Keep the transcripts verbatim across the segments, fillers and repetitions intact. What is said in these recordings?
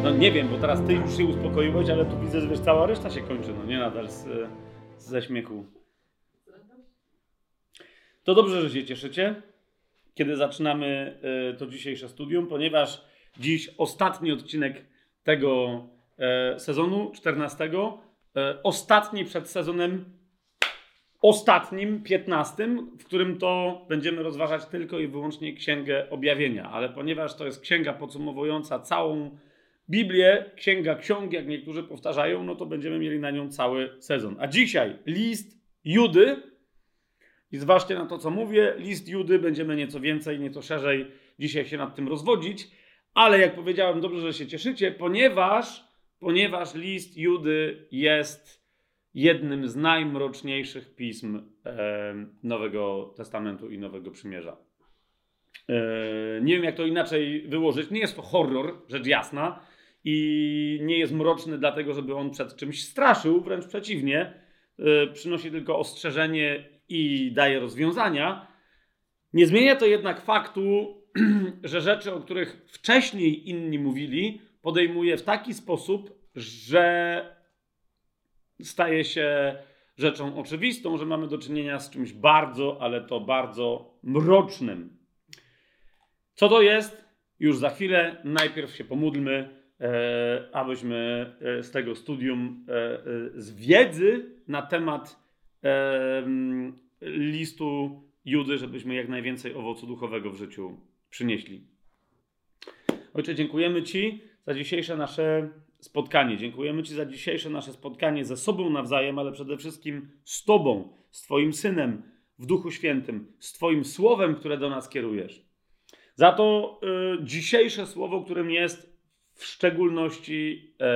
No nie wiem, bo teraz ty już się uspokoiłeś, ale tu widzę, że wiesz, cała reszta się kończy, no nie nadal z, z, ze śmiechu. To dobrze, że się cieszycie, kiedy zaczynamy y, to dzisiejsze studium, ponieważ dziś ostatni odcinek tego y, sezonu, czternastego, y, ostatni przed sezonem ostatnim, piętnastym, w którym to będziemy rozważać tylko i wyłącznie Księgę Objawienia, ale ponieważ to jest księga podsumowująca całą Biblię, księga ksiąg, jak niektórzy powtarzają, no to będziemy mieli na nią cały sezon. A dzisiaj list Judy, i zważcie na to, co mówię, list Judy, będziemy nieco więcej, nieco szerzej dzisiaj się nad tym rozwodzić, ale jak powiedziałem, dobrze, że się cieszycie, ponieważ, ponieważ list Judy jest jednym z najmroczniejszych pism e, Nowego Testamentu i Nowego Przymierza. E, nie wiem, jak to inaczej wyłożyć. Nie jest to horror, rzecz jasna, i nie jest mroczny dlatego, żeby on przed czymś straszył, wręcz przeciwnie. E, przynosi tylko ostrzeżenie i daje rozwiązania. Nie zmienia to jednak faktu, że rzeczy, o których wcześniej inni mówili, podejmuje w taki sposób, że staje się rzeczą oczywistą, że mamy do czynienia z czymś bardzo, ale to bardzo mrocznym. Co to jest? Już za chwilę. Najpierw się pomódlmy, e, abyśmy z tego studium, e, z wiedzy na temat e, listu Judy, żebyśmy jak najwięcej owocu duchowego w życiu przynieśli. Ojcze, dziękujemy Ci za dzisiejsze nasze spotkanie. Dziękujemy Ci za dzisiejsze nasze spotkanie ze sobą nawzajem, ale przede wszystkim z Tobą, z Twoim Synem w Duchu Świętym, z Twoim Słowem, które do nas kierujesz. Za to y, dzisiejsze słowo, którym jest w szczególności y,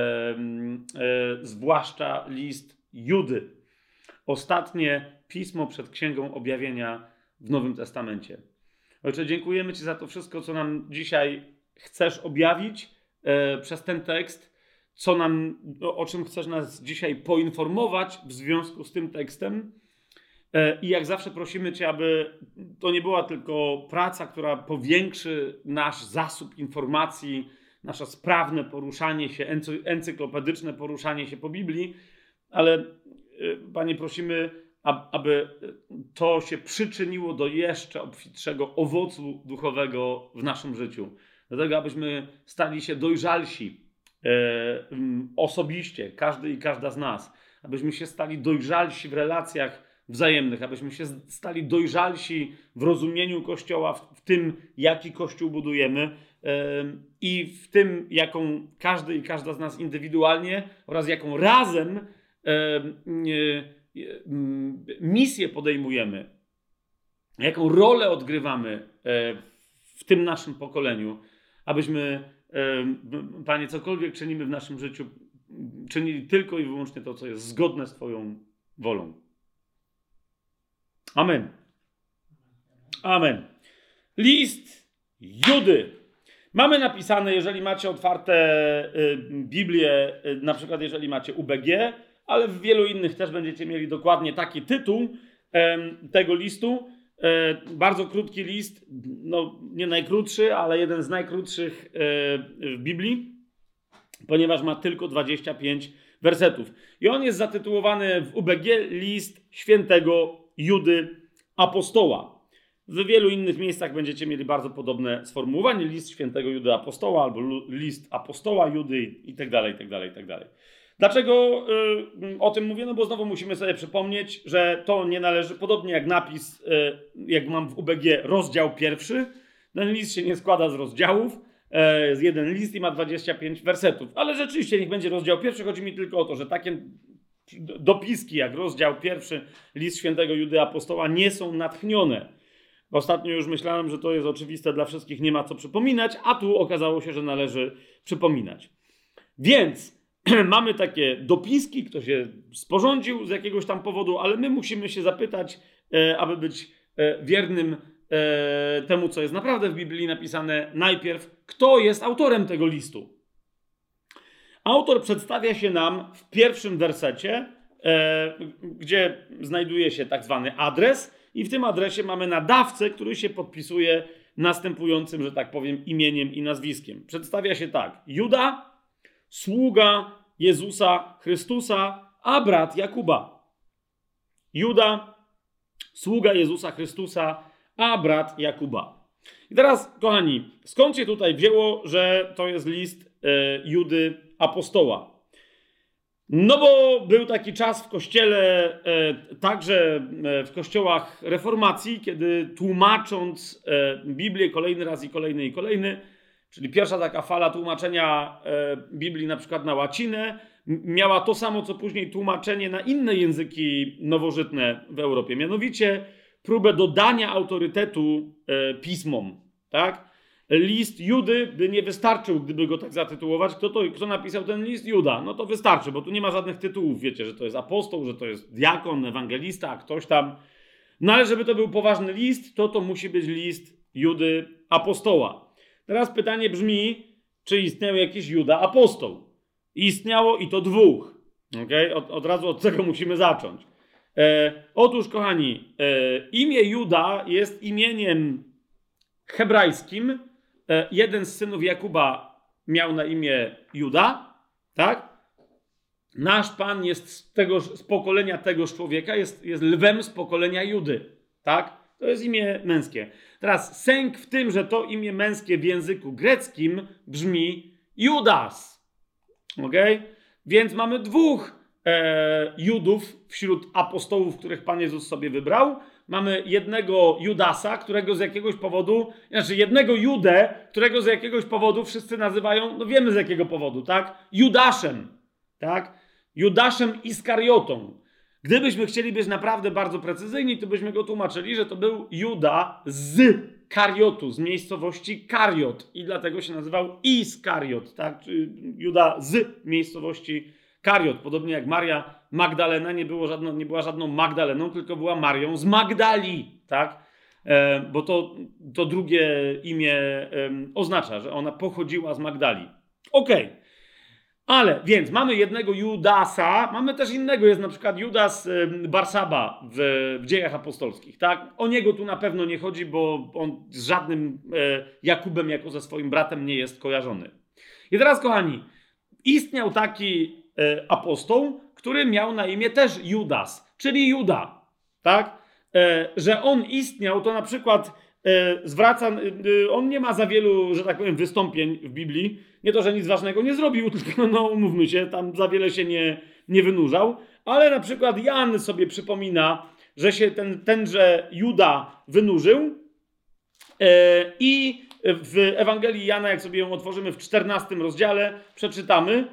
y, zwłaszcza list Judy. Ostatnie pismo przed Księgą Objawienia w Nowym Testamencie. Ojcze, dziękujemy Ci za to wszystko, co nam dzisiaj chcesz objawić y, przez ten tekst, co nam, o czym chcesz nas dzisiaj poinformować w związku z tym tekstem. I jak zawsze prosimy Cię, aby to nie była tylko praca, która powiększy nasz zasób informacji, nasze sprawne poruszanie się, encyklopedyczne poruszanie się po Biblii, ale Panie, prosimy, aby to się przyczyniło do jeszcze obfitszego owocu duchowego w naszym życiu. Do tego, abyśmy stali się dojrzalsi osobiście, każdy i każda z nas, abyśmy się stali dojrzalsi w relacjach wzajemnych, abyśmy się stali dojrzalsi w rozumieniu Kościoła, w, w tym, jaki Kościół budujemy yy, i w tym, jaką każdy i każda z nas indywidualnie oraz jaką razem yy, yy, yy, misję podejmujemy, jaką rolę odgrywamy yy, w tym naszym pokoleniu, abyśmy, yy, Panie, cokolwiek czynimy w naszym życiu, czynili tylko i wyłącznie to, co jest zgodne z Twoją wolą. Amen. Amen. List Judy. Mamy napisane, jeżeli macie otwarte y, Biblię, y, na przykład jeżeli macie U B G, ale w wielu innych też będziecie mieli dokładnie taki tytuł y, tego listu. Y, bardzo krótki list, no nie najkrótszy, ale jeden z najkrótszych y, w Biblii, ponieważ ma tylko dwadzieścia pięć wersetów. I on jest zatytułowany w U B G List Świętego Judy Apostoła. W wielu innych miejscach będziecie mieli bardzo podobne sformułowanie. List Świętego Judy Apostoła albo list Apostoła Judy i tak dalej, i tak dalej, i tak dalej. Dlaczego y, o tym mówię? No bo znowu musimy sobie przypomnieć, że to nie należy, podobnie jak napis, y, jak mam w U B G rozdział pierwszy, ten list się nie składa z rozdziałów, z jeden list i ma dwadzieścia pięć wersetów. Ale rzeczywiście niech będzie rozdział pierwszy. Chodzi mi tylko o to, że takie dopiski jak rozdział pierwszy, list Świętego Judy Apostoła nie są natchnione. Ostatnio już myślałem, że to jest oczywiste dla wszystkich, nie ma co przypominać, a tu okazało się, że należy przypominać. Więc mamy takie dopiski, kto się sporządził z jakiegoś tam powodu, ale my musimy się zapytać, aby być wiernym temu, co jest naprawdę w Biblii napisane, najpierw, kto jest autorem tego listu. Autor przedstawia się nam w pierwszym wersecie, e, gdzie znajduje się tak zwany adres i w tym adresie mamy nadawcę, który się podpisuje następującym, że tak powiem, imieniem i nazwiskiem. Przedstawia się tak: Juda, sługa Jezusa Chrystusa, a brat Jakuba. Juda, sługa Jezusa Chrystusa, a brat Jakuba. I teraz, kochani, skąd się tutaj wzięło, że to jest list e, Judy apostoła? No bo był taki czas w kościele, e, także e, w kościołach reformacji, kiedy tłumacząc e, Biblię kolejny raz i kolejny i kolejny, czyli pierwsza taka fala tłumaczenia e, Biblii na przykład na łacinę, miała to samo, co później tłumaczenie na inne języki nowożytne w Europie. Mianowicie próbę dodania autorytetu e, pismom, tak? List Judy by nie wystarczył, gdyby go tak zatytułować. Kto, to, kto napisał ten list? Juda. No to wystarczy, bo tu nie ma żadnych tytułów. Wiecie, że to jest apostoł, że to jest diakon, ewangelista, ktoś tam. No ale żeby to był poważny list, to to musi być list Judy apostoła. Teraz pytanie brzmi, czy istniał jakiś Juda apostoł? Istniało i to dwóch. Okay? Od, od razu od tego musimy zacząć. E, otóż, kochani, e, imię Juda jest imieniem hebrajskim. E, jeden z synów Jakuba miał na imię Juda, tak? Nasz Pan jest z, tego, z pokolenia tegoż człowieka, jest, jest lwem z pokolenia Judy, tak? To jest imię męskie. Teraz sęk w tym, że to imię męskie w języku greckim brzmi Judas. Okej? Okay? Więc mamy dwóch e, Judów wśród apostołów, których Pan Jezus sobie wybrał. Mamy jednego Judasa, którego z jakiegoś powodu, znaczy jednego Judę, którego z jakiegoś powodu wszyscy nazywają, no wiemy z jakiego powodu, tak? Judaszem, tak? Judaszem Iskariotą. Gdybyśmy chcieli być naprawdę bardzo precyzyjni, to byśmy go tłumaczyli, że to był Juda z Kariotu, z miejscowości Kariot i dlatego się nazywał Iskariot, tak? Juda z miejscowości Kariot. Podobnie jak Maria Magdalena nie, było żadną, nie była żadną Magdaleną, tylko była Marią z Magdali, tak? E, bo to, to drugie imię e, oznacza, że ona pochodziła z Magdali. Okej. Okay. Ale, więc mamy jednego Judasa, mamy też innego, jest na przykład Judas e, Barsaba w, w Dziejach Apostolskich, tak? O niego tu na pewno nie chodzi, bo on z żadnym e, Jakubem jako ze swoim bratem nie jest kojarzony. I teraz, kochani, istniał taki apostoł, który miał na imię też Judas, czyli Juda, tak? E, że on istniał, to na przykład e, zwraca, e, on nie ma za wielu, że tak powiem, wystąpień w Biblii, nie to, że nic ważnego nie zrobił, tylko no umówmy się, tam za wiele się nie, nie wynurzał, ale na przykład Jan sobie przypomina, że się ten, tenże Juda wynurzył e, i w Ewangelii Jana, jak sobie ją otworzymy w czternastym rozdziale, przeczytamy,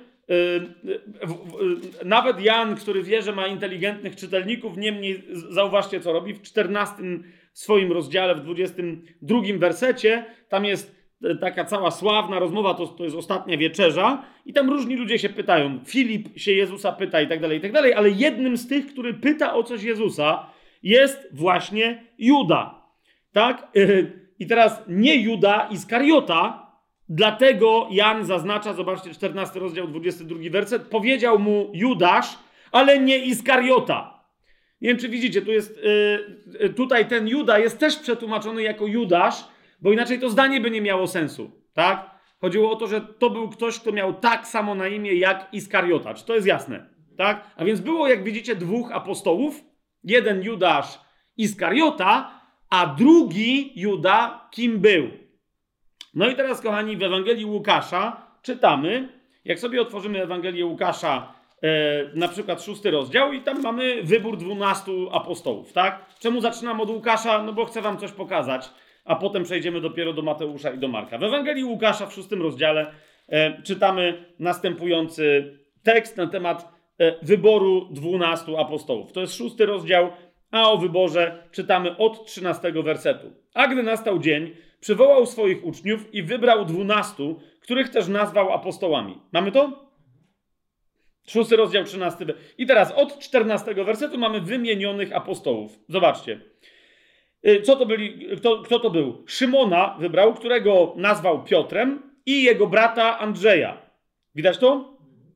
nawet Jan, który wie, że ma inteligentnych czytelników, niemniej zauważcie, co robi. W czternastym swoim rozdziale, w dwudziestym drugim wersecie, tam jest taka cała sławna rozmowa, to, to jest ostatnia wieczerza i tam różni ludzie się pytają. Filip się Jezusa pyta i tak dalej, i tak dalej, ale jednym z tych, który pyta o coś Jezusa, jest właśnie Juda. Tak? I teraz nie Juda Iskariota, dlatego Jan zaznacza, zobaczcie, czternasty rozdział, dwudziesty drugi werset, powiedział mu Judasz, ale nie Iskariota. Nie wiem, czy widzicie, tu jest, yy, tutaj ten Juda jest też przetłumaczony jako Judasz, bo inaczej to zdanie by nie miało sensu, tak? Chodziło o to, że to był ktoś, kto miał tak samo na imię jak Iskariota. Czy to jest jasne? Tak? A więc było, jak widzicie, dwóch apostołów. Jeden Judasz Iskariota, a drugi Juda kim był? No i teraz, kochani, w Ewangelii Łukasza czytamy, jak sobie otworzymy Ewangelię Łukasza, e, na przykład szósty rozdział i tam mamy wybór dwunastu apostołów, tak? Czemu zaczynam od Łukasza? No bo chcę wam coś pokazać, a potem przejdziemy dopiero do Mateusza i do Marka. W Ewangelii Łukasza w szóstym rozdziale e, czytamy następujący tekst na temat e, wyboru dwunastu apostołów. To jest szósty rozdział, a o wyborze czytamy od trzynastego wersetu. A gdy nastał dzień, przywołał swoich uczniów i wybrał dwunastu, których też nazwał apostołami. Mamy to? Szósty rozdział, trzynasty. I teraz od czternastego wersetu mamy wymienionych apostołów. Zobaczcie. Co to byli, kto, kto to był? Szymona wybrał, którego nazwał Piotrem i jego brata Andrzeja. Widać to?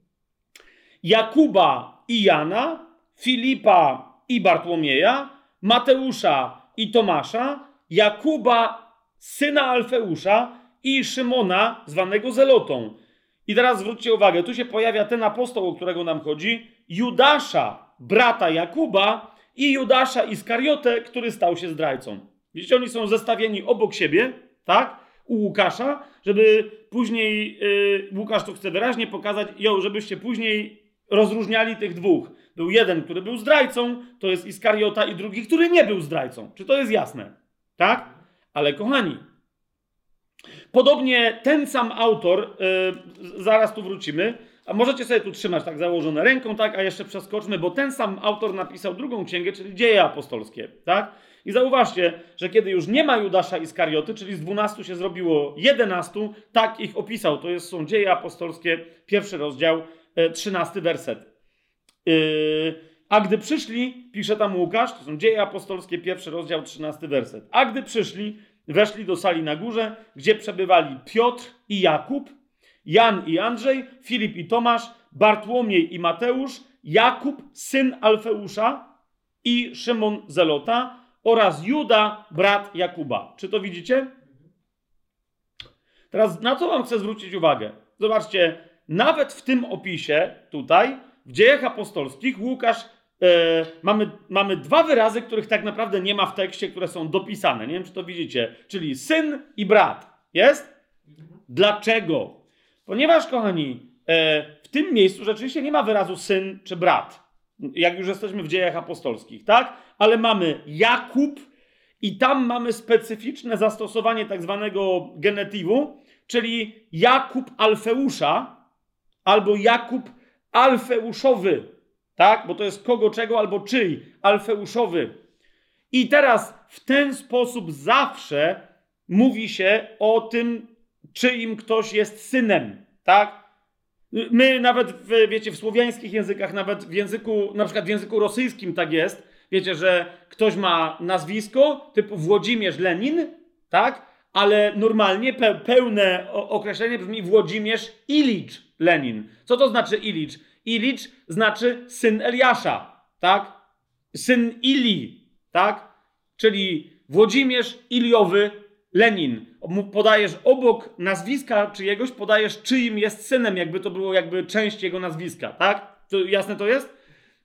Jakuba i Jana, Filipa i Bartłomieja, Mateusza i Tomasza, Jakuba, syna Alfeusza i Szymona, zwanego Zelotą, I teraz zwróćcie uwagę, tu się pojawia ten apostoł, o którego nam chodzi, Judasza, brata Jakuba i Judasza Iskariotę, który stał się zdrajcą. Widzicie, oni są zestawieni obok siebie, tak? U Łukasza, żeby później, yy, Łukasz tu chce wyraźnie pokazać, jo, żebyście później rozróżniali tych dwóch. Był jeden, który był zdrajcą, to jest Iskariota, i drugi, który nie był zdrajcą. Czy to jest jasne? Tak? Ale kochani, podobnie ten sam autor, yy, zaraz tu wrócimy, a możecie sobie tu trzymać tak założone ręką, tak, a jeszcze przeskoczmy, bo ten sam autor napisał drugą księgę, czyli Dzieje apostolskie, tak? I zauważcie, że kiedy już nie ma Judasza Iskarioty, czyli z dwunastu się zrobiło jedenastu, tak ich opisał. To jest, są Dzieje apostolskie, pierwszy rozdział, trzynasty werset. Yy, a gdy przyszli, pisze tam Łukasz, to są Dzieje apostolskie, pierwszy rozdział, trzynasty werset. A gdy przyszli, weszli do sali na górze, gdzie przebywali Piotr i Jakub, Jan i Andrzej, Filip i Tomasz, Bartłomiej i Mateusz, Jakub, syn Alfeusza i Szymon Zelota oraz Juda, brat Jakuba. Czy to widzicie? Teraz na co wam chcę zwrócić uwagę? Zobaczcie, nawet w tym opisie tutaj, w Dziejach apostolskich, Łukasz, e, mamy, mamy dwa wyrazy, których tak naprawdę nie ma w tekście, które są dopisane. Nie wiem, czy to widzicie. Czyli syn i brat. Jest? Dlaczego? Ponieważ, kochani, e, w tym miejscu rzeczywiście nie ma wyrazu syn czy brat. Jak już jesteśmy w Dziejach apostolskich, tak? Ale mamy Jakub i tam mamy specyficzne zastosowanie tak zwanego genetywu, czyli Jakub Alfeusza albo Jakub Alfeuszowy, tak? Bo to jest kogo, czego albo czyj, Alfeuszowy. I teraz w ten sposób zawsze mówi się o tym, czyim ktoś jest synem, tak? My nawet, w, wiecie, w słowiańskich językach, nawet w języku, na przykład w języku rosyjskim tak jest, wiecie, że ktoś ma nazwisko typu Włodzimierz Lenin, tak? Ale normalnie pe, pełne określenie brzmi Włodzimierz Ilicz Lenin. Co to znaczy Ilicz? Ilicz znaczy syn Eliasza, tak? Syn Ili, tak? Czyli Włodzimierz Iliowy Lenin. Podajesz obok nazwiska czyjegoś, podajesz czyim jest synem, jakby to było jakby część jego nazwiska, tak? To jasne to jest?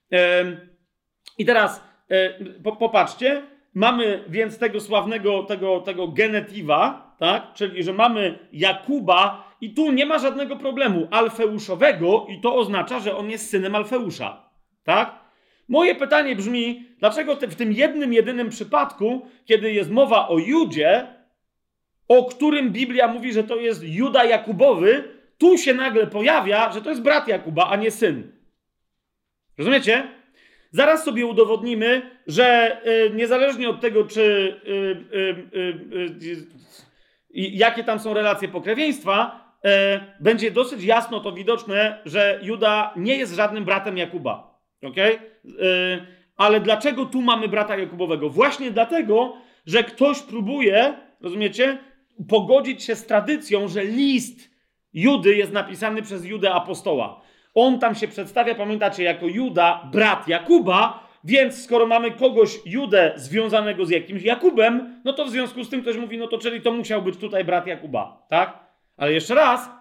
I teraz popatrzcie, mamy więc tego sławnego, tego, tego genetywa, tak? Czyli, że mamy Jakuba i tu nie ma żadnego problemu Alfeuszowego i to oznacza, że on jest synem Alfeusza, tak? Moje pytanie brzmi, dlaczego te, w tym jednym, jedynym przypadku, kiedy jest mowa o Judzie, o którym Biblia mówi, że to jest Juda Jakubowy, tu się nagle pojawia, że to jest brat Jakuba, a nie syn. Rozumiecie? Zaraz sobie udowodnimy, że y, niezależnie od tego, czy y, y, y, y, y, jakie tam są relacje pokrewieństwa, y, będzie dosyć jasno to widoczne, że Juda nie jest żadnym bratem Jakuba. Okay? Y, ale dlaczego tu mamy brata Jakubowego? Właśnie dlatego, że ktoś próbuje, rozumiecie, pogodzić się z tradycją, że list Judy jest napisany przez Judę apostoła. On tam się przedstawia, pamiętacie, jako Juda, brat Jakuba, więc skoro mamy kogoś, Judę, związanego z jakimś Jakubem, no to w związku z tym ktoś mówi, no to czyli to musiał być tutaj brat Jakuba, tak? Ale jeszcze raz,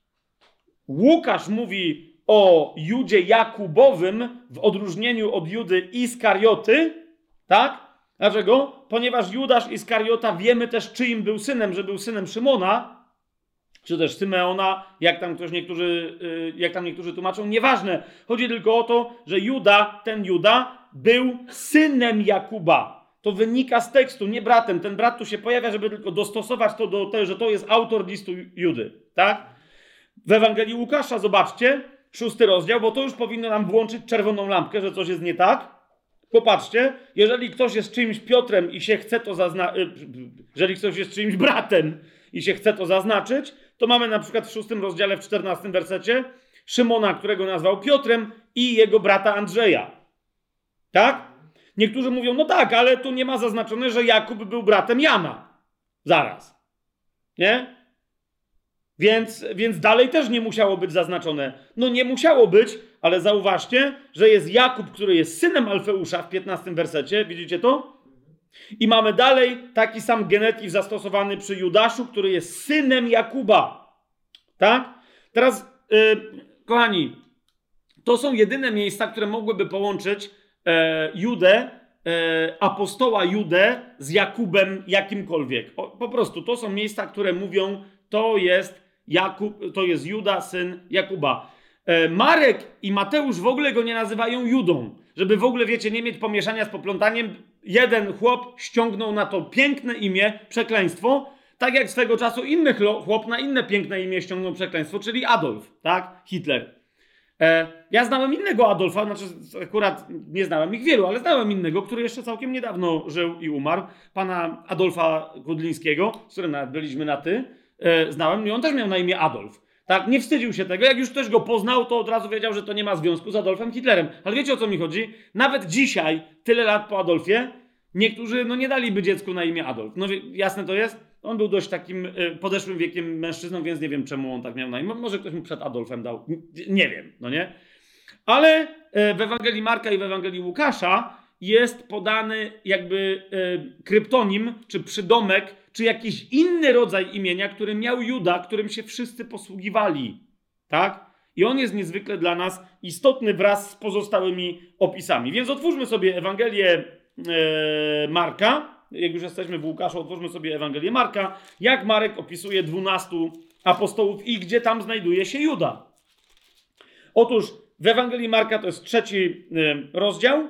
Łukasz mówi o Judzie Jakubowym w odróżnieniu od Judy Iskarioty, tak? Dlaczego? Ponieważ Judasz Iskariota, wiemy też, czyim był synem, że był synem Szymona, czy też Symeona, jak tam ktoś niektórzy, jak tam niektórzy tłumaczą, nieważne. Chodzi tylko o to, że Juda, ten Juda, był synem Jakuba. To wynika z tekstu, nie bratem. Ten brat tu się pojawia, żeby tylko dostosować to do tego, że to jest autor listu Judy, tak? W Ewangelii Łukasza, zobaczcie, szósty rozdział, bo to już powinno nam włączyć czerwoną lampkę, że coś jest nie tak. Popatrzcie, jeżeli ktoś jest czyimś Piotrem i się chce to zaznaczyć, jeżeli ktoś jest czyimś bratem i się chce to zaznaczyć, to mamy na przykład w szóstym rozdziale, w czternastym wersecie Szymona, którego nazwał Piotrem, i jego brata Andrzeja. Tak? Niektórzy mówią, no tak, ale tu nie ma zaznaczone, że Jakub był bratem Jana. Zaraz. Nie? Więc, więc dalej też nie musiało być zaznaczone. No nie musiało być, ale zauważcie, że jest Jakub, który jest synem Alfeusza w piętnastym wersecie. Widzicie to? I mamy dalej taki sam genetyw zastosowany przy Judaszu, który jest synem Jakuba. Tak? Teraz, yy, kochani, to są jedyne miejsca, które mogłyby połączyć e, Judę, e, apostoła Judę z Jakubem jakimkolwiek. O, po prostu to są miejsca, które mówią, to jest Jakub, to jest Juda, syn Jakuba. E, Marek i Mateusz w ogóle go nie nazywają Judą. Żeby w ogóle, wiecie, nie mieć pomieszania z poplątaniem, jeden chłop ściągnął na to piękne imię przekleństwo, tak jak swego czasu inny chłop na inne piękne imię ściągnął przekleństwo, czyli Adolf, tak? Hitler. E, ja znałem innego Adolfa, znaczy akurat nie znałem ich wielu, ale znałem innego, który jeszcze całkiem niedawno żył i umarł, pana Adolfa Kudlińskiego, z którym nawet byliśmy na ty, e, znałem i on też miał na imię Adolf. Tak, nie wstydził się tego. Jak już ktoś go poznał, to od razu wiedział, że to nie ma związku z Adolfem Hitlerem. Ale wiecie, o co mi chodzi? Nawet dzisiaj, tyle lat po Adolfie, niektórzy no nie daliby dziecku na imię Adolf. No jasne to jest? On był dość takim y, podeszłym wiekiem mężczyzną, więc nie wiem, czemu on tak miał na imię. Może ktoś mu przed Adolfem dał. Nie wiem, no nie? Ale y, w Ewangelii Marka i w Ewangelii Łukasza jest podany jakby y, kryptonim, czy przydomek, czy jakiś inny rodzaj imienia, który miał Juda, którym się wszyscy posługiwali. Tak? I on jest niezwykle dla nas istotny wraz z pozostałymi opisami. Więc otwórzmy sobie Ewangelię e, Marka. Jak już jesteśmy w Łukaszu, otwórzmy sobie Ewangelię Marka. Jak Marek opisuje dwunastu apostołów i gdzie tam znajduje się Juda. Otóż w Ewangelii Marka to jest trzeci e, rozdział.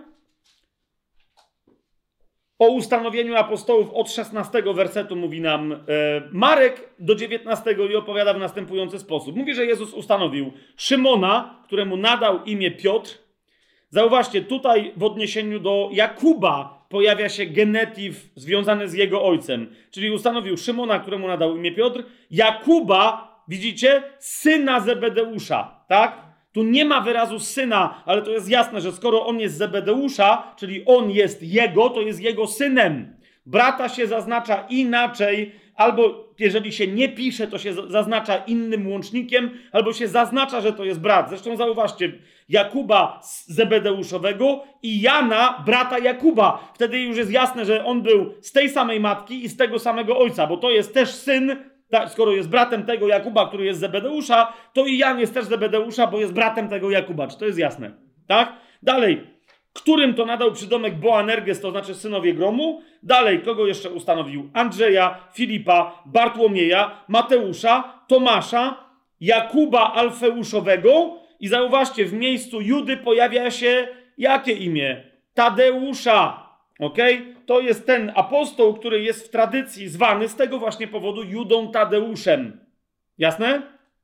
O ustanowieniu apostołów od szesnastego wersetu mówi nam e, Marek do dziewiętnastego i opowiada w następujący sposób. Mówi, że Jezus ustanowił Szymona, któremu nadał imię Piotr. Zauważcie, tutaj w odniesieniu do Jakuba pojawia się genetyw związany z jego ojcem. Czyli ustanowił Szymona, któremu nadał imię Piotr. Jakuba, widzicie, syna Zebedeusza, tak? Tu nie ma wyrazu syna, ale to jest jasne, że skoro on jest Zebedeusza, czyli on jest jego, to jest jego synem. Brata się zaznacza inaczej, albo jeżeli się nie pisze, to się zaznacza innym łącznikiem, albo się zaznacza, że to jest brat. Zresztą zauważcie, Jakuba Zebedeuszowego i Jana, brata Jakuba. Wtedy już jest jasne, że on był z tej samej matki i z tego samego ojca, bo to jest też syn. Skoro jest bratem tego Jakuba, który jest Zebedeusza, to i Jan jest też Zebedeusza, bo jest bratem tego Jakuba. Czy to jest jasne? Tak? Dalej. Którym to nadał przydomek Boanerges, to znaczy synowie gromu? Dalej. Kogo jeszcze ustanowił? Andrzeja, Filipa, Bartłomieja, Mateusza, Tomasza, Jakuba Alfeuszowego. I zauważcie, w miejscu Judy pojawia się jakie imię? Tadeusza. Okej? Okay? To jest ten apostoł, który jest w tradycji zwany z tego właśnie powodu Judą Tadeuszem. Jasne?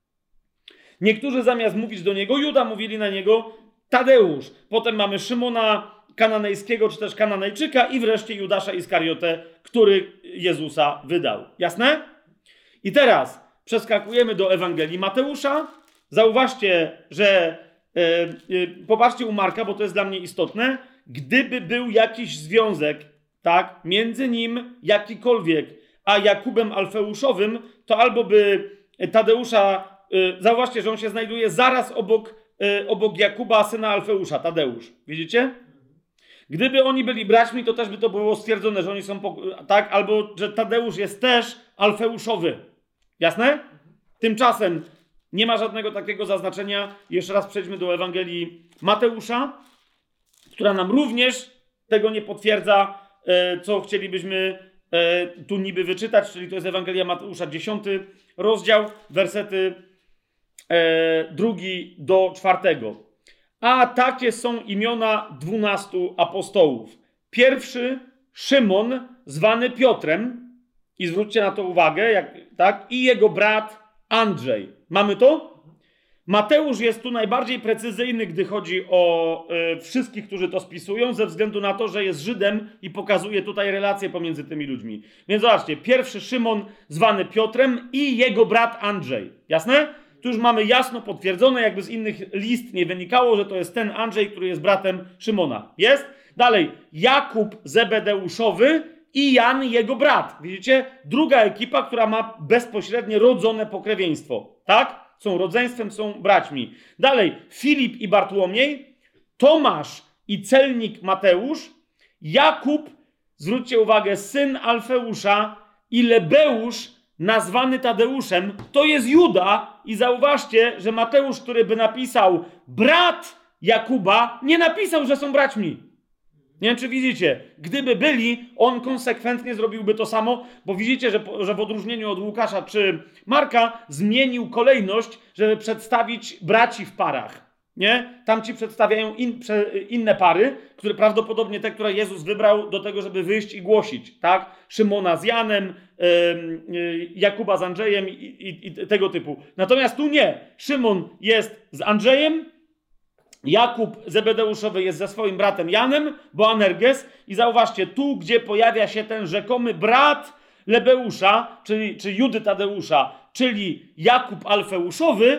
Niektórzy zamiast mówić do niego Juda, mówili na niego Tadeusz. Potem mamy Szymona Kananejskiego, czy też Kananejczyka i wreszcie Judasza Iskariotę, który Jezusa wydał. Jasne? I teraz przeskakujemy do Ewangelii Mateusza. Zauważcie, że yy, yy, popatrzcie u Marka, bo to jest dla mnie istotne. Gdyby był jakiś związek, tak, między nim jakikolwiek, a Jakubem Alfeuszowym, to albo by Tadeusza, yy, zauważcie, że on się znajduje zaraz obok, yy, obok Jakuba, syna Alfeusza, Tadeusz. Widzicie? Gdyby oni byli braćmi, to też by to było stwierdzone, że oni są, po, tak, albo że Tadeusz jest też Alfeuszowy. Jasne? Tymczasem nie ma żadnego takiego zaznaczenia. Jeszcze raz przejdźmy do Ewangelii Mateusza, która nam również tego nie potwierdza, co chcielibyśmy tu niby wyczytać, czyli to jest Ewangelia Mateusza, dziesiąty rozdział, wersety drugi do czwartego. A takie są imiona dwunastu apostołów. Pierwszy Szymon, zwany Piotrem, i zwróćcie na to uwagę, jak, tak, i jego brat Andrzej. Mamy to? Mateusz jest tu najbardziej precyzyjny, gdy chodzi o y, wszystkich, którzy to spisują, ze względu na to, że jest Żydem i pokazuje tutaj relacje pomiędzy tymi ludźmi. Więc zobaczcie, pierwszy Szymon, zwany Piotrem, i jego brat Andrzej. Jasne? Tu już mamy jasno potwierdzone, jakby z innych list nie wynikało, że to jest ten Andrzej, który jest bratem Szymona. Jest? Dalej, Jakub Zebedeuszowy i Jan, jego brat. Widzicie? Druga ekipa, która ma bezpośrednie rodzone pokrewieństwo. Tak? Są rodzeństwem, są braćmi. Dalej, Filip i Bartłomiej, Tomasz i celnik Mateusz, Jakub, zwróćcie uwagę, syn Alfeusza, i Lebeusz, nazwany Tadeuszem, to jest Juda i zauważcie, że Mateusz, który by napisał brat Jakuba, nie napisał, że są braćmi. Nie wiem, czy widzicie. Gdyby byli, on konsekwentnie zrobiłby to samo, bo widzicie, że, że w odróżnieniu od Łukasza czy Marka zmienił kolejność, żeby przedstawić braci w parach. Nie? Tam ci przedstawiają in, prze, inne pary, które prawdopodobnie te, które Jezus wybrał do tego, żeby wyjść i głosić. Tak? Szymona z Janem, yy, yy, Jakuba z Andrzejem i, i, i tego typu. Natomiast tu nie. Szymon jest z Andrzejem, Jakub Zebedeuszowy jest ze swoim bratem Janem, Boanerges, i zauważcie, tu gdzie pojawia się ten rzekomy brat Lebeusza, czyli, czy Judy Tadeusza, czyli Jakub Alfeuszowy,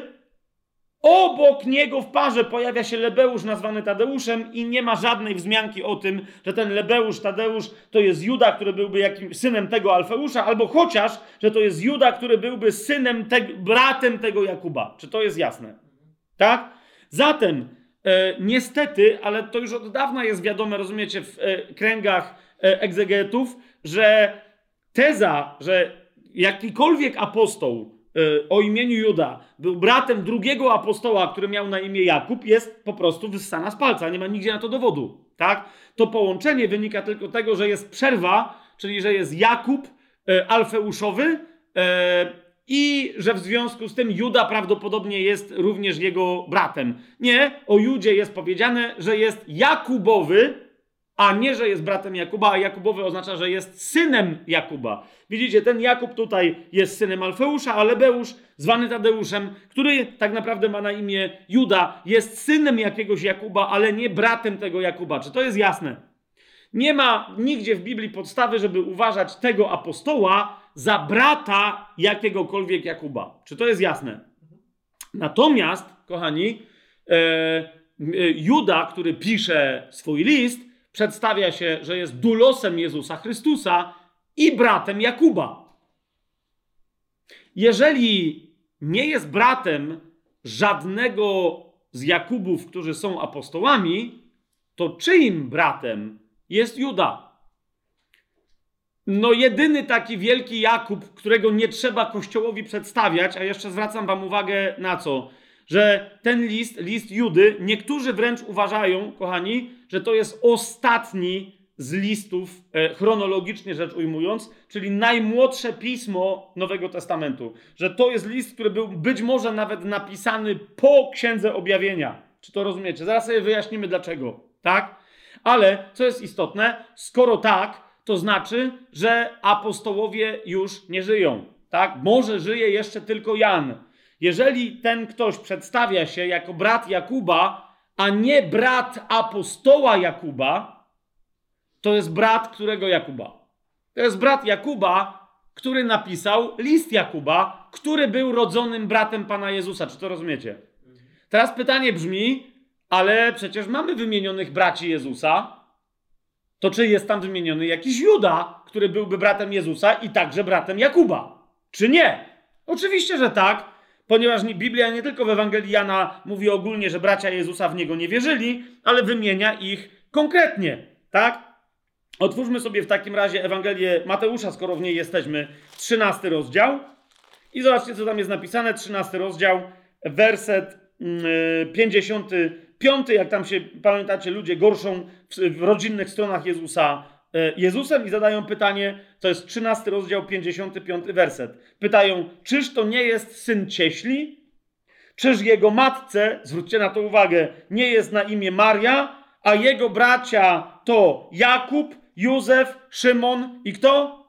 obok niego w parze pojawia się Lebeusz nazwany Tadeuszem i nie ma żadnej wzmianki o tym, że ten Lebeusz, Tadeusz to jest Juda, który byłby jakimś synem tego Alfeusza, albo chociaż, że to jest Juda, który byłby synem, te, bratem tego Jakuba. Czy to jest jasne? Tak? Zatem E, niestety, ale to już od dawna jest wiadome, rozumiecie, w e, kręgach e, egzegetów, że teza, że jakikolwiek apostoł e, o imieniu Juda był bratem drugiego apostoła, który miał na imię Jakub, jest po prostu wyssana z palca. Nie ma nigdzie na to dowodu. Tak? To połączenie wynika tylko z tego, że jest przerwa, czyli że jest Jakub e, Alfeuszowy, e, i że w związku z tym Juda prawdopodobnie jest również jego bratem. Nie, o Judzie jest powiedziane, że jest Jakubowy, a nie, że jest bratem Jakuba, a Jakubowy oznacza, że jest synem Jakuba. Widzicie, ten Jakub tutaj jest synem Alfeusza, a Lebeusz, zwany Tadeuszem, który tak naprawdę ma na imię Juda, jest synem jakiegoś Jakuba, ale nie bratem tego Jakuba. Czy to jest jasne? Nie ma nigdzie w Biblii podstawy, żeby uważać tego apostoła za brata jakiegokolwiek Jakuba. Czy to jest jasne? Natomiast, kochani, e, e, Juda, który pisze swój list, przedstawia się, że jest dulosem Jezusa Chrystusa i bratem Jakuba. Jeżeli nie jest bratem żadnego z Jakubów, którzy są apostołami, to czyim bratem jest Juda? No jedyny taki wielki Jakub, którego nie trzeba Kościołowi przedstawiać, a jeszcze zwracam wam uwagę na co? Że ten list, list Judy, niektórzy wręcz uważają, kochani, że to jest ostatni z listów, e, chronologicznie rzecz ujmując, czyli najmłodsze pismo Nowego Testamentu. Że to jest list, który był być może nawet napisany po Księdze Objawienia. Czy to rozumiecie? Zaraz sobie wyjaśnimy dlaczego, tak? Ale co jest istotne, skoro tak, to znaczy, że apostołowie już nie żyją, tak? Może żyje jeszcze tylko Jan. Jeżeli ten ktoś przedstawia się jako brat Jakuba, a nie brat apostoła Jakuba, to jest brat którego Jakuba? To jest brat Jakuba, który napisał list Jakuba, który był rodzonym bratem Pana Jezusa. Czy to rozumiecie? Teraz pytanie brzmi, ale przecież mamy wymienionych braci Jezusa, to czy jest tam wymieniony jakiś Juda, który byłby bratem Jezusa i także bratem Jakuba? Czy nie? Oczywiście, że tak, ponieważ Biblia nie tylko w Ewangelii Jana mówi ogólnie, że bracia Jezusa w niego nie wierzyli, ale wymienia ich konkretnie, tak? Otwórzmy sobie w takim razie Ewangelię Mateusza, skoro w niej jesteśmy, trzynasty rozdział. I zobaczcie, co tam jest napisane, trzynasty rozdział, werset yy, pięćdziesiąty piąty, jak tam się, pamiętacie, ludzie gorszą w, w rodzinnych stronach Jezusa yy, Jezusem i zadają pytanie, to jest trzynasty rozdział, pięćdziesiąty piąty werset. Pytają, czyż to nie jest syn cieśli? Czyż jego matce, zwróćcie na to uwagę, nie jest na imię Maria, a jego bracia to Jakub, Józef, Szymon i kto?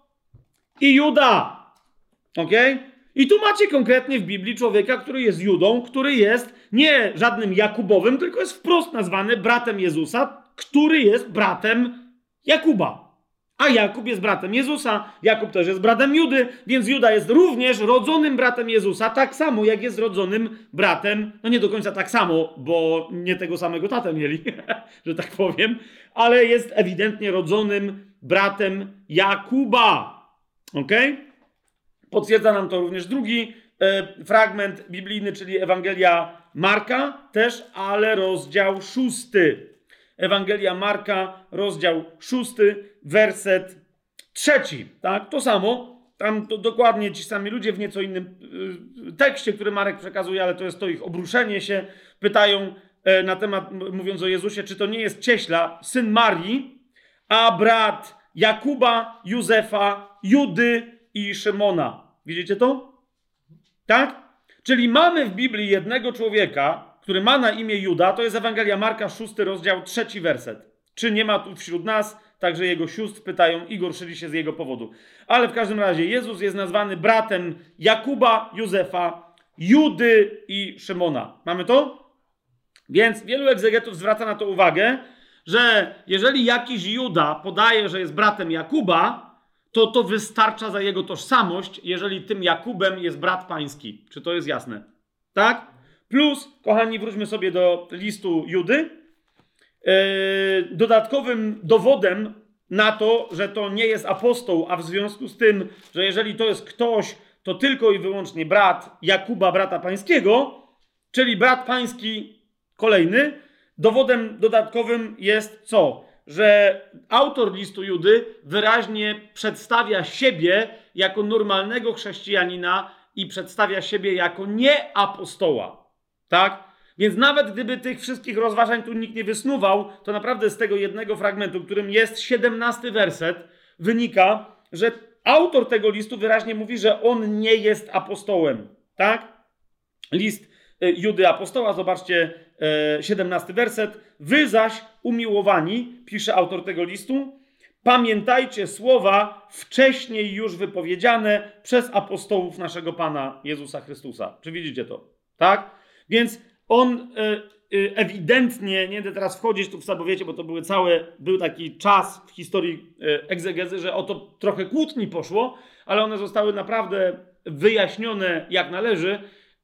I Juda. Okej? Okay? I tu macie konkretnie w Biblii człowieka, który jest Judą, który jest nie żadnym Jakubowym, tylko jest wprost nazwany bratem Jezusa, który jest bratem Jakuba. A Jakub jest bratem Jezusa, Jakub też jest bratem Judy, więc Juda jest również rodzonym bratem Jezusa, tak samo jak jest rodzonym bratem, no nie do końca tak samo, bo nie tego samego tatę mieli, że tak powiem, ale jest ewidentnie rodzonym bratem Jakuba. Okej? Okay? Potwierdza nam to również drugi e, fragment biblijny, czyli Ewangelia Marka też, ale rozdział szósty. Ewangelia Marka, rozdział szósty, werset trzeci. Tak? To samo, tam to dokładnie ci sami ludzie w nieco innym y, tekście, który Marek przekazuje, ale to jest to ich obruszenie się, pytają y, na temat, mówiąc o Jezusie, czy to nie jest cieśla, syn Marii, a brat Jakuba, Józefa, Judy i Szymona. Widzicie to? Tak? Czyli mamy w Biblii jednego człowieka, który ma na imię Juda, to jest Ewangelia Marka, szósty rozdział, trzeci werset. Czy nie ma tu wśród nas także jego sióstr, pytają i gorszyli się z jego powodu. Ale w każdym razie Jezus jest nazwany bratem Jakuba, Józefa, Judy i Szymona. Mamy to? Więc wielu egzegetów zwraca na to uwagę, że jeżeli jakiś Juda podaje, że jest bratem Jakuba, to to wystarcza za jego tożsamość, jeżeli tym Jakubem jest brat pański. Czy to jest jasne? Tak? Plus, kochani, wróćmy sobie do listu Judy. Yy, dodatkowym dowodem na to, że to nie jest apostoł, a w związku z tym, że jeżeli to jest ktoś, to tylko i wyłącznie brat Jakuba, brata pańskiego, czyli brat pański kolejny, dowodem dodatkowym jest co? Że autor listu Judy wyraźnie przedstawia siebie jako normalnego chrześcijanina i przedstawia siebie jako nie apostoła. Tak? Więc nawet gdyby tych wszystkich rozważań tu nikt nie wysnuwał, to naprawdę z tego jednego fragmentu, którym jest siedemnasty werset, wynika, że autor tego listu wyraźnie mówi, że on nie jest apostołem. Tak? List Judy apostoła, zobaczcie, siedemnasty werset. Wy zaś, umiłowani, pisze autor tego listu, pamiętajcie słowa wcześniej już wypowiedziane przez apostołów naszego Pana Jezusa Chrystusa. Czy widzicie to? Tak? Więc on ewidentnie, nie będę teraz wchodzić tu w to, bo wiecie, bo to były całe, był taki czas w historii egzegezy, że o to trochę kłótni poszło, ale one zostały naprawdę wyjaśnione jak należy.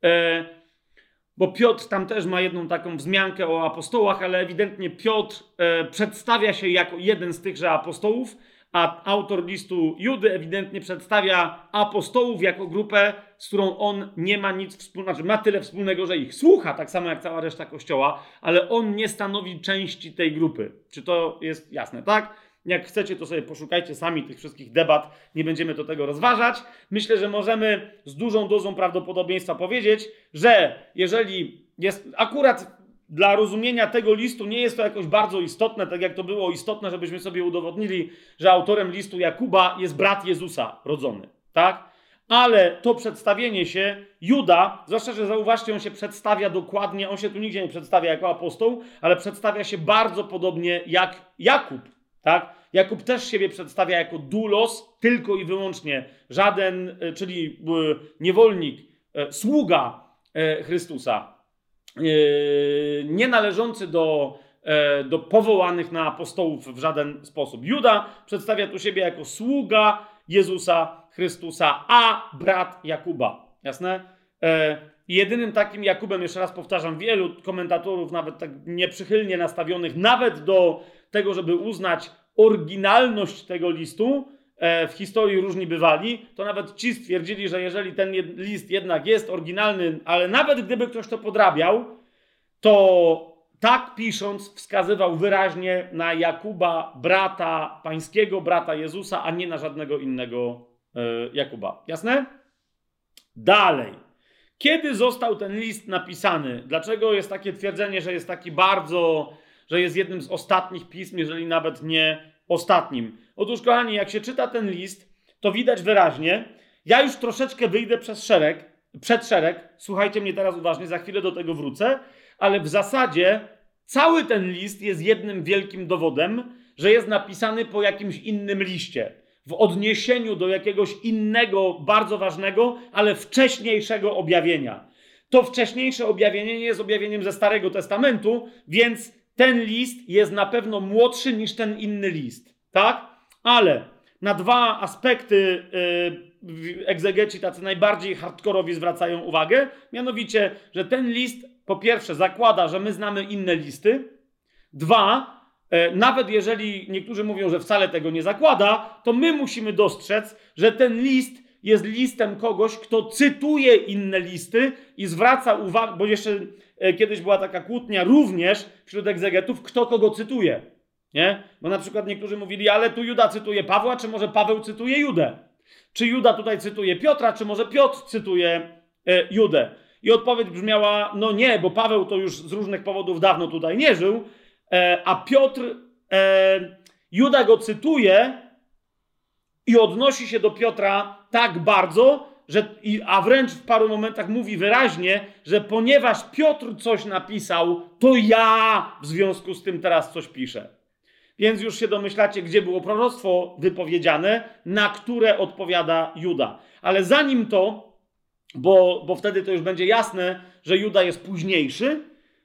Bo Piotr tam też ma jedną taką wzmiankę o apostołach, ale ewidentnie Piotr e, przedstawia się jako jeden z tychże apostołów, a autor listu Judy ewidentnie przedstawia apostołów jako grupę, z którą on nie ma nic wspólnego, znaczy ma tyle wspólnego, że ich słucha, tak samo jak cała reszta Kościoła, ale on nie stanowi części tej grupy. Czy to jest jasne, tak? Jak chcecie, to sobie poszukajcie sami tych wszystkich debat, nie będziemy do tego rozważać. Myślę, że możemy z dużą dozą prawdopodobieństwa powiedzieć, że jeżeli jest akurat dla rozumienia tego listu nie jest to jakoś bardzo istotne, tak jak to było istotne, żebyśmy sobie udowodnili, że autorem listu Jakuba jest brat Jezusa rodzony, tak? Ale to przedstawienie się Juda, zwłaszcza, że zauważcie, on się przedstawia dokładnie, on się tu nigdzie nie przedstawia jako apostoł, ale przedstawia się bardzo podobnie jak Jakub. Tak? Jakub też siebie przedstawia jako doulos, tylko i wyłącznie żaden, czyli niewolnik, sługa Chrystusa, nie należący do, do powołanych na apostołów w żaden sposób. Juda przedstawia tu siebie jako sługa Jezusa Chrystusa, a brat Jakuba. Jasne? Jedynym takim Jakubem, jeszcze raz powtarzam, wielu komentatorów, nawet tak nieprzychylnie nastawionych, nawet do tego, żeby uznać oryginalność tego listu, e, w historii różni bywali, to nawet ci stwierdzili, że jeżeli ten jed, list jednak jest oryginalny, ale nawet gdyby ktoś to podrabiał, to tak pisząc wskazywał wyraźnie na Jakuba, brata pańskiego, brata Jezusa, a nie na żadnego innego e, Jakuba. Jasne? Dalej. Kiedy został ten list napisany? Dlaczego jest takie twierdzenie, że jest taki bardzo... że jest jednym z ostatnich pism, jeżeli nawet nie ostatnim. Otóż, kochani, jak się czyta ten list, to widać wyraźnie, ja już troszeczkę wyjdę przez szereg, przed szereg, słuchajcie mnie teraz uważnie, za chwilę do tego wrócę, ale w zasadzie cały ten list jest jednym wielkim dowodem, że jest napisany po jakimś innym liście, w odniesieniu do jakiegoś innego, bardzo ważnego, ale wcześniejszego objawienia. To wcześniejsze objawienie nie jest objawieniem ze Starego Testamentu, więc ten list jest na pewno młodszy niż ten inny list, tak? Ale na dwa aspekty yy, egzegeci tacy najbardziej hardkorowi zwracają uwagę, mianowicie, że ten list po pierwsze zakłada, że my znamy inne listy, dwa, yy, nawet jeżeli niektórzy mówią, że wcale tego nie zakłada, to my musimy dostrzec, że ten list jest listem kogoś, kto cytuje inne listy i zwraca uwagę, bo jeszcze kiedyś była taka kłótnia również wśród egzegetów, kto kogo cytuje. Nie? Bo na przykład niektórzy mówili, ale tu Juda cytuje Pawła, czy może Paweł cytuje Judę? Czy Juda tutaj cytuje Piotra, czy może Piotr cytuje e, Judę? I odpowiedź brzmiała, no nie, bo Paweł to już z różnych powodów dawno tutaj nie żył, e, a Piotr, e, Juda go cytuje i odnosi się do Piotra tak bardzo, że, a wręcz w paru momentach mówi wyraźnie, że ponieważ Piotr coś napisał, to ja w związku z tym teraz coś piszę. Więc już się domyślacie, gdzie było proroctwo wypowiedziane, na które odpowiada Juda. Ale zanim to, bo, bo wtedy to już będzie jasne, że Juda jest późniejszy,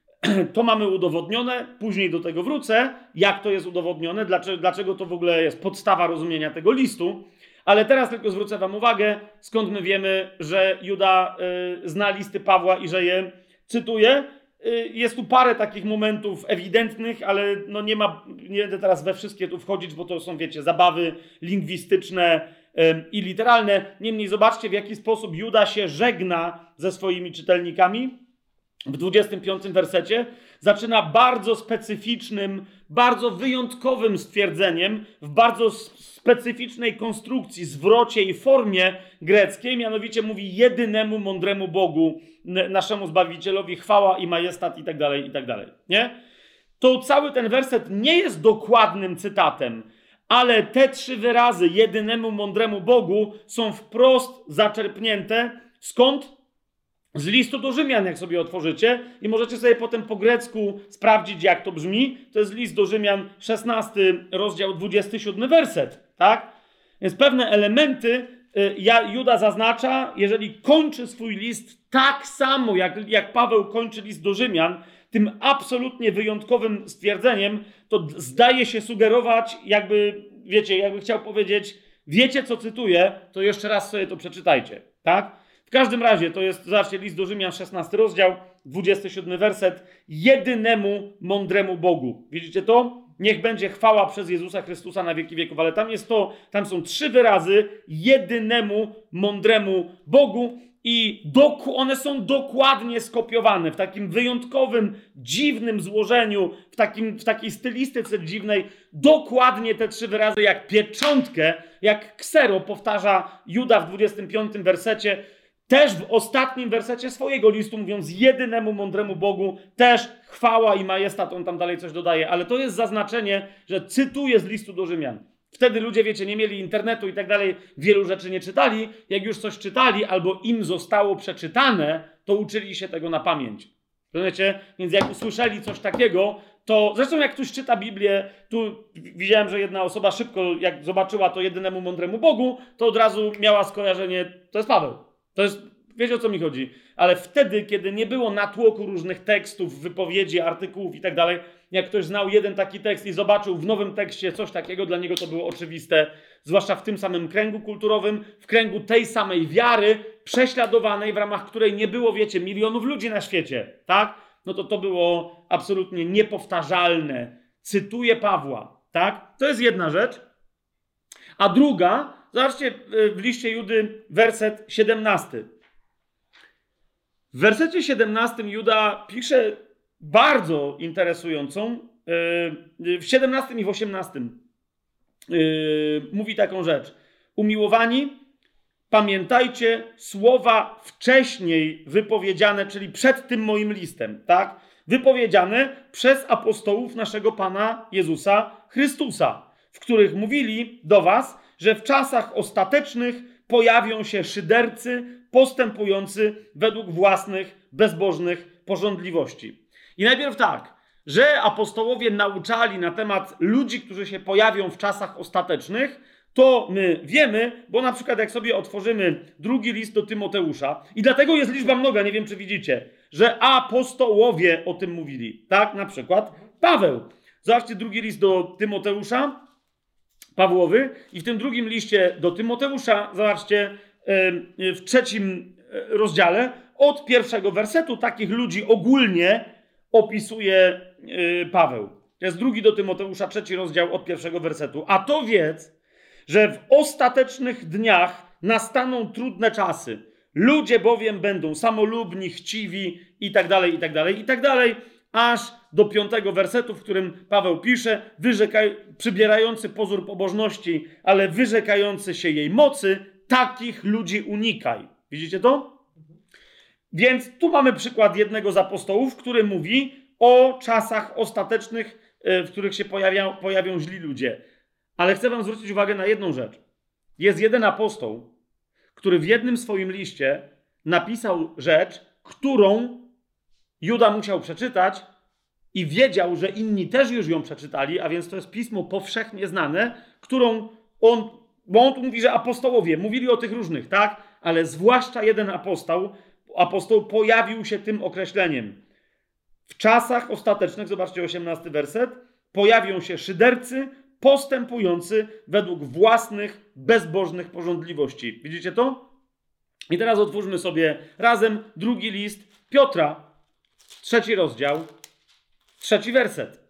to mamy udowodnione, później do tego wrócę, jak to jest udowodnione, dlaczego, dlaczego to w ogóle jest podstawa rozumienia tego listu. Ale teraz tylko zwrócę wam uwagę, skąd my wiemy, że Juda y, zna listy Pawła i że je cytuje. Y, jest tu parę takich momentów ewidentnych, ale no nie ma, nie będę teraz we wszystkie tu wchodzić, bo to są, wiecie, zabawy lingwistyczne y, i literalne. Niemniej zobaczcie, w jaki sposób Juda się żegna ze swoimi czytelnikami. W dwudziestym piątym wersecie zaczyna bardzo specyficznym, bardzo wyjątkowym stwierdzeniem w bardzo specyficznej konstrukcji, zwrocie i formie greckiej, mianowicie mówi jedynemu mądremu Bogu, naszemu Zbawicielowi, chwała i majestat i tak dalej, i tak dalej. Nie? To cały ten werset nie jest dokładnym cytatem, ale te trzy wyrazy jedynemu mądremu Bogu są wprost zaczerpnięte. Skąd? Z listu do Rzymian, jak sobie otworzycie i możecie sobie potem po grecku sprawdzić, jak to brzmi. To jest list do Rzymian, szesnasty rozdział, dwudziesty siódmy werset, tak? Więc pewne elementy y, Juda zaznacza, jeżeli kończy swój list tak samo, jak, jak Paweł kończy list do Rzymian, tym absolutnie wyjątkowym stwierdzeniem, to zdaje się sugerować, jakby, wiecie, jakby chciał powiedzieć, wiecie, co cytuję, to jeszcze raz sobie to przeczytajcie, tak? W każdym razie to jest, zobaczcie, list do Rzymian, szesnasty rozdział, dwudziesty siódmy werset. Jedynemu mądremu Bogu. Widzicie to? Niech będzie chwała przez Jezusa Chrystusa na wieki wieków. Ale tam jest to, tam są trzy wyrazy. Jedynemu mądremu Bogu. I doku, one są dokładnie skopiowane w takim wyjątkowym, dziwnym złożeniu, w, takim, w takiej stylistyce dziwnej. Dokładnie te trzy wyrazy jak pieczątkę, jak ksero powtarza Juda w dwudziestym piątym wersecie. Też w ostatnim wersecie swojego listu, mówiąc jedynemu mądremu Bogu, też chwała i majestat, on tam dalej coś dodaje, ale to jest zaznaczenie, że cytuje z listu do Rzymian. Wtedy ludzie, wiecie, nie mieli internetu i tak dalej, wielu rzeczy nie czytali. Jak już coś czytali albo im zostało przeczytane, to uczyli się tego na pamięć. Rozumiecie? Więc jak usłyszeli coś takiego, to zresztą jak ktoś czyta Biblię, tu widziałem, że jedna osoba szybko, jak zobaczyła to jedynemu mądremu Bogu, to od razu miała skojarzenie, to jest Paweł. To jest, wiecie, o co mi chodzi. Ale wtedy, kiedy nie było natłoku różnych tekstów, wypowiedzi, artykułów i tak dalej, jak ktoś znał jeden taki tekst i zobaczył w nowym tekście coś takiego, dla niego to było oczywiste, zwłaszcza w tym samym kręgu kulturowym, w kręgu tej samej wiary, prześladowanej, w ramach której nie było, wiecie, milionów ludzi na świecie, tak? No to to było absolutnie niepowtarzalne. Cytuję Pawła, tak? To jest jedna rzecz. A druga, zobaczcie w liście Judy werset siedemnasty. W wersecie siedemnastym Juda pisze bardzo interesującą, w siedemnastym i w osiemnastym mówi taką rzecz. Umiłowani, pamiętajcie słowa wcześniej wypowiedziane, czyli przed tym moim listem, tak? Wypowiedziane przez apostołów naszego Pana Jezusa Chrystusa, w których mówili do was, że w czasach ostatecznych pojawią się szydercy postępujący według własnych bezbożnych pożądliwości. I najpierw tak, że apostołowie nauczali na temat ludzi, którzy się pojawią w czasach ostatecznych, to my wiemy, bo na przykład jak sobie otworzymy drugi list do Tymoteusza, i dlatego jest liczba mnoga, nie wiem czy widzicie, że apostołowie o tym mówili, tak? Na przykład Paweł. Zobaczcie drugi list do Tymoteusza, Pawłowy, i w tym drugim liście do Tymoteusza, zobaczcie, w trzecim rozdziale, od pierwszego wersetu takich ludzi ogólnie opisuje Paweł. To jest drugi do Tymoteusza, trzeci rozdział od pierwszego wersetu. A to wiedz, że w ostatecznych dniach nastaną trudne czasy. Ludzie bowiem będą samolubni, chciwi i tak dalej, i tak dalej, i tak dalej. aż do piątego wersetu, w którym Paweł pisze, wyrzekaj, przybierający pozór pobożności, ale wyrzekający się jej mocy, takich ludzi unikaj. Widzicie to? Więc tu mamy przykład jednego z apostołów, który mówi o czasach ostatecznych, w których się pojawią, pojawią źli ludzie. Ale chcę wam zwrócić uwagę na jedną rzecz. Jest jeden apostoł, który w jednym swoim liście napisał rzecz, którą Juda musiał przeczytać i wiedział, że inni też już ją przeczytali, a więc to jest pismo powszechnie znane, którą on, bo on tu mówi, że apostołowie mówili o tych różnych, tak? Ale zwłaszcza jeden apostoł, apostoł pojawił się tym określeniem. W czasach ostatecznych, zobaczcie osiemnasty werset, pojawią się szydercy postępujący według własnych, bezbożnych pożądliwości. Widzicie to? I teraz otwórzmy sobie razem drugi list Piotra, trzeci rozdział, trzeci werset.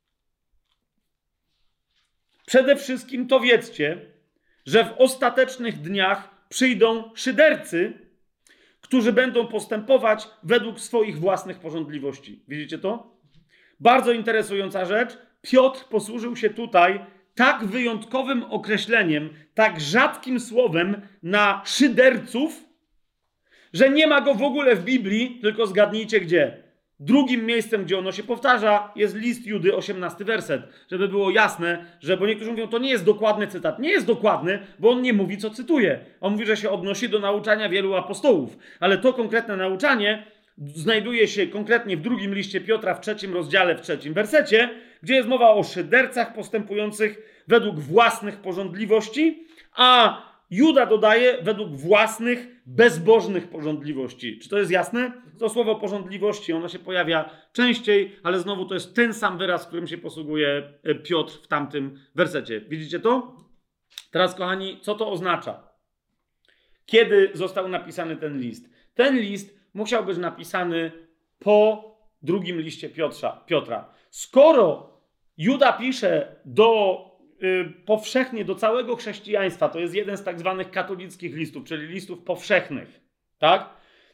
Przede wszystkim to wiedzcie, że w ostatecznych dniach przyjdą szydercy, którzy będą postępować według swoich własnych pożądliwości. Widzicie to? Bardzo interesująca rzecz. Piotr posłużył się tutaj tak wyjątkowym określeniem, tak rzadkim słowem na szyderców, że nie ma go w ogóle w Biblii, tylko zgadnijcie gdzie. Drugim miejscem, gdzie ono się powtarza, jest list Judy, osiemnasty werset. Żeby było jasne, że, bo niektórzy mówią, to nie jest dokładny cytat. Nie jest dokładny, bo on nie mówi, co cytuje. On mówi, że się odnosi do nauczania wielu apostołów. Ale to konkretne nauczanie znajduje się konkretnie w drugim liście Piotra, w trzecim rozdziale, w trzecim wersecie, gdzie jest mowa o szydercach postępujących według własnych pożądliwości, a Juda dodaje według własnych, bezbożnych pożądliwości. Czy to jest jasne? To słowo pożądliwości, ono się pojawia częściej, ale znowu to jest ten sam wyraz, którym się posługuje Piotr w tamtym wersecie. Widzicie to? Teraz, kochani, co to oznacza? Kiedy został napisany ten list? Ten list musiał być napisany po drugim liście Piotra. Piotra. Skoro Juda pisze do powszechnie do całego chrześcijaństwa, to jest jeden z tak zwanych katolickich listów, czyli listów powszechnych, tak?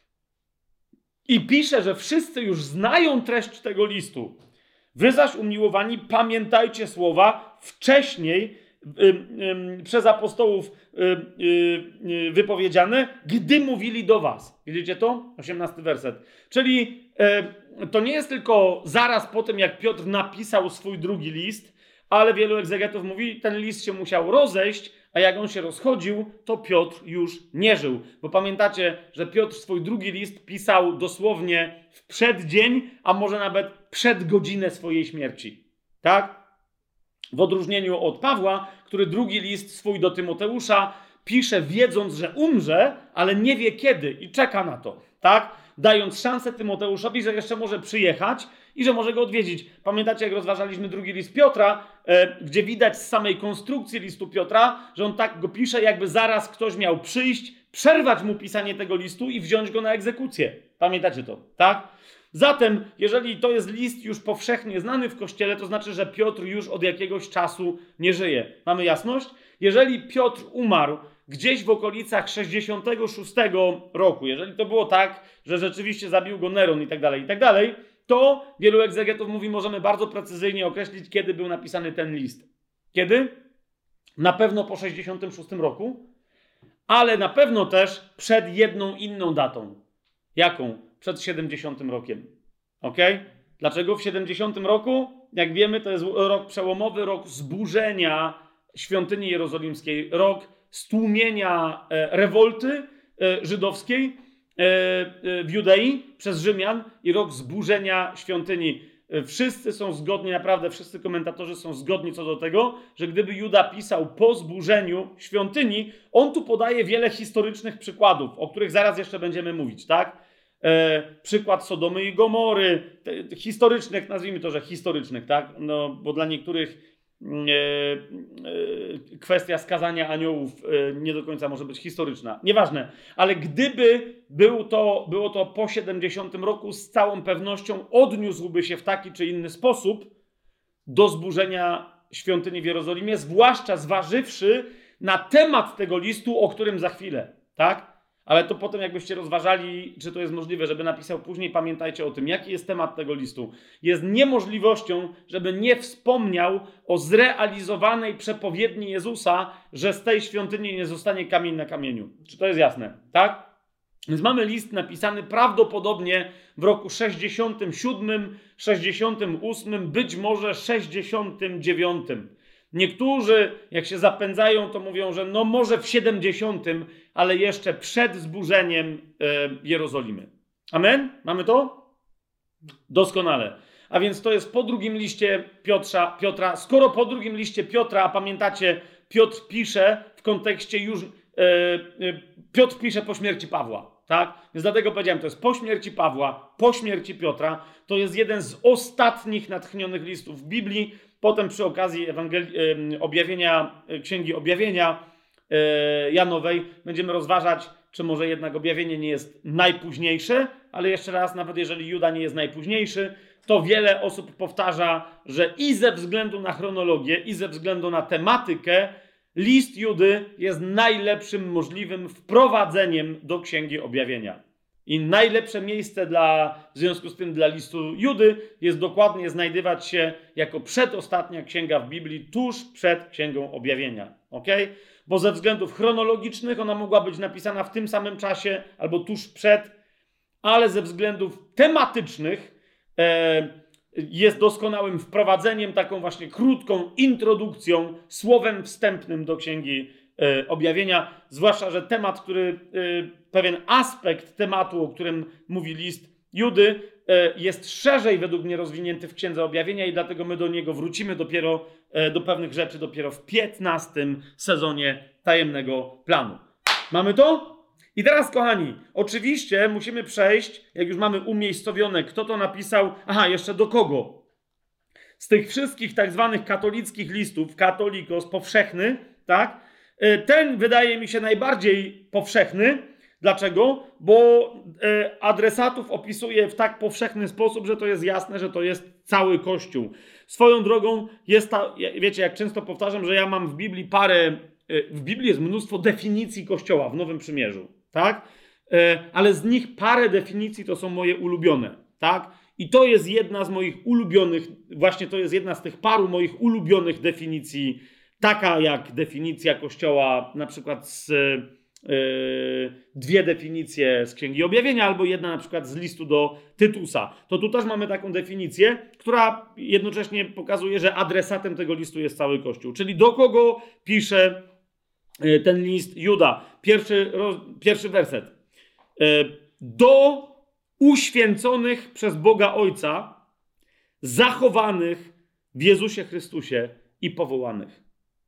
I pisze, że wszyscy już znają treść tego listu. Wy zaś, umiłowani, pamiętajcie słowa wcześniej y, y, przez apostołów y, y, y, wypowiedziane, gdy mówili do was. Widzicie to? osiemnasty werset. Czyli y, to nie jest tylko zaraz po tym, jak Piotr napisał swój drugi list, ale wielu egzegetów mówi, ten list się musiał rozejść, a jak on się rozchodził, to Piotr już nie żył. Bo pamiętacie, że Piotr swój drugi list pisał dosłownie w przeddzień, a może nawet przed godzinę swojej śmierci. Tak? W odróżnieniu od Pawła, który drugi list swój do Tymoteusza pisze wiedząc, że umrze, ale nie wie kiedy i czeka na to. Tak? Dając szansę Tymoteuszowi, że jeszcze może przyjechać i że może go odwiedzić. Pamiętacie, jak rozważaliśmy drugi list Piotra, e, gdzie widać z samej konstrukcji listu Piotra, że on tak go pisze, jakby zaraz ktoś miał przyjść, przerwać mu pisanie tego listu i wziąć go na egzekucję. Pamiętacie to, tak? Zatem, jeżeli to jest list już powszechnie znany w Kościele, to znaczy, że Piotr już od jakiegoś czasu nie żyje. Mamy jasność? Jeżeli Piotr umarł gdzieś w okolicach sześćdziesiątego szóstego roku, jeżeli to było tak, że rzeczywiście zabił go Neron i tak dalej, i tak dalej, to wielu egzegetów mówi, możemy bardzo precyzyjnie określić, kiedy był napisany ten list. Kiedy? Na pewno po sześćdziesiątym szóstym roku, ale na pewno też przed jedną inną datą. Jaką? Przed siedemdziesiątym rokiem. Ok? Dlaczego w siedemdziesiątym roku? Jak wiemy, to jest rok przełomowy, rok zburzenia świątyni jerozolimskiej, rok stłumienia e, rewolty e, żydowskiej e, e, w Judei przez Rzymian i rok zburzenia świątyni. E, wszyscy są zgodni, naprawdę wszyscy komentatorzy są zgodni co do tego, że gdyby Juda pisał po zburzeniu świątyni, on tu podaje wiele historycznych przykładów, o których zaraz jeszcze będziemy mówić, tak? E, przykład Sodomy i Gomory, te, historycznych, nazwijmy to, że historycznych, tak? No, bo dla niektórych e, e, kwestia skazania aniołów e, nie do końca może być historyczna. Nieważne, ale gdyby był to, było to po siedemdziesiątym roku, z całą pewnością odniósłby się w taki czy inny sposób do zburzenia świątyni w Jerozolimie, zwłaszcza zważywszy na temat tego listu, o którym za chwilę, tak? Ale to potem jakbyście rozważali, czy to jest możliwe, żeby napisał później, pamiętajcie o tym, jaki jest temat tego listu. Jest niemożliwością, żeby nie wspomniał o zrealizowanej przepowiedni Jezusa, że z tej świątyni nie zostanie kamień na kamieniu. Czy to jest jasne? Tak? Więc mamy list napisany prawdopodobnie w roku sześćdziesiątym siódmym, sześćdziesiątym ósmym, być może sześćdziesiątym dziewiątym. Niektórzy, jak się zapędzają, to mówią, że no może w siedemdziesiątym, ale jeszcze przed zburzeniem e, Jerozolimy. Amen? Mamy to? Doskonale. A więc to jest po drugim liście Piotra. Piotra. Skoro po drugim liście Piotra, a pamiętacie, Piotr pisze w kontekście już... E, e, Piotr pisze po śmierci Pawła. Tak? Więc dlatego powiedziałem, to jest po śmierci Pawła, po śmierci Piotra. To jest jeden z ostatnich natchnionych listów w Biblii. Potem przy okazji Ewangel- objawienia, Księgi Objawienia Janowej będziemy rozważać, czy może jednak objawienie nie jest najpóźniejsze, ale jeszcze raz, nawet jeżeli Juda nie jest najpóźniejszy, to wiele osób powtarza, że i ze względu na chronologię, i ze względu na tematykę, list Judy jest najlepszym możliwym wprowadzeniem do Księgi Objawienia. I najlepsze miejsce dla, w związku z tym dla listu Judy jest dokładnie znajdywać się jako przedostatnia księga w Biblii, tuż przed Księgą Objawienia. Okay? Bo ze względów chronologicznych ona mogła być napisana w tym samym czasie albo tuż przed, ale ze względów tematycznych e, jest doskonałym wprowadzeniem, taką właśnie krótką introdukcją, słowem wstępnym do Księgi e, Objawienia. Zwłaszcza, że temat, który... E, pewien aspekt tematu, o którym mówi list Judy, jest szerzej według mnie rozwinięty w Księdze Objawienia i dlatego my do niego wrócimy dopiero do pewnych rzeczy dopiero w piętnastym sezonie Tajemnego Planu. Mamy to? I teraz, kochani, oczywiście musimy przejść, jak już mamy umiejscowione, kto to napisał, aha, jeszcze do kogo. Z tych wszystkich tak zwanych katolickich listów, katolikos, powszechny, tak? Ten wydaje mi się najbardziej powszechny. Dlaczego? Bo e, adresatów opisuje w tak powszechny sposób, że to jest jasne, że to jest cały Kościół. Swoją drogą jest ta, wiecie, jak często powtarzam, że ja mam w Biblii parę, e, w Biblii jest mnóstwo definicji Kościoła w Nowym Przymierzu, tak? E, ale z nich parę definicji to są moje ulubione, tak? I to jest jedna z moich ulubionych, właśnie to jest jedna z tych paru moich ulubionych definicji, taka jak definicja Kościoła na przykład z... Yy, dwie definicje z Księgi Objawienia, albo jedna na przykład z listu do Tytusa. To tu też mamy taką definicję, która jednocześnie pokazuje, że adresatem tego listu jest cały Kościół. Czyli do kogo pisze yy, ten list Juda? Pierwszy, roz, pierwszy werset. Yy, do uświęconych przez Boga Ojca, zachowanych w Jezusie Chrystusie i powołanych.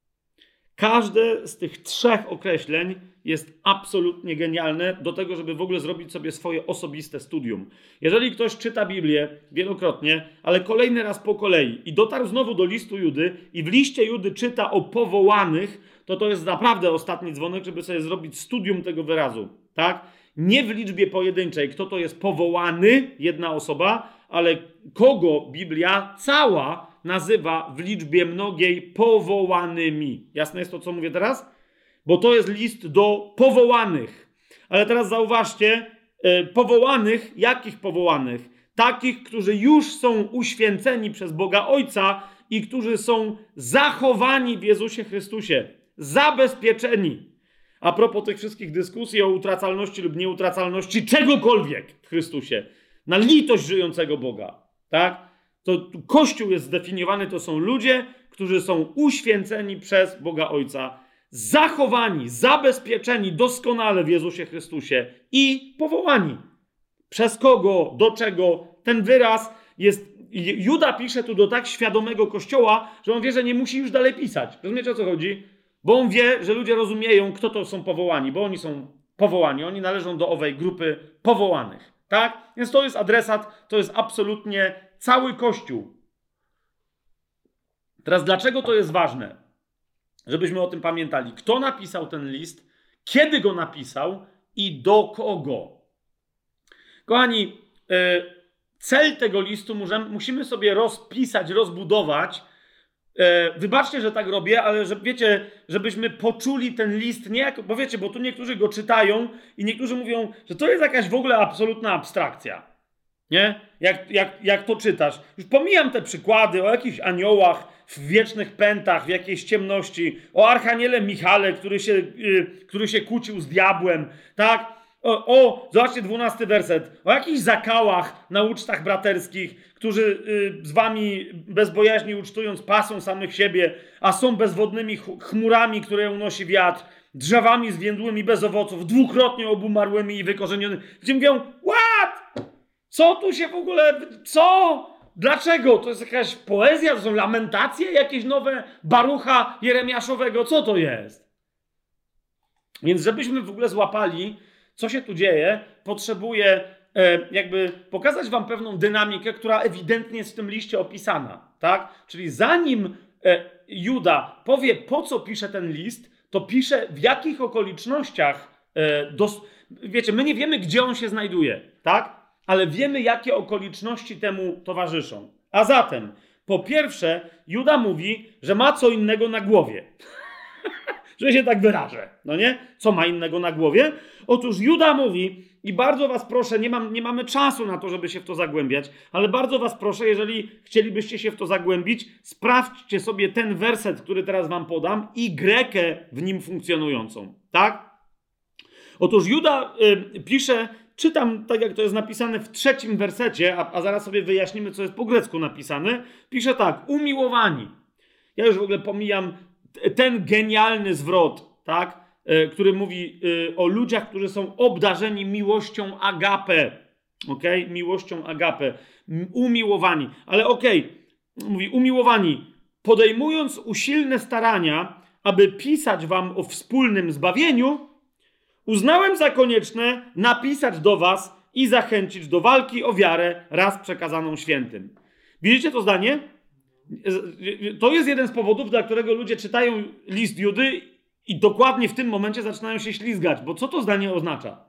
Każde z tych trzech określeń jest absolutnie genialne do tego, żeby w ogóle zrobić sobie swoje osobiste studium. Jeżeli ktoś czyta Biblię wielokrotnie, ale kolejny raz po kolei i dotarł znowu do listu Judy i w liście Judy czyta o powołanych, to to jest naprawdę ostatni dzwonek, żeby sobie zrobić studium tego wyrazu. Tak? Nie w liczbie pojedynczej, kto to jest powołany, jedna osoba, ale kogo Biblia cała nazywa w liczbie mnogiej powołanymi. Jasne jest to, co mówię teraz? Bo to jest list do powołanych. Ale teraz zauważcie, yy, powołanych, jakich powołanych? Takich, którzy już są uświęceni przez Boga Ojca i którzy są zachowani w Jezusie Chrystusie. Zabezpieczeni. A propos tych wszystkich dyskusji o utracalności lub nieutracalności czegokolwiek w Chrystusie. Na litość żyjącego Boga. Tak? To Kościół jest zdefiniowany, to są ludzie, którzy są uświęceni przez Boga Ojca, zachowani, zabezpieczeni doskonale w Jezusie Chrystusie i powołani. Przez kogo, do czego? Ten wyraz jest... Juda pisze tu do tak świadomego Kościoła, że on wie, że nie musi już dalej pisać. Rozumiecie, o co chodzi? Bo on wie, że ludzie rozumieją, kto to są powołani, bo oni są powołani, oni należą do owej grupy powołanych. Tak? Więc to jest adresat, to jest absolutnie cały Kościół. Teraz dlaczego to jest ważne? Żebyśmy o tym pamiętali. Kto napisał ten list, kiedy go napisał i do kogo? Kochani, cel tego listu musimy sobie rozpisać, rozbudować E, wybaczcie, że tak robię, ale że wiecie, żebyśmy poczuli ten list nie jako, bo wiecie, bo tu niektórzy go czytają i niektórzy mówią, że to jest jakaś w ogóle absolutna abstrakcja. Nie? Jak, jak, jak to czytasz. Już pomijam te przykłady o jakichś aniołach w wiecznych pętach, w jakiejś ciemności, o archaniele Michale, który się, yy, który się kłócił z diabłem, tak? O, o, zobaczcie dwunasty werset, o jakichś zakałach na ucztach braterskich, którzy yy, z wami bezbojaźnie ucztując pasą samych siebie, a są bezwodnymi ch- chmurami, które unosi wiatr, drzewami zwiędłymi bez owoców, dwukrotnie obumarłymi i wykorzenionymi. Gdzie mówią, what? Co tu się w ogóle, co? Dlaczego? To jest jakaś poezja, to są lamentacje jakieś nowe Barucha Jeremiaszowego, co to jest? Więc żebyśmy w ogóle złapali, co się tu dzieje, potrzebuję e, jakby pokazać wam pewną dynamikę, która ewidentnie jest w tym liście opisana, tak? Czyli zanim e, Juda powie, po co pisze ten list, to pisze w jakich okolicznościach, e, dos- wiecie, my nie wiemy, gdzie on się znajduje, tak? Ale wiemy, jakie okoliczności temu towarzyszą. A zatem, po pierwsze, Juda mówi, że ma co innego na głowie. Że się tak wyrażę, no nie? Co ma innego na głowie? Otóż Juda mówi, i bardzo was proszę, nie, mam, nie mamy czasu na to, żeby się w to zagłębiać, ale bardzo was proszę, jeżeli chcielibyście się w to zagłębić, sprawdźcie sobie ten werset, który teraz wam podam i grekę w nim funkcjonującą, tak? Otóż Juda y, pisze, czytam tak, jak to jest napisane w trzecim wersecie, a, a zaraz sobie wyjaśnimy, co jest po grecku napisane. Pisze tak, umiłowani. Ja już w ogóle pomijam t- ten genialny zwrot, tak, y, który mówi y, o ludziach, którzy są obdarzeni miłością agape. Okej? Okay? Miłością agape. Umiłowani. Ale okej, okay. Mówi umiłowani. Podejmując usilne starania, aby pisać wam o wspólnym zbawieniu, uznałem za konieczne napisać do was i zachęcić do walki o wiarę raz przekazaną świętym. Widzicie to zdanie? To jest jeden z powodów, dla którego ludzie czytają list Judy i dokładnie w tym momencie zaczynają się ślizgać. Bo co to zdanie oznacza?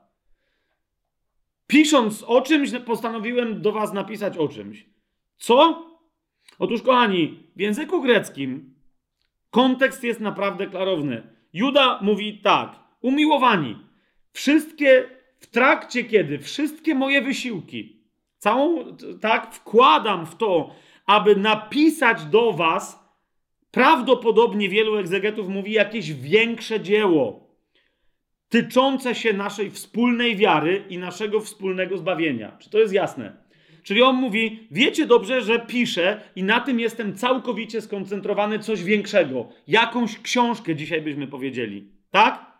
Pisząc o czymś, postanowiłem do was napisać o czymś. Co? Otóż, kochani, w języku greckim kontekst jest naprawdę klarowny. Juda mówi tak, umiłowani, wszystkie, w trakcie kiedy, wszystkie moje wysiłki, całą, tak, wkładam w to, aby napisać do was, prawdopodobnie wielu egzegetów mówi, jakieś większe dzieło, tyczące się naszej wspólnej wiary i naszego wspólnego zbawienia. Czy to jest jasne? Czyli on mówi, wiecie dobrze, że piszę i na tym jestem całkowicie skoncentrowany, coś większego. Jakąś książkę dzisiaj byśmy powiedzieli. Tak?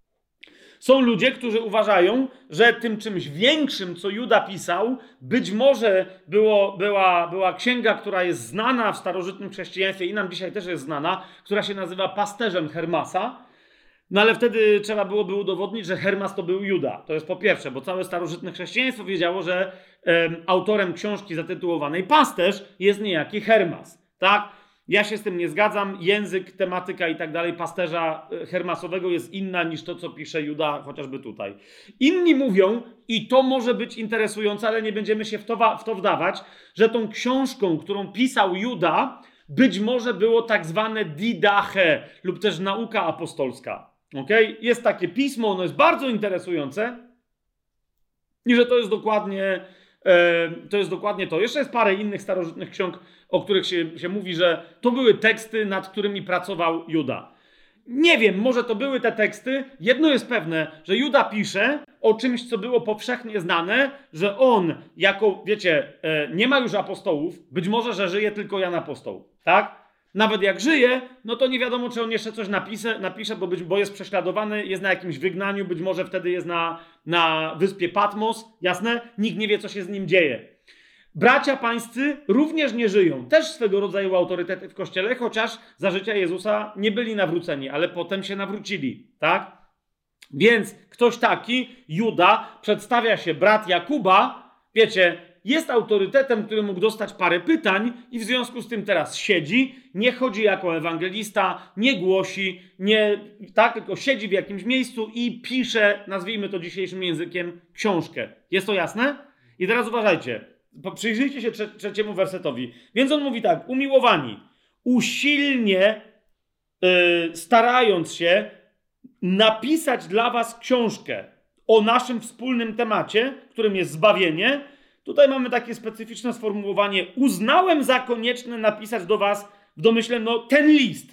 Są ludzie, którzy uważają, że tym czymś większym, co Juda pisał, być może było, była, była księga, która jest znana w starożytnym chrześcijaństwie i nam dzisiaj też jest znana, która się nazywa Pasterzem Hermasa. No ale wtedy trzeba byłoby udowodnić, że Hermas to był Juda. To jest po pierwsze, bo całe starożytne chrześcijaństwo wiedziało, że um, autorem książki zatytułowanej Pasterz jest niejaki Hermas. Tak? Ja się z tym nie zgadzam. Język, tematyka i tak dalej pasterza hermasowego jest inna niż to, co pisze Juda, chociażby tutaj. Inni mówią, i to może być interesujące, ale nie będziemy się w to, w to wdawać, że tą książką, którą pisał Juda, być może było tak zwane didache lub też nauka apostolska. Okay? Jest takie pismo, ono jest bardzo interesujące i że to jest dokładnie e, to jest dokładnie to. Jeszcze jest parę innych starożytnych ksiąg, o których się, się mówi, że to były teksty, nad którymi pracował Juda. Nie wiem, może to były te teksty. Jedno jest pewne, że Juda pisze o czymś, co było powszechnie znane, że on jako, wiecie, e, nie ma już apostołów, być może, że żyje tylko Jan Apostoł, tak? Nawet jak żyje, no to nie wiadomo, czy on jeszcze coś napisze, napisze bo, być, bo jest prześladowany, jest na jakimś wygnaniu, być może wtedy jest na, na wyspie Patmos, jasne? Nikt nie wie, co się z nim dzieje. Bracia pańscy również nie żyją. Też swego rodzaju autorytety w Kościele, chociaż za życia Jezusa nie byli nawróceni, ale potem się nawrócili, tak? Więc ktoś taki, Juda, przedstawia się brat Jakuba, wiecie, jest autorytetem, który mógł dostać parę pytań i w związku z tym teraz siedzi, nie chodzi jako ewangelista, nie głosi, nie, tak, tylko siedzi w jakimś miejscu i pisze, nazwijmy to dzisiejszym językiem, książkę. Jest to jasne? I teraz uważajcie, przyjrzyjcie się trze- trzeciemu wersetowi. Więc on mówi tak, umiłowani, usilnie yy, starając się napisać dla was książkę o naszym wspólnym temacie, którym jest zbawienie. Tutaj mamy takie specyficzne sformułowanie: uznałem za konieczne napisać do was w domyśle no, ten list.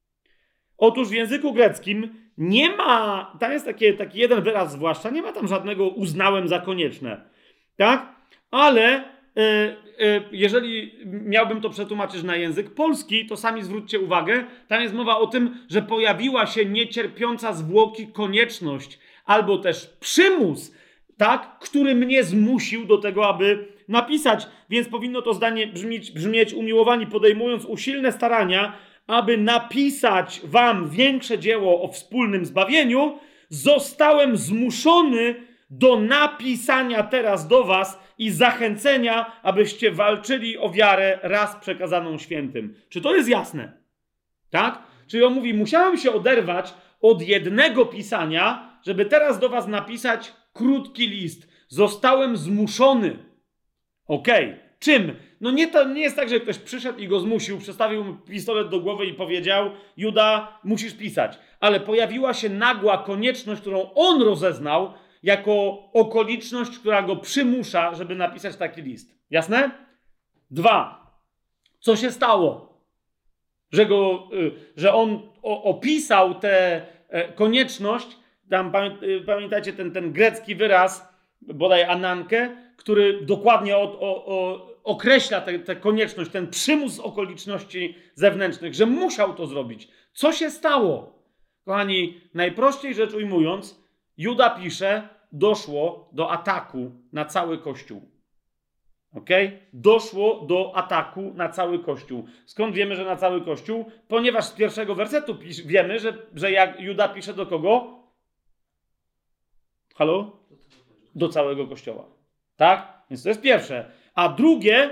Otóż w języku greckim nie ma, tam jest takie, taki jeden wyraz zwłaszcza, nie ma tam żadnego uznałem za konieczne. Tak? Ale y, y, jeżeli miałbym to przetłumaczyć na język polski, to sami zwróćcie uwagę, tam jest mowa o tym, że pojawiła się niecierpiąca zwłoki konieczność albo też przymus, tak, który mnie zmusił do tego, aby napisać. Więc powinno to zdanie brzmieć, brzmieć umiłowani, podejmując usilne starania, aby napisać wam większe dzieło o wspólnym zbawieniu, zostałem zmuszony do napisania teraz do was i zachęcenia, abyście walczyli o wiarę raz przekazaną świętym. Czy to jest jasne? Tak? Czyli on mówi, musiałem się oderwać od jednego pisania, żeby teraz do was napisać krótki list. Zostałem zmuszony. Okej. Okay. Czym? No nie, to nie jest tak, że ktoś przyszedł i go zmusił, przestawił mu pistolet do głowy i powiedział: Juda, musisz pisać. Ale pojawiła się nagła konieczność, którą on rozeznał jako okoliczność, która go przymusza, żeby napisać taki list. Jasne? Dwa. Co się stało? Że, go, że on opisał tę konieczność, tam pamiętajcie ten, ten grecki wyraz, bodaj anankę, który dokładnie o, o, o, określa tę konieczność, ten przymus okoliczności zewnętrznych, że musiał to zrobić. Co się stało? Kochani, najprościej rzecz ujmując, Juda pisze, doszło do ataku na cały Kościół. Okej? Okay? Doszło do ataku na cały Kościół. Skąd wiemy, że na cały Kościół? Ponieważ z pierwszego wersetu pisz, wiemy, że, że jak Juda pisze do kogo? Halo? Do całego Kościoła. Tak? Więc to jest pierwsze. A drugie,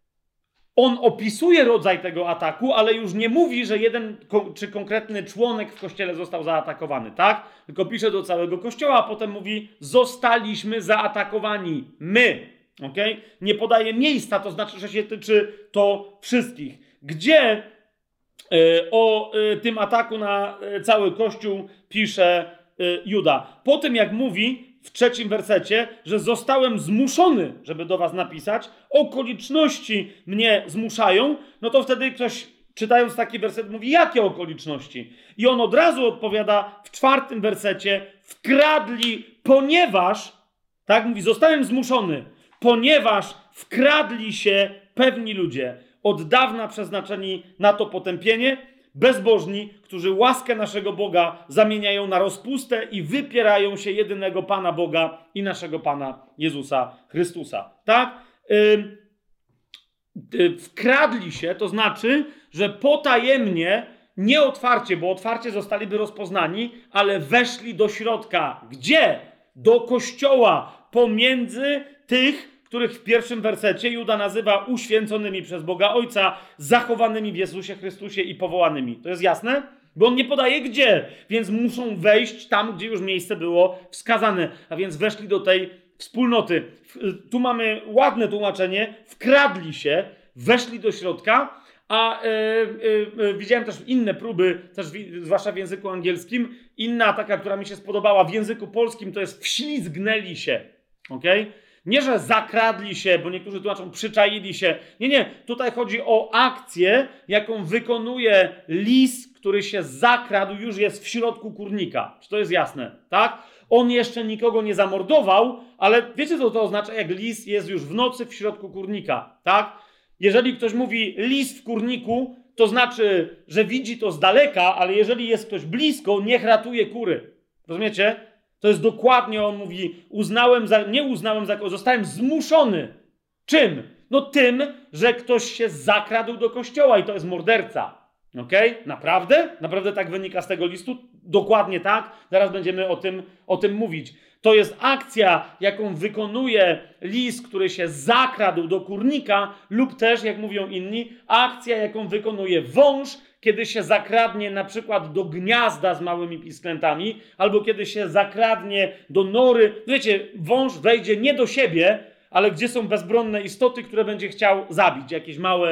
on opisuje rodzaj tego ataku, ale już nie mówi, że jeden czy konkretny członek w Kościele został zaatakowany, tak? Tylko pisze do całego Kościoła, a potem mówi, zostaliśmy zaatakowani. My. Okay? Nie podaje miejsca, to znaczy, że się tyczy to wszystkich. Gdzie y, o y, tym ataku na y, cały Kościół pisze y, Juda? Po tym, jak mówi w trzecim wersecie, że zostałem zmuszony, żeby do was napisać, okoliczności mnie zmuszają, no to wtedy ktoś, czytając taki werset, mówi, jakie okoliczności? I on od razu odpowiada w czwartym wersecie, wkradli, ponieważ, tak mówi, zostałem zmuszony, ponieważ wkradli się pewni ludzie, od dawna przeznaczeni na to potępienie, bezbożni, którzy łaskę naszego Boga zamieniają na rozpustę i wypierają się jedynego Pana Boga i naszego Pana Jezusa Chrystusa. Tak? Yy, yy, wkradli się, to znaczy, że potajemnie, nie otwarcie, bo otwarcie zostaliby rozpoznani, ale weszli do środka. Gdzie? Do Kościoła, pomiędzy tych, których w pierwszym wersecie Juda nazywa uświęconymi przez Boga Ojca, zachowanymi w Jezusie Chrystusie i powołanymi. To jest jasne? Bo on nie podaje gdzie, więc muszą wejść tam, gdzie już miejsce było wskazane. A więc weszli do tej wspólnoty. Tu mamy ładne tłumaczenie. Wkradli się, weszli do środka, a yy, yy, widziałem też inne próby, też w, zwłaszcza w języku angielskim. Inna taka, która mi się spodobała w języku polskim, to jest wślizgnęli się. Okej? Okay? Nie, że zakradli się, bo niektórzy tłumaczą przyczaili się. Nie, nie. Tutaj chodzi o akcję, jaką wykonuje lis, który się zakradł, już jest w środku kurnika. Czy to jest jasne? Tak? On jeszcze nikogo nie zamordował, ale wiecie, co to oznacza, jak lis jest już w nocy w środku kurnika. Tak? Jeżeli ktoś mówi lis w kurniku, to znaczy, że widzi to z daleka, ale jeżeli jest ktoś blisko, niech ratuje kury. Rozumiecie? To jest dokładnie, on mówi, uznałem za, nie uznałem za, zostałem zmuszony. Czym? No tym, że ktoś się zakradł do kościoła i to jest morderca. Okej? Okay? Naprawdę? Naprawdę tak wynika z tego listu? Dokładnie tak. Zaraz będziemy o tym, o tym mówić. To jest akcja, jaką wykonuje lis, który się zakradł do kurnika, lub też, jak mówią inni, akcja, jaką wykonuje wąż, kiedy się zakradnie na przykład do gniazda z małymi pisklętami, albo kiedy się zakradnie do nory. Wiecie, wąż wejdzie nie do siebie, ale gdzie są bezbronne istoty, które będzie chciał zabić. Jakieś małe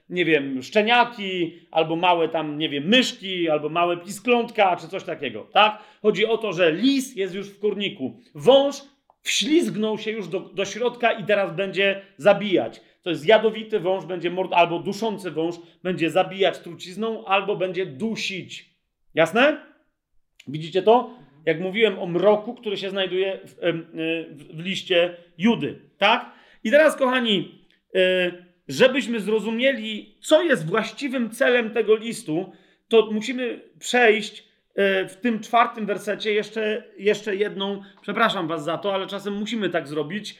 nie wiem, szczeniaki, albo małe tam, nie wiem, myszki, albo małe pisklątka, czy coś takiego, tak? Chodzi o to, że lis jest już w kurniku. Wąż wślizgnął się już do, do środka i teraz będzie zabijać. To jest jadowity wąż, będzie mord, albo duszący wąż, będzie zabijać trucizną, albo będzie dusić. Jasne? Widzicie to? Jak mówiłem o mroku, który się znajduje w, w, w liście Judy, tak? I teraz, kochani, żebyśmy zrozumieli, co jest właściwym celem tego listu, to musimy przejść w tym czwartym wersecie jeszcze, jeszcze jedną, przepraszam was za to, ale czasem musimy tak zrobić,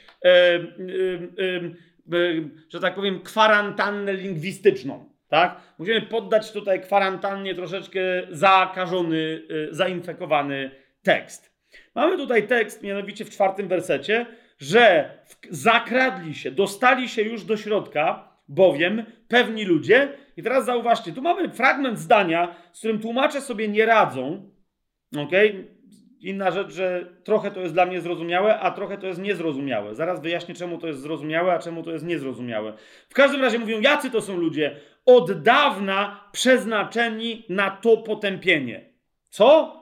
że tak powiem, kwarantannę lingwistyczną. Tak? Musimy poddać tutaj kwarantannie troszeczkę zakażony, zainfekowany tekst. Mamy tutaj tekst, mianowicie w czwartym wersecie, że zakradli się, dostali się już do środka, bowiem pewni ludzie. I teraz zauważcie, tu mamy fragment zdania, z którym tłumacze sobie nie radzą. Okay? Inna rzecz, że trochę to jest dla mnie zrozumiałe, a trochę to jest niezrozumiałe. Zaraz wyjaśnię, czemu to jest zrozumiałe, a czemu to jest niezrozumiałe. W każdym razie mówią, jacy to są ludzie? Od dawna przeznaczeni na to potępienie. Co?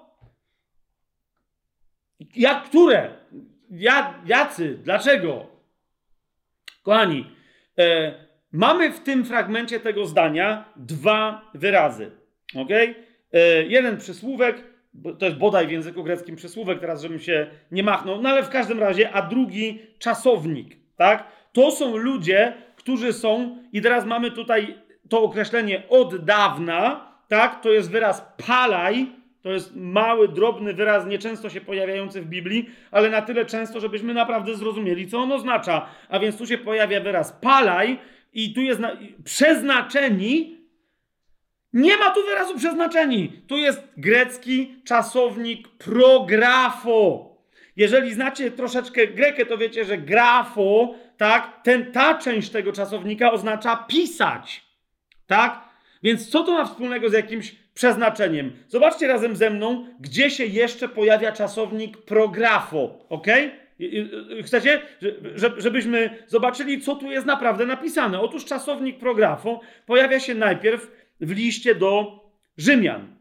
Jak które? Ja, jacy? Dlaczego? Kochani, e, mamy w tym fragmencie tego zdania dwa wyrazy. Okay? E, jeden przysłówek, to jest bodaj w języku greckim przysłówek, teraz żebym się nie machnął, no ale w każdym razie, a drugi czasownik. Tak? To są ludzie, którzy są, i teraz mamy tutaj to określenie od dawna, tak? To jest wyraz palaj, to jest mały, drobny wyraz, nieczęsto się pojawiający w Biblii, ale na tyle często, żebyśmy naprawdę zrozumieli, co on oznacza. A więc tu się pojawia wyraz palaj i tu jest na... przeznaczeni. Nie ma tu wyrazu przeznaczeni. Tu jest grecki czasownik prografo. Jeżeli znacie troszeczkę grekę, to wiecie, że grafo, tak, ten, ta część tego czasownika oznacza pisać. Tak? Więc co to ma wspólnego z jakimś przeznaczeniem? Zobaczcie razem ze mną, gdzie się jeszcze pojawia czasownik prografo. Ok? Chcecie? Żebyśmy zobaczyli, co tu jest naprawdę napisane. Otóż czasownik prografo pojawia się najpierw w liście do Rzymian.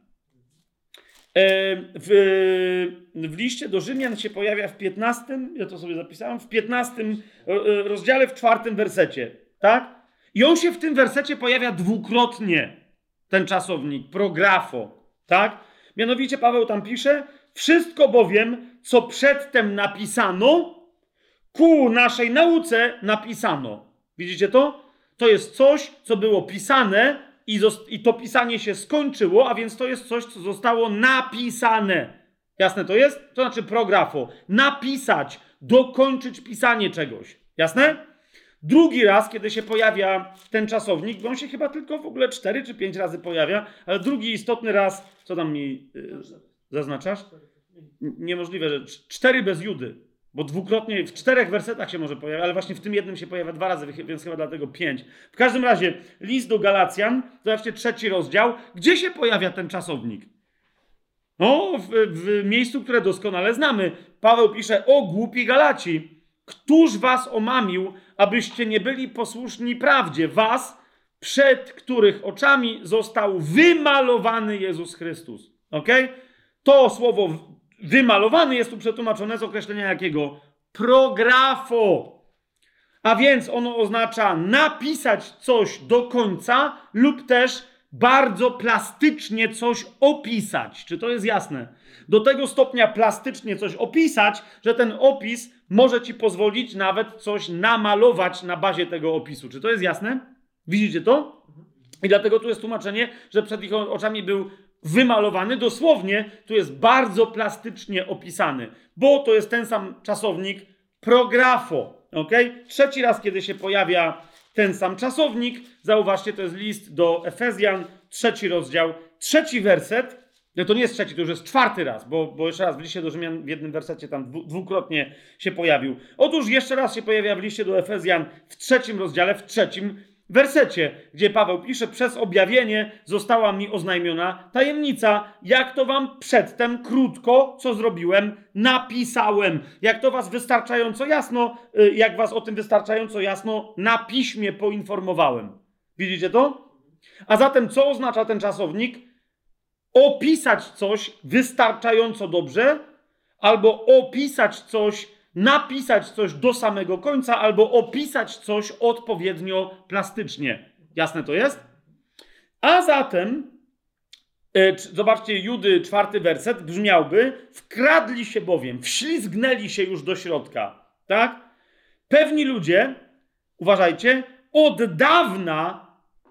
W, w liście do Rzymian się pojawia w piętnastym, ja to sobie zapisałem, w piętnastym rozdziale, w czwartym wersecie. Tak? I on się w tym wersecie pojawia dwukrotnie, ten czasownik, prografo, tak? Mianowicie Paweł tam pisze, wszystko bowiem, co przedtem napisano, ku naszej nauce napisano. Widzicie to? To jest coś, co było pisane i, i to pisanie się skończyło, a więc to jest coś, co zostało napisane. Jasne to jest? To znaczy prografo. Napisać, dokończyć pisanie czegoś. Jasne? Drugi raz, kiedy się pojawia ten czasownik, bo on się chyba tylko w ogóle cztery czy pięć razy pojawia, ale drugi istotny raz, co tam mi yy, zaznaczasz? Niemożliwe, że cztery bez Judy, bo dwukrotnie w czterech wersetach się może pojawia, ale właśnie w tym jednym się pojawia dwa razy, więc chyba dlatego pięć. W każdym razie list do Galacjan, zobaczcie trzeci rozdział, gdzie się pojawia ten czasownik? No, w, w miejscu, które doskonale znamy. Paweł pisze, o głupi Galaci, któż was omamił, abyście nie byli posłuszni prawdzie, was, przed których oczami został wymalowany Jezus Chrystus. Okay? To słowo wymalowany jest tu przetłumaczone z określenia jakiego? Prografo. A więc ono oznacza napisać coś do końca lub też bardzo plastycznie coś opisać. Czy to jest jasne? Do tego stopnia plastycznie coś opisać, że ten opis może ci pozwolić nawet coś namalować na bazie tego opisu. Czy to jest jasne? Widzicie to? I dlatego tu jest tłumaczenie, że przed ich oczami był wymalowany. Dosłownie tu jest bardzo plastycznie opisany, bo to jest ten sam czasownik prografo. Okay? Trzeci raz, kiedy się pojawia ten sam czasownik, zauważcie, to jest list do Efezjan, trzeci rozdział, trzeci werset. No to nie jest trzeci, to już jest czwarty raz, bo, bo jeszcze raz w liście do Rzymian w jednym wersecie tam dwu, dwukrotnie się pojawił. Otóż jeszcze raz się pojawia w liście do Efezjan w trzecim rozdziale, w trzecim wersecie, gdzie Paweł pisze, przez objawienie została mi oznajmiona tajemnica, jak to wam przedtem krótko, co zrobiłem, napisałem. Jak to was wystarczająco jasno, jak was o tym wystarczająco jasno na piśmie poinformowałem. Widzicie to? A zatem co oznacza ten czasownik? Opisać coś wystarczająco dobrze, albo opisać coś, napisać coś do samego końca, albo opisać coś odpowiednio plastycznie. Jasne to jest? A zatem, yy, zobaczcie, Judy, czwarty werset brzmiałby: wkradli się bowiem, wślizgnęli się już do środka. Tak? Pewni ludzie, uważajcie, od dawna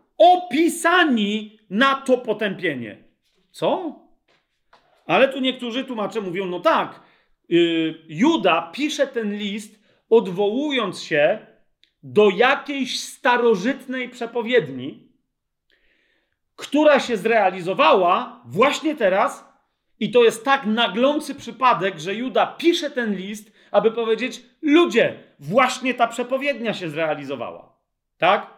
opisani na to potępienie. Co? Ale tu niektórzy tłumacze mówią, no tak, yy, Juda pisze ten list, odwołując się do jakiejś starożytnej przepowiedni, która się zrealizowała właśnie teraz, i to jest tak naglący przypadek, że Juda pisze ten list, aby powiedzieć: ludzie, właśnie ta przepowiednia się zrealizowała. Tak?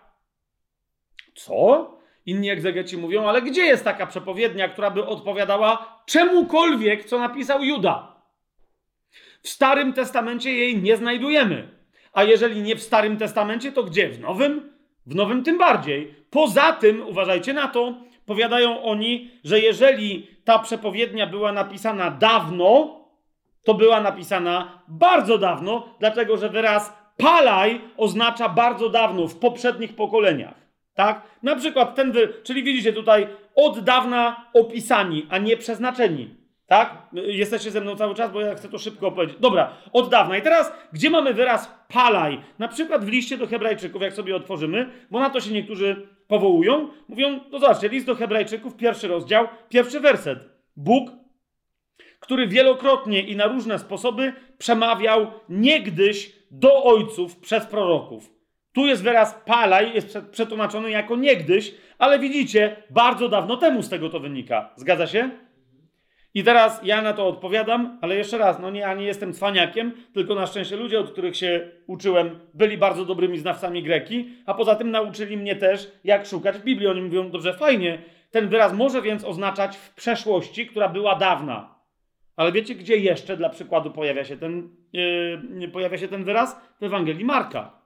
Co? Inni egzegeci mówią, ale gdzie jest taka przepowiednia, która by odpowiadała czemukolwiek, co napisał Juda? W Starym Testamencie jej nie znajdujemy. A jeżeli nie w Starym Testamencie, to gdzie? W Nowym? W Nowym tym bardziej. Poza tym, uważajcie na to, powiadają oni, że jeżeli ta przepowiednia była napisana dawno, to była napisana bardzo dawno, dlatego że wyraz palaj oznacza bardzo dawno, w poprzednich pokoleniach. Tak? Na przykład ten, wy... czyli widzicie tutaj od dawna opisani, a nie przeznaczeni. Tak? Jesteście ze mną cały czas, bo ja chcę to szybko opowiedzieć. Dobra, od dawna. I teraz, gdzie mamy wyraz palaj? Na przykład w liście do Hebrajczyków, jak sobie otworzymy, bo na to się niektórzy powołują, mówią, no zobaczcie, list do Hebrajczyków, pierwszy rozdział, pierwszy werset. Bóg, który wielokrotnie i na różne sposoby przemawiał niegdyś do ojców przez proroków. Tu jest wyraz palaj, jest przetłumaczony jako niegdyś, ale widzicie, bardzo dawno temu z tego to wynika. Zgadza się? I teraz ja na to odpowiadam, ale jeszcze raz, no nie, ja nie jestem cwaniakiem, tylko na szczęście ludzie, od których się uczyłem, byli bardzo dobrymi znawcami greki, a poza tym nauczyli mnie też, jak szukać w Biblii. Oni mówią, dobrze, fajnie, ten wyraz może więc oznaczać w przeszłości, która była dawna. Ale wiecie, gdzie jeszcze dla przykładu pojawia się ten, yy, pojawia się ten wyraz? W Ewangelii Marka.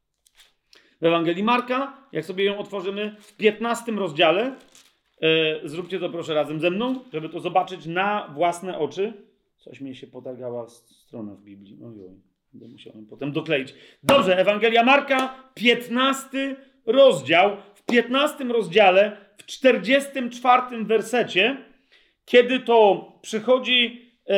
W Ewangelii Marka, jak sobie ją otworzymy, w piętnastym rozdziale, Yy, zróbcie to proszę razem ze mną, żeby to zobaczyć na własne oczy. Coś mi się potargała strona w Biblii. Ojoj, będę musiał potem dokleić. Dobrze, Ewangelia Marka, piętnasty rozdział. W piętnastym rozdziale, w czterdziestym czwartym wersecie, kiedy to przychodzi yy,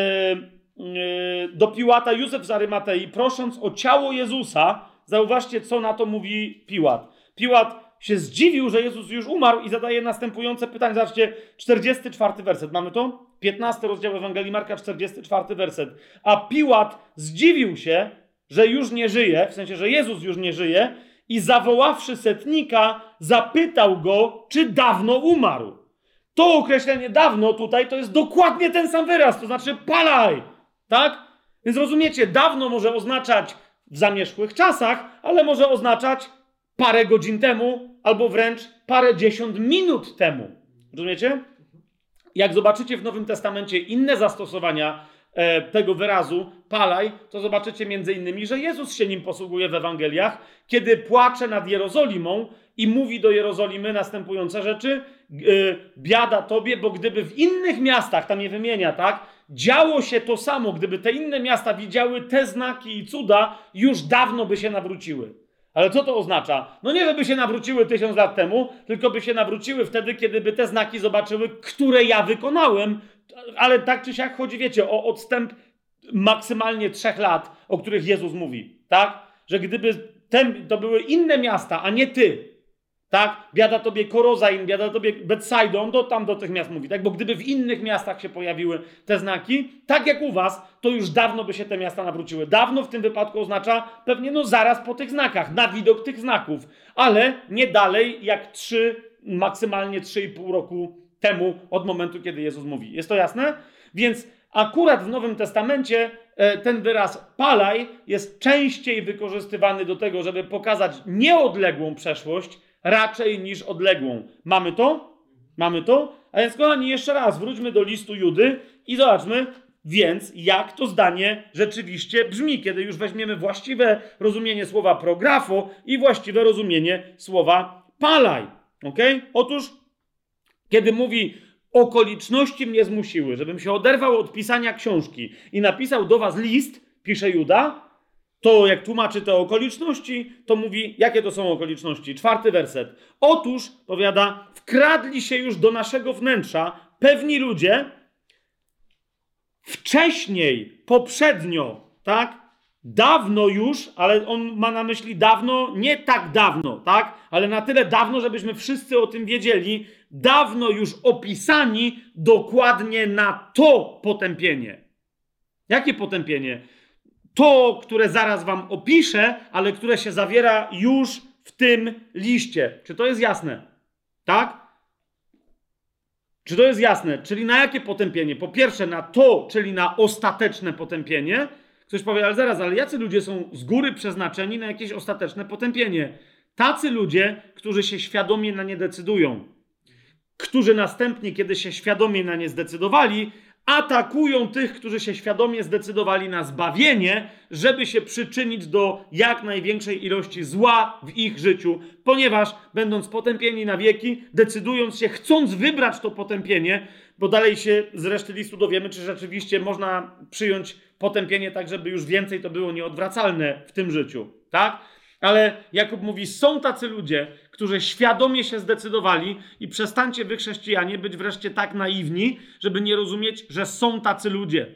yy, do Piłata Józef z Arymatei, prosząc o ciało Jezusa, zauważcie, co na to mówi Piłat. Piłat się zdziwił, że Jezus już umarł i zadaje następujące pytanie. Zobaczcie, czterdziesty czwarty werset. Mamy to? piętnasty rozdział Ewangelii Marka, czterdziesty czwarty werset. A Piłat zdziwił się, że już nie żyje, w sensie, że Jezus już nie żyje, i zawoławszy setnika, zapytał go, czy dawno umarł. To określenie dawno tutaj to jest dokładnie ten sam wyraz, to znaczy palaj. Tak? Więc rozumiecie, dawno może oznaczać w zamierzchłych czasach, ale może oznaczać parę godzin temu, albo wręcz parę dziesiąt minut temu. Rozumiecie? Jak zobaczycie w Nowym Testamencie inne zastosowania e, tego wyrazu palaj, to zobaczycie między innymi, że Jezus się nim posługuje w Ewangeliach, kiedy płacze nad Jerozolimą i mówi do Jerozolimy następujące rzeczy: e, biada tobie, bo gdyby w innych miastach, tam je wymienia, tak, działo się to samo, gdyby te inne miasta widziały te znaki i cuda, już dawno by się nawróciły. Ale co to oznacza? No nie, żeby się nawróciły tysiąc lat temu, tylko by się nawróciły wtedy, kiedy by te znaki zobaczyły, które ja wykonałem. Ale tak czy siak chodzi, wiecie, o odstęp maksymalnie trzech lat, o których Jezus mówi, tak? Że gdyby ten, to były inne miasta, a nie ty, tak? Biada tobie Korozain, biada tobie Betsaidą, do tam do tych miast mówi, tak? Bo gdyby w innych miastach się pojawiły te znaki, tak jak u was, to już dawno by się te miasta nawróciły. Dawno w tym wypadku oznacza pewnie no zaraz po tych znakach, na widok tych znaków, ale nie dalej jak trzy, maksymalnie trzy i pół roku temu od momentu, kiedy Jezus mówi. Jest to jasne? Więc akurat w Nowym Testamencie ten wyraz palaj jest częściej wykorzystywany do tego, żeby pokazać nieodległą przeszłość, raczej niż odległą. Mamy to? Mamy to? A więc, kochani, jeszcze raz wróćmy do listu Judy i zobaczmy więc, jak to zdanie rzeczywiście brzmi, kiedy już weźmiemy właściwe rozumienie słowa prografo i właściwe rozumienie słowa palaj. Okay? Otóż, kiedy mówi, okoliczności mnie zmusiły, żebym się oderwał od pisania książki i napisał do was list, pisze Juda, to jak tłumaczy te okoliczności, to mówi, jakie to są okoliczności. Czwarty werset. Otóż, powiada, wkradli się już do naszego wnętrza pewni ludzie, wcześniej, poprzednio, tak? Dawno już, ale on ma na myśli dawno, nie tak dawno, tak? Ale na tyle dawno, żebyśmy wszyscy o tym wiedzieli, dawno już opisani dokładnie na to potępienie. Jakie potępienie? To, które zaraz wam opiszę, ale które się zawiera już w tym liście. Czy to jest jasne? Tak? Czy to jest jasne? Czyli na jakie potępienie? Po pierwsze na to, czyli na ostateczne potępienie. Ktoś powie, ale zaraz, ale jacy ludzie są z góry przeznaczeni na jakieś ostateczne potępienie? Tacy ludzie, którzy się świadomie na nie decydują. Którzy następnie, kiedy się świadomie na nie zdecydowali, atakują tych, którzy się świadomie zdecydowali na zbawienie, żeby się przyczynić do jak największej ilości zła w ich życiu, ponieważ będąc potępieni na wieki, decydując się, chcąc wybrać to potępienie, bo dalej się z reszty listu dowiemy, czy rzeczywiście można przyjąć potępienie tak, żeby już więcej to było nieodwracalne w tym życiu, tak? Ale Jakub mówi, są tacy ludzie, którzy świadomie się zdecydowali i przestańcie wy, chrześcijanie, być wreszcie tak naiwni, żeby nie rozumieć, że są tacy ludzie.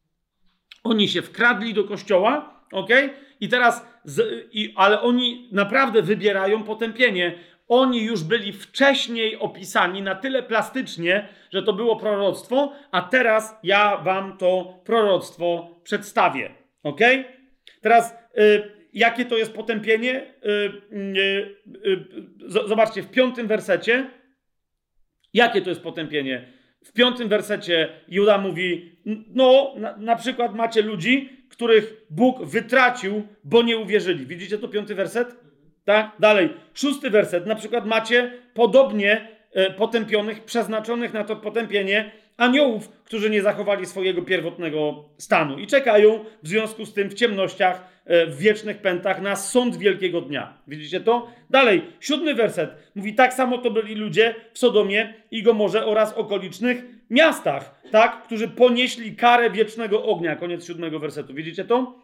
Oni się wkradli do kościoła, okej? Okay? I teraz, z, i, ale oni naprawdę wybierają potępienie. Oni już byli wcześniej opisani na tyle plastycznie, że to było proroctwo, a teraz ja wam to proroctwo przedstawię, okej? Okay? Teraz... Yy, Jakie to jest potępienie? Yy, yy, yy, zobaczcie, w piątym wersecie. Jakie to jest potępienie? W piątym wersecie Juda mówi, no na, na przykład macie ludzi, których Bóg wytracił, bo nie uwierzyli. Widzicie to piąty werset? Tak? Dalej. Szósty werset. Na przykład macie podobnie yy, potępionych, przeznaczonych na to potępienie aniołów, którzy nie zachowali swojego pierwotnego stanu i czekają w związku z tym w ciemnościach, w wiecznych pętach na sąd wielkiego dnia. Widzicie to? Dalej, siódmy werset. Mówi, tak samo to byli ludzie w Sodomie i Gomorze oraz okolicznych miastach, tak? Którzy ponieśli karę wiecznego ognia. Koniec siódmego wersetu. Widzicie to?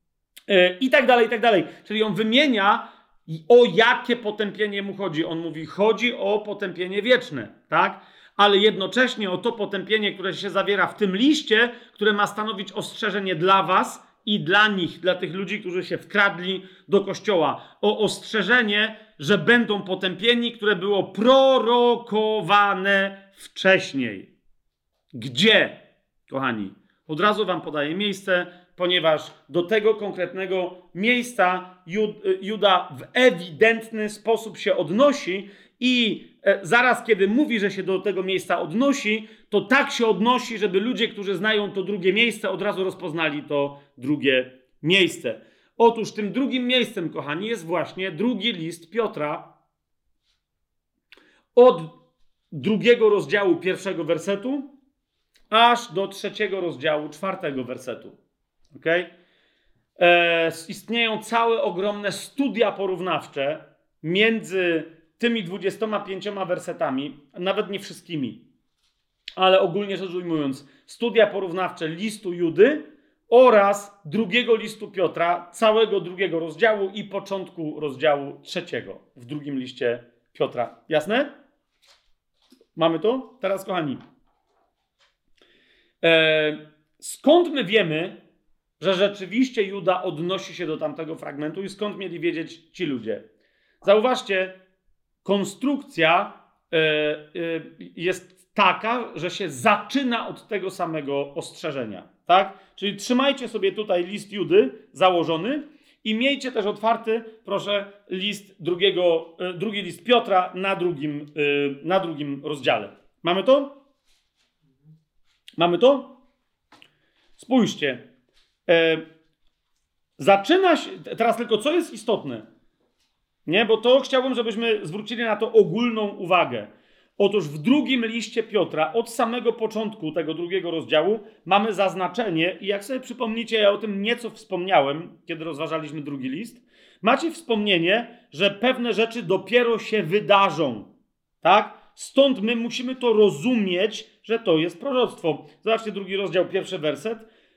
I tak dalej, i tak dalej. Czyli on wymienia, o jakie potępienie mu chodzi. On mówi, chodzi o potępienie wieczne, tak? Ale jednocześnie o to potępienie, które się zawiera w tym liście, które ma stanowić ostrzeżenie dla was i dla nich, dla tych ludzi, którzy się wkradli do kościoła. O ostrzeżenie, że będą potępieni, które było prorokowane wcześniej. Gdzie, kochani? Od razu wam podaję miejsce, ponieważ do tego konkretnego miejsca Juda w ewidentny sposób się odnosi i zaraz, kiedy mówi, że się do tego miejsca odnosi, to tak się odnosi, żeby ludzie, którzy znają to drugie miejsce, od razu rozpoznali to drugie miejsce. Otóż tym drugim miejscem, kochani, jest właśnie drugi list Piotra od drugiego rozdziału pierwszego wersetu aż do trzeciego rozdziału czwartego wersetu. Okay? E, istnieją całe ogromne studia porównawcze między tymi dwudziestoma pięcioma wersetami, nawet nie wszystkimi, ale ogólnie rzecz ujmując, studia porównawcze listu Judy oraz drugiego listu Piotra, całego drugiego rozdziału i początku rozdziału trzeciego w drugim liście Piotra. Jasne? Mamy to? Teraz, kochani. E, skąd my wiemy, że rzeczywiście Juda odnosi się do tamtego fragmentu i skąd mieli wiedzieć ci ludzie? Zauważcie, konstrukcja y, y, jest taka, że się zaczyna od tego samego ostrzeżenia. Tak? Czyli trzymajcie sobie tutaj list Judy założony i miejcie też otwarty, proszę, list drugiego, y, drugi list Piotra na drugim, y, na drugim rozdziale. Mamy to? Mamy to? Spójrzcie. Y, zaczyna się... Teraz tylko co jest istotne? Nie, bo to chciałbym, żebyśmy zwrócili na to ogólną uwagę. Otóż w drugim liście Piotra, od samego początku tego drugiego rozdziału, mamy zaznaczenie, i jak sobie przypomnicie, ja o tym nieco wspomniałem, kiedy rozważaliśmy drugi list, macie wspomnienie, że pewne rzeczy dopiero się wydarzą, tak? Stąd my musimy to rozumieć, że to jest proroctwo. Zobaczcie drugi rozdział, pierwszy werset.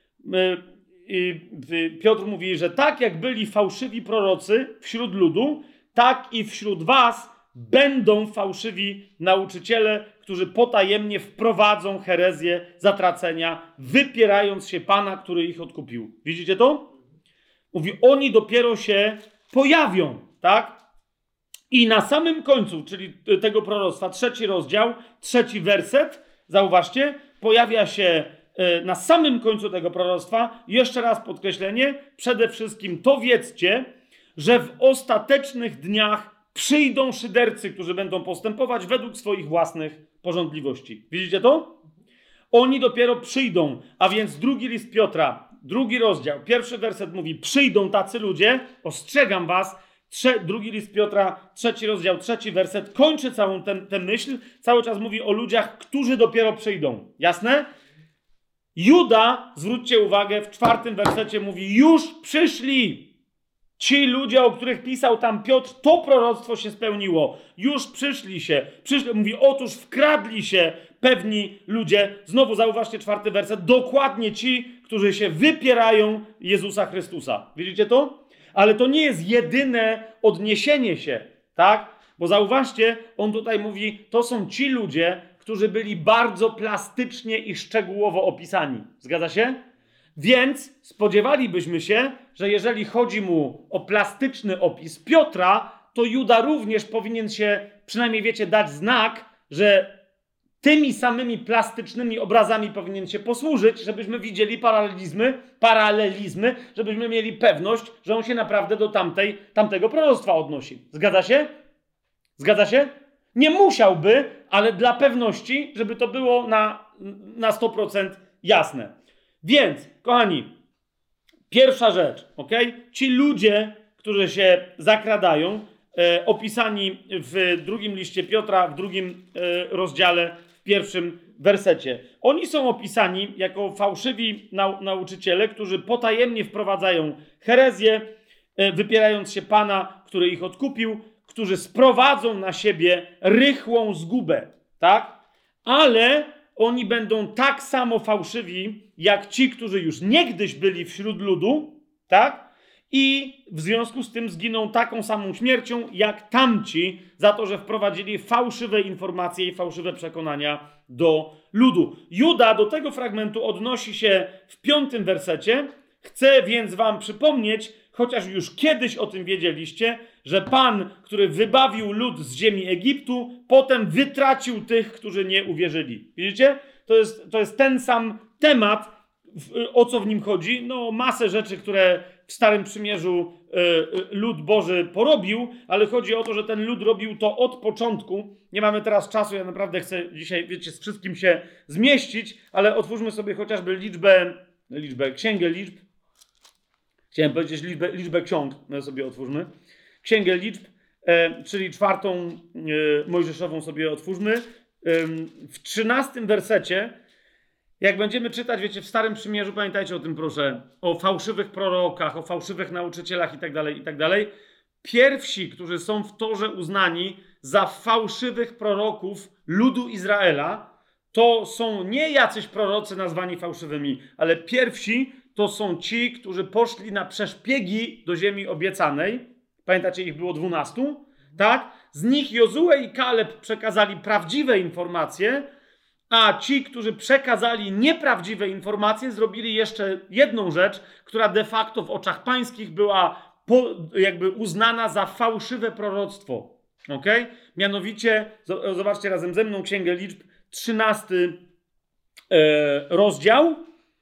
Piotr mówi, że tak jak byli fałszywi prorocy wśród ludu, tak i wśród was będą fałszywi nauczyciele, którzy potajemnie wprowadzą herezję zatracenia, wypierając się Pana, który ich odkupił. Widzicie to? Mówi, oni dopiero się pojawią, tak? I na samym końcu, czyli tego proroctwa, trzeci rozdział, trzeci werset, zauważcie, pojawia się na samym końcu tego proroctwa, jeszcze raz podkreślenie, przede wszystkim to wiedzcie, że w ostatecznych dniach przyjdą szydercy, którzy będą postępować według swoich własnych porządliwości. Widzicie to? Oni dopiero przyjdą, a więc drugi list Piotra, drugi rozdział, pierwszy werset mówi, przyjdą tacy ludzie, ostrzegam was, Trze- drugi list Piotra, trzeci rozdział, trzeci werset, kończy całą tę myśl, cały czas mówi o ludziach, którzy dopiero przyjdą. Jasne? Juda, zwróćcie uwagę, w czwartym wersecie mówi, już przyszli. Ci ludzie, o których pisał tam Piotr, to proroctwo się spełniło. Już przyszli się. Przyszli, mówi, otóż wkradli się pewni ludzie. Znowu zauważcie czwarty werset. Dokładnie ci, którzy się wypierają Jezusa Chrystusa. Widzicie to? Ale to nie jest jedyne odniesienie się, tak? Bo zauważcie, on tutaj mówi, to są ci ludzie, którzy byli bardzo plastycznie i szczegółowo opisani. Zgadza się? Więc spodziewalibyśmy się, że jeżeli chodzi mu o plastyczny opis Piotra, to Juda również powinien się, przynajmniej wiecie, dać znak, że tymi samymi plastycznymi obrazami powinien się posłużyć, żebyśmy widzieli paralelizmy, paralelizmy, żebyśmy mieli pewność, że on się naprawdę do tamtej, tamtego proroctwa odnosi. Zgadza się? Zgadza się? Nie musiałby, ale dla pewności, żeby to było na, na sto procent jasne. Więc, kochani, pierwsza rzecz, ok? Ci ludzie, którzy się zakradają, e, opisani w drugim liście Piotra, w drugim e, rozdziale, w pierwszym wersecie. Oni są opisani jako fałszywi nau- nauczyciele, którzy potajemnie wprowadzają herezję, e, wypierając się Pana, który ich odkupił, którzy sprowadzą na siebie rychłą zgubę, tak? Ale oni będą tak samo fałszywi, jak ci, którzy już niegdyś byli wśród ludu, tak? I w związku z tym zginą taką samą śmiercią, jak tamci, za to, że wprowadzili fałszywe informacje i fałszywe przekonania do ludu. Juda do tego fragmentu odnosi się w piątym wersecie. Chcę więc wam przypomnieć, chociaż już kiedyś o tym wiedzieliście, że Pan, który wybawił lud z ziemi Egiptu, potem wytracił tych, którzy nie uwierzyli. Widzicie? To jest, to jest ten sam temat, o co w nim chodzi. No, masę rzeczy, które w Starym Przymierzu y, lud Boży porobił, ale chodzi o to, że ten lud robił to od początku. Nie mamy teraz czasu, ja naprawdę chcę dzisiaj, wiecie, z wszystkim się zmieścić, ale otwórzmy sobie chociażby liczbę, liczbę księgę liczb. Chciałem powiedzieć liczbę, liczbę ksiąg, no sobie otwórzmy. Księgę liczb, e, czyli czwartą e, Mojżeszową sobie otwórzmy. E, w trzynastym wersecie, jak będziemy czytać, wiecie, w Starym Przymierzu, pamiętajcie o tym proszę, o fałszywych prorokach, o fałszywych nauczycielach i tak dalej, i tak dalej. Pierwsi, którzy są w Torze uznani za fałszywych proroków ludu Izraela, to są nie jacyś prorocy nazwani fałszywymi, ale pierwsi to są ci, którzy poszli na przeszpiegi do ziemi obiecanej. Pamiętacie, ich było dwunastu? Tak? Z nich Jozue i Kaleb przekazali prawdziwe informacje, a ci, którzy przekazali nieprawdziwe informacje, zrobili jeszcze jedną rzecz, która de facto w oczach pańskich była po, jakby uznana za fałszywe proroctwo. Okay? Mianowicie, zobaczcie razem ze mną Księgę Liczb, trzynasty e, rozdział,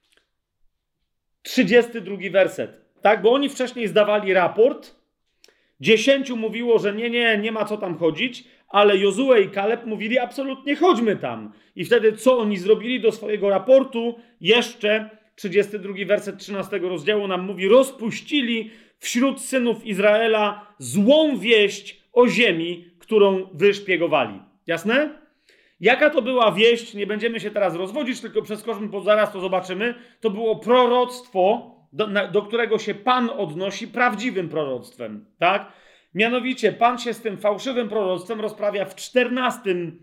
trzydziesty drugi werset. Tak? Bo oni wcześniej zdawali raport, dziesięciu mówiło, że nie, nie, nie ma co tam chodzić, ale Jozue i Kaleb mówili absolutnie chodźmy tam. I wtedy co oni zrobili do swojego raportu? Jeszcze trzydziesty drugi werset trzynastego rozdziału nam mówi, rozpuścili wśród synów Izraela złą wieść o ziemi, którą wyszpiegowali. Jasne? Jaka to była wieść, nie będziemy się teraz rozwodzić, tylko przeskoczmy, bo zaraz to zobaczymy. To było proroctwo, do, na, do którego się Pan odnosi prawdziwym proroctwem, tak? Mianowicie Pan się z tym fałszywym proroctwem rozprawia w czternastym,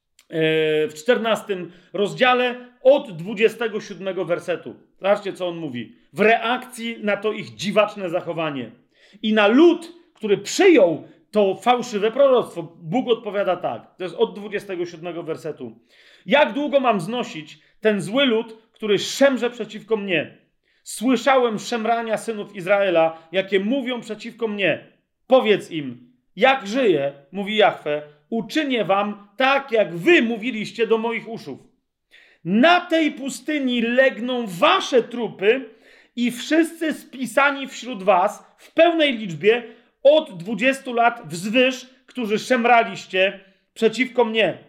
w czternastym rozdziale od dwudziestego siódmego wersetu. Zobaczcie, co on mówi. W reakcji na to ich dziwaczne zachowanie. I na lud, który przyjął to fałszywe proroctwo, Bóg odpowiada tak. To jest od dwudziestego siódmego wersetu. Jak długo mam znosić ten zły lud, który szemrze przeciwko mnie? Słyszałem szemrania synów Izraela, jakie mówią przeciwko mnie. Powiedz im, jak żyje, mówi Jahwe, uczynię wam tak, jak wy mówiliście do moich uszów. Na tej pustyni legną wasze trupy i wszyscy spisani wśród was w pełnej liczbie od dwudziestu lat wzwyż, którzy szemraliście przeciwko mnie.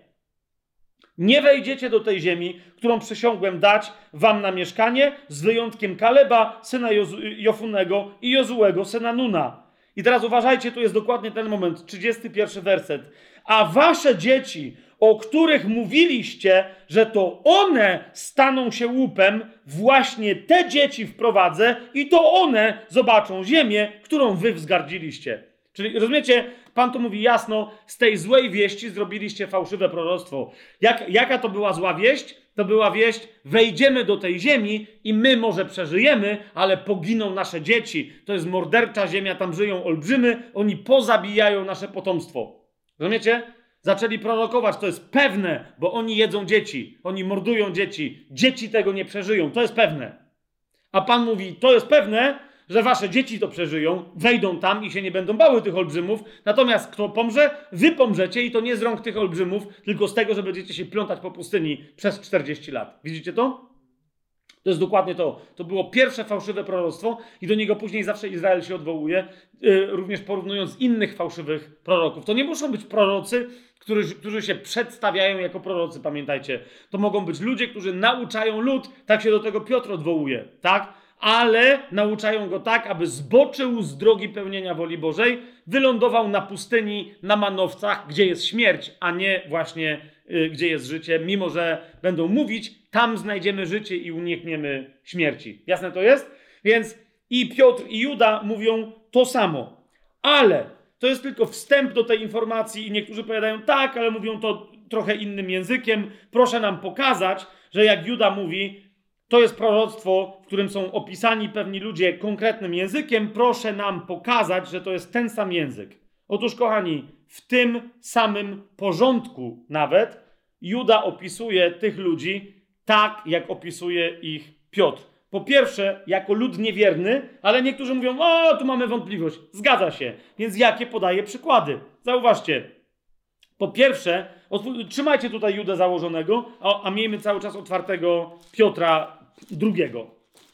Nie wejdziecie do tej ziemi, którą przysiągłem dać wam na mieszkanie, z wyjątkiem Kaleba, syna Jofunego i Jozułego, syna Nuna. I teraz uważajcie, tu jest dokładnie ten moment, trzydziesty pierwszy werset. A wasze dzieci, o których mówiliście, że to one staną się łupem, właśnie te dzieci wprowadzę i to one zobaczą ziemię, którą wy wzgardziliście. Czyli rozumiecie, Pan tu mówi jasno, z tej złej wieści zrobiliście fałszywe proroctwo. Jak, jaka to była zła wieść? To była wieść, wejdziemy do tej ziemi i my może przeżyjemy, ale poginą nasze dzieci. To jest mordercza ziemia, tam żyją olbrzymy, oni pozabijają nasze potomstwo. Rozumiecie? Zaczęli prorokować, to jest pewne, bo oni jedzą dzieci, oni mordują dzieci, dzieci tego nie przeżyją, to jest pewne. A Pan mówi, to jest pewne, że wasze dzieci to przeżyją, wejdą tam i się nie będą bały tych olbrzymów, natomiast kto pomrze? Wy pomrzecie i to nie z rąk tych olbrzymów, tylko z tego, że będziecie się plątać po pustyni przez czterdzieści lat. Widzicie to? To jest dokładnie to. To było pierwsze fałszywe proroctwo i do niego później zawsze Izrael się odwołuje, yy, również porównując innych fałszywych proroków. To nie muszą być prorocy, którzy, którzy się przedstawiają jako prorocy, pamiętajcie. To mogą być ludzie, którzy nauczają lud, tak się do tego Piotr odwołuje, tak? Ale nauczają go tak, aby zboczył z drogi pełnienia woli Bożej, wylądował na pustyni, na manowcach, gdzie jest śmierć, a nie właśnie y, gdzie jest życie, mimo że będą mówić, tam znajdziemy życie i unikniemy śmierci. Jasne to jest? Więc i Piotr, i Juda mówią to samo. Ale to jest tylko wstęp do tej informacji i niektórzy powiadają tak, ale mówią to trochę innym językiem. Proszę nam pokazać, że jak Juda mówi, to jest proroctwo, w którym są opisani pewni ludzie konkretnym językiem. Proszę nam pokazać, że to jest ten sam język. Otóż, kochani, w tym samym porządku nawet Juda opisuje tych ludzi tak, jak opisuje ich Piotr. Po pierwsze, jako lud niewierny, ale niektórzy mówią, o, tu mamy wątpliwość. Zgadza się. Więc jakie podaje przykłady? Zauważcie. Po pierwsze, trzymajcie tutaj Judę założonego, a, a miejmy cały czas otwartego Piotra drugiego.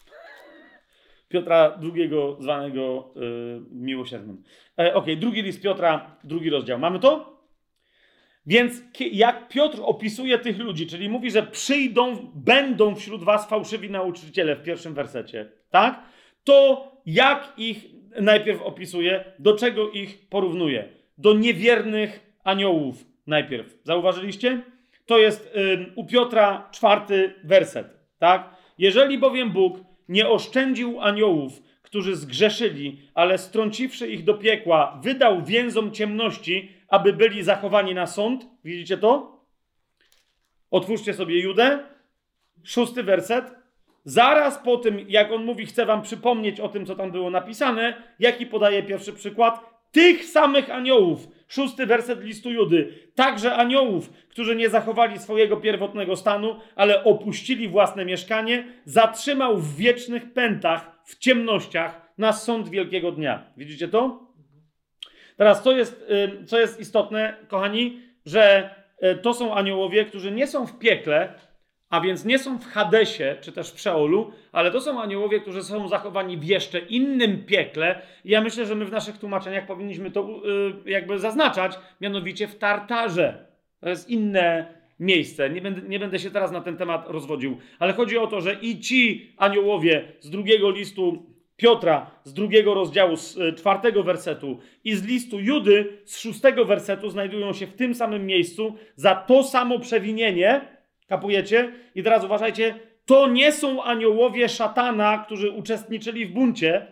Piotra drugiego, zwanego yy, miłosiernym. E, ok, drugi list Piotra, drugi rozdział. Mamy to? Więc jak Piotr opisuje tych ludzi, czyli mówi, że przyjdą, będą wśród was fałszywi nauczyciele w pierwszym wersecie, tak? To jak ich najpierw opisuje, do czego ich porównuje? Do niewiernych aniołów najpierw. Zauważyliście? To jest y, u Piotra czwarty werset, tak? Jeżeli bowiem Bóg nie oszczędził aniołów, którzy zgrzeszyli, ale strąciwszy ich do piekła, wydał więzom ciemności, aby byli zachowani na sąd. Widzicie to? Otwórzcie sobie Judę. Szósty werset. Zaraz po tym, jak on mówi, chcę wam przypomnieć o tym, co tam było napisane, jaki podaje pierwszy przykład? Tych samych aniołów. Szósty werset listu Judy. Także aniołów, którzy nie zachowali swojego pierwotnego stanu, ale opuścili własne mieszkanie, zatrzymał w wiecznych pętach, w ciemnościach, na sąd wielkiego dnia. Widzicie to? Teraz, co jest, co jest istotne, kochani, że to są aniołowie, którzy nie są w piekle, a więc nie są w Hadesie, czy też w Szeolu, ale to są aniołowie, którzy są zachowani w jeszcze innym piekle. I ja myślę, że my w naszych tłumaczeniach powinniśmy to yy, jakby zaznaczać, mianowicie w Tartarze. To jest inne miejsce. Nie będę, nie będę się teraz na ten temat rozwodził. Ale chodzi o to, że i ci aniołowie z drugiego listu Piotra z drugiego rozdziału, z y, czwartego wersetu i z listu Judy z szóstego wersetu znajdują się w tym samym miejscu za to samo przewinienie. Kapujecie? I teraz uważajcie, to nie są aniołowie szatana, którzy uczestniczyli w buncie,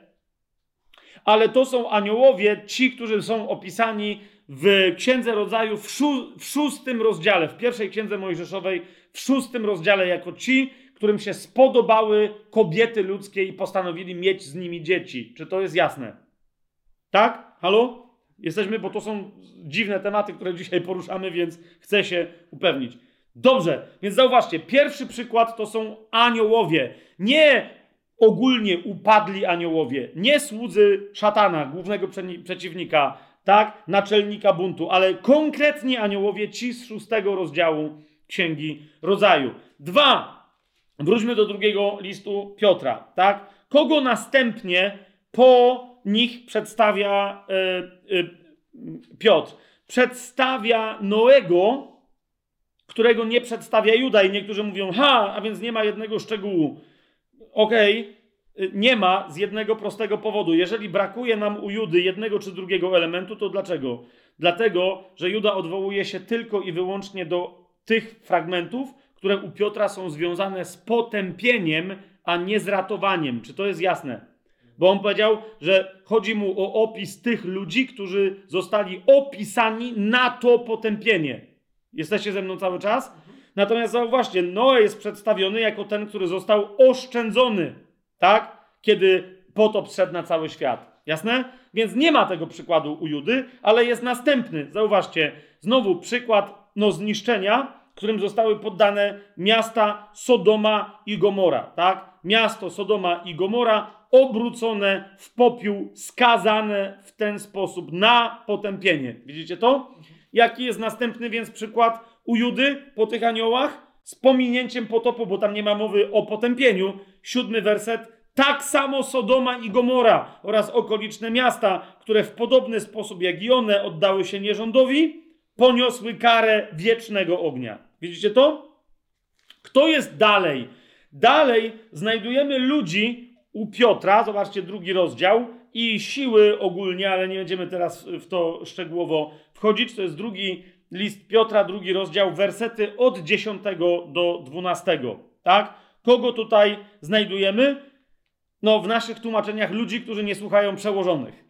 ale to są aniołowie, ci, którzy są opisani w Księdze Rodzaju w, szó- w szóstym rozdziale, w pierwszej Księdze Mojżeszowej, w szóstym rozdziale, jako ci, którym się spodobały kobiety ludzkie i postanowili mieć z nimi dzieci. Czy to jest jasne? Tak? Halo? Jesteśmy, bo to są dziwne tematy, które dzisiaj poruszamy, więc chcę się upewnić. Dobrze, więc zauważcie, pierwszy przykład to są aniołowie. Nie ogólnie upadli aniołowie, nie słudzy szatana, głównego przeciwnika, tak, naczelnika buntu, ale konkretnie aniołowie, ci z szóstego rozdziału Księgi Rodzaju. Dwa, wróćmy do drugiego listu Piotra, tak? Kogo następnie po nich przedstawia yy, yy, Piotr? Przedstawia Noego, którego nie przedstawia Juda i niektórzy mówią, ha, a więc nie ma jednego szczegółu. Okej, okay, nie ma z jednego prostego powodu. Jeżeli brakuje nam u Judy jednego czy drugiego elementu, to dlaczego? Dlatego, że Juda odwołuje się tylko i wyłącznie do tych fragmentów, które u Piotra są związane z potępieniem, a nie z ratowaniem. Czy to jest jasne? Bo on powiedział, że chodzi mu o opis tych ludzi, którzy zostali opisani na to potępienie. Jesteście ze mną cały czas? Natomiast zauważcie, Noe jest przedstawiony jako ten, który został oszczędzony, tak? Kiedy potop zszedł na cały świat. Jasne? Więc nie ma tego przykładu u Judy, ale jest następny. Zauważcie, znowu przykład no, zniszczenia, którym zostały poddane miasta Sodoma i Gomora, tak? Miasto Sodoma i Gomora obrócone w popiół, skazane w ten sposób na potępienie. Widzicie to? Jaki jest następny więc przykład u Judy po tych aniołach? Z pominięciem potopu, bo tam nie ma mowy o potępieniu. Siódmy werset. Tak samo Sodoma i Gomora oraz okoliczne miasta, które w podobny sposób jak i one oddały się nierządowi, poniosły karę wiecznego ognia. Widzicie to? Kto jest dalej? Dalej znajdujemy ludzi u Piotra, zobaczcie drugi rozdział, i siły ogólnie, ale nie będziemy teraz w to szczegółowo wchodzić. To jest drugi list Piotra, drugi rozdział, wersety od dziesiątego do dwunastego. Tak? Kogo tutaj znajdujemy? No, w naszych tłumaczeniach ludzi, którzy nie słuchają przełożonych.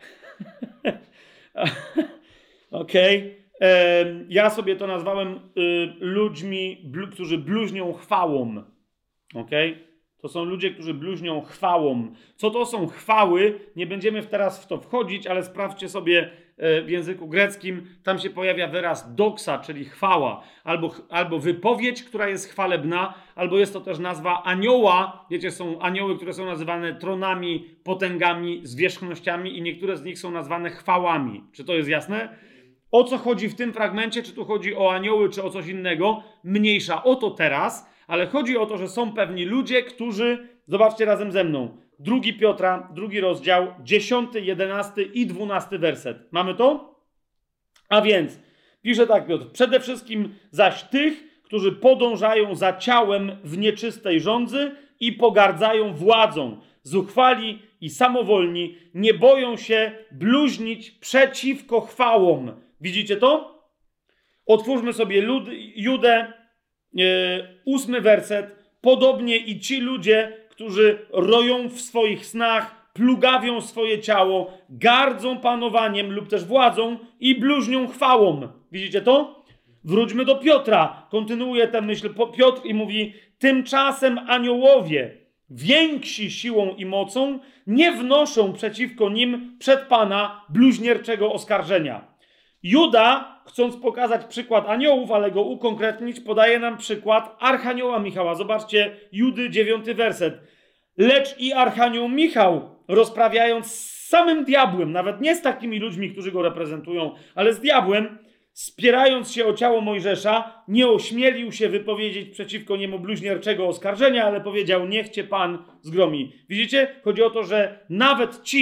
Okej. Okay. Ja sobie to nazwałem y, ludźmi, blu, którzy bluźnią chwałą. Okej? Okay? To są ludzie, którzy bluźnią chwałą. Co to są chwały? Nie będziemy teraz w to wchodzić, ale sprawdźcie sobie w języku greckim. Tam się pojawia wyraz doksa, czyli chwała. Albo, albo wypowiedź, która jest chwalebna, albo jest to też nazwa anioła. Wiecie, są anioły, które są nazywane tronami, potęgami, zwierzchnościami i niektóre z nich są nazwane chwałami. Czy to jest jasne? O co chodzi w tym fragmencie? Czy tu chodzi o anioły, czy o coś innego? Mniejsza o to teraz. Ale chodzi o to, że są pewni ludzie, którzy, zobaczcie razem ze mną, drugi Piotra, drugi rozdział, dziesiąty, jedenasty i dwunasty werset. Mamy to? A więc, pisze tak Piotr, przede wszystkim zaś tych, którzy podążają za ciałem w nieczystej żądzy i pogardzają władzą, zuchwali i samowolni, nie boją się bluźnić przeciwko chwałom. Widzicie to? Otwórzmy sobie Lud, Judę, Yy, ósmy werset. Podobnie i ci ludzie, którzy roją w swoich snach, plugawią swoje ciało, gardzą panowaniem lub też władzą i bluźnią chwałą. Widzicie to? Wróćmy do Piotra. Kontynuuje tę myśl Piotr i mówi: tymczasem aniołowie, więksi siłą i mocą, nie wnoszą przeciwko nim przed Pana bluźnierczego oskarżenia. Juda, chcąc pokazać przykład aniołów, ale go ukonkretnić, podaje nam przykład archanioła Michała. Zobaczcie, Judy, dziewiąty werset. Lecz i archanioł Michał, rozprawiając z samym diabłem, nawet nie z takimi ludźmi, którzy go reprezentują, ale z diabłem, spierając się o ciało Mojżesza, nie ośmielił się wypowiedzieć przeciwko niemu bluźnierczego oskarżenia, ale powiedział: niech cię Pan zgromi. Widzicie? Chodzi o to, że nawet ci,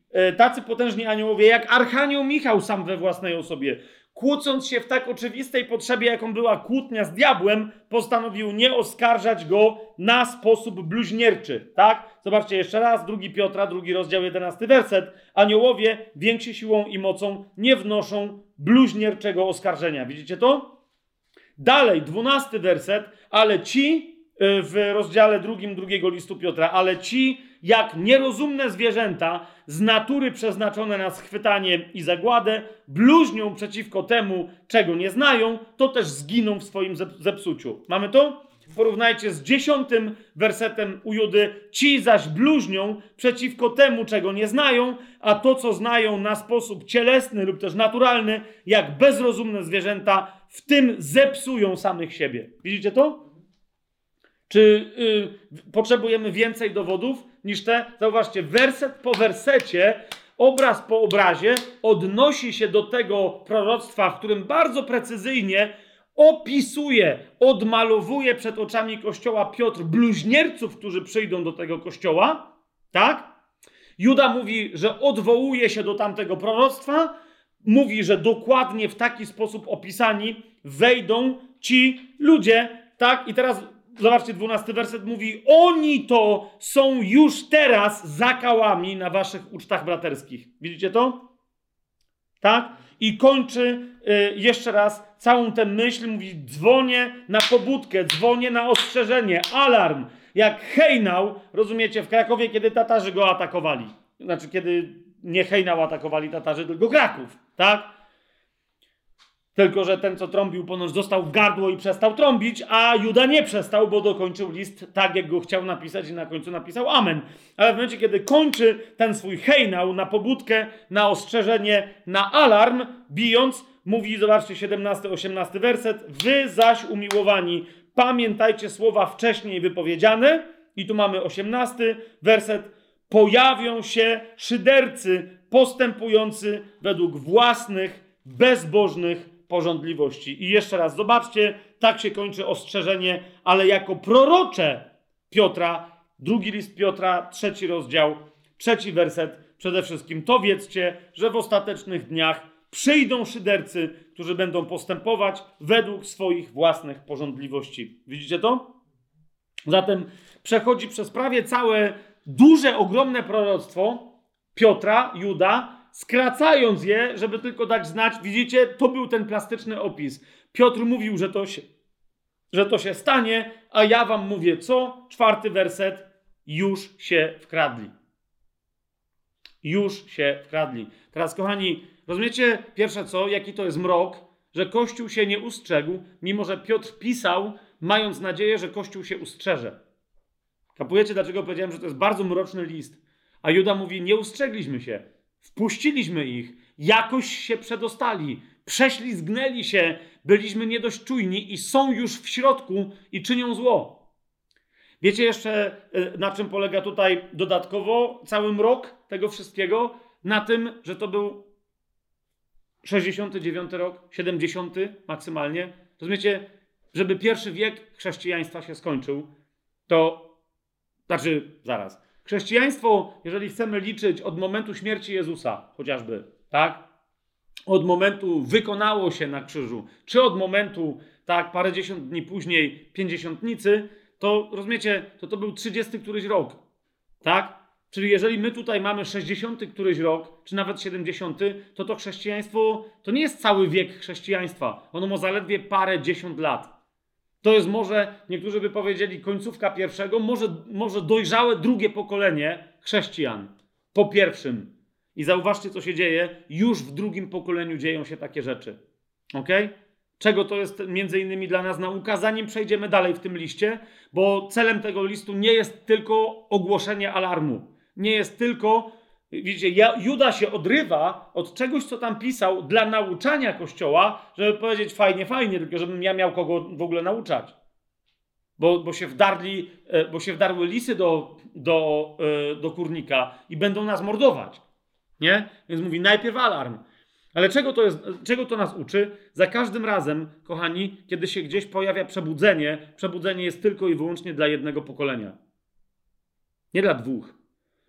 tacy potężni aniołowie jak Archanioł Michał sam we własnej osobie, kłócąc się w tak oczywistej potrzebie, jaką była kłótnia z diabłem, postanowił nie oskarżać go na sposób bluźnierczy. Tak? Zobaczcie jeszcze raz, drugi Piotra, drugi rozdział, jedenasty werset. Aniołowie więksi siłą i mocą nie wnoszą bluźnierczego oskarżenia. Widzicie to? Dalej, dwunasty werset. Ale ci, w rozdziale drugim drugiego listu Piotra, ale ci, jak nierozumne zwierzęta, z natury przeznaczone na schwytanie i zagładę, bluźnią przeciwko temu, czego nie znają, to też zginą w swoim zepsuciu. Mamy to? Porównajcie z dziesiątym wersetem u Judy. Ci zaś bluźnią przeciwko temu, czego nie znają, a to, co znają na sposób cielesny lub też naturalny, jak bezrozumne zwierzęta, w tym zepsują samych siebie. Widzicie to? Czy yy, potrzebujemy więcej dowodów niż te? Zauważcie, werset po wersecie, obraz po obrazie odnosi się do tego proroctwa, w którym bardzo precyzyjnie opisuje, odmalowuje przed oczami Kościoła Piotr bluźnierców, którzy przyjdą do tego Kościoła. Tak? Juda mówi, że odwołuje się do tamtego proroctwa. Mówi, że dokładnie w taki sposób opisani wejdą ci ludzie. Tak? I teraz zobaczcie, dwunasty werset mówi: oni to są już teraz zakałami na waszych ucztach braterskich. Widzicie to? Tak? I kończy y, jeszcze raz całą tę myśl, mówi: dzwonię na pobudkę, dzwonię na ostrzeżenie, alarm, jak hejnał, rozumiecie, w Krakowie, kiedy Tatarzy go atakowali. Znaczy, kiedy nie hejnał atakowali Tatarzy, tylko Kraków, tak? Tylko że ten, co trąbił, ponoć dostał w gardło i przestał trąbić, a Juda nie przestał, bo dokończył list tak, jak go chciał napisać i na końcu napisał amen. Ale w momencie, kiedy kończy ten swój hejnał na pobudkę, na ostrzeżenie, na alarm, bijąc, mówi, zobaczcie, siedemnasty, osiemnasty werset: wy zaś, umiłowani, pamiętajcie słowa wcześniej wypowiedziane. I tu mamy osiemnasty werset: pojawią się szydercy postępujący według własnych, bezbożnych pożądliwości. I jeszcze raz, zobaczcie, tak się kończy ostrzeżenie, ale jako prorocze Piotra, drugi list Piotra, trzeci rozdział, trzeci werset, przede wszystkim to wiedzcie, że w ostatecznych dniach przyjdą szydercy, którzy będą postępować według swoich własnych pożądliwości. Widzicie to? Zatem przechodzi przez prawie całe duże, ogromne proroctwo Piotra, Juda, skracając je, żeby tylko dać znać. Widzicie, to był ten plastyczny opis. Piotr mówił, że to się, że to się stanie, a ja wam mówię co? Czwarty werset. Już się wkradli. Już się wkradli. Teraz, kochani, rozumiecie pierwsze co? Jaki to jest mrok? Że Kościół się nie ustrzegł, mimo że Piotr pisał, mając nadzieję, że Kościół się ustrzeże. Kapujecie, dlaczego powiedziałem, że to jest bardzo mroczny list? A Juda mówi: nie ustrzegliśmy się. Wpuściliśmy ich, jakoś się przedostali, prześlizgnęli się, byliśmy nie dość czujni i są już w środku i czynią zło. Wiecie jeszcze, na czym polega tutaj dodatkowo cały mrok tego wszystkiego? Na tym, że to był sześćdziesiąty dziewiąty rok, siedemdziesiąty maksymalnie. Rozumiecie, żeby pierwszy wiek chrześcijaństwa się skończył, to znaczy, zaraz. Chrześcijaństwo, jeżeli chcemy liczyć od momentu śmierci Jezusa, chociażby, tak? Od momentu wykonało się na krzyżu, czy od momentu, tak, parędziesiąt dni później, pięćdziesiątnicy, to rozumiecie, to to był trzydziesty któryś rok, tak? Czyli jeżeli my tutaj mamy sześćdziesiąty któryś rok, czy nawet siedemdziesiąty, to to chrześcijaństwo, to nie jest cały wiek chrześcijaństwa. Ono ma zaledwie parę dziesiąt lat. To jest może, niektórzy by powiedzieli, końcówka pierwszego, może, może dojrzałe drugie pokolenie chrześcijan po pierwszym. I zauważcie, co się dzieje. Już w drugim pokoleniu dzieją się takie rzeczy. Okej? Czego to jest między innymi dla nas nauka? Zanim przejdziemy dalej w tym liście, bo celem tego listu nie jest tylko ogłoszenie alarmu. Nie jest tylko, widzicie, Juda się odrywa od czegoś, co tam pisał dla nauczania Kościoła, żeby powiedzieć fajnie, fajnie, tylko żebym ja miał kogo w ogóle nauczać. Bo, bo, się, wdarli, bo się wdarły lisy do, do, do kurnika i będą nas mordować. Nie? Więc mówi najpierw alarm. Ale czego to, jest, czego to nas uczy? Za każdym razem, kochani, kiedy się gdzieś pojawia przebudzenie, przebudzenie jest tylko i wyłącznie dla jednego pokolenia. Nie dla dwóch.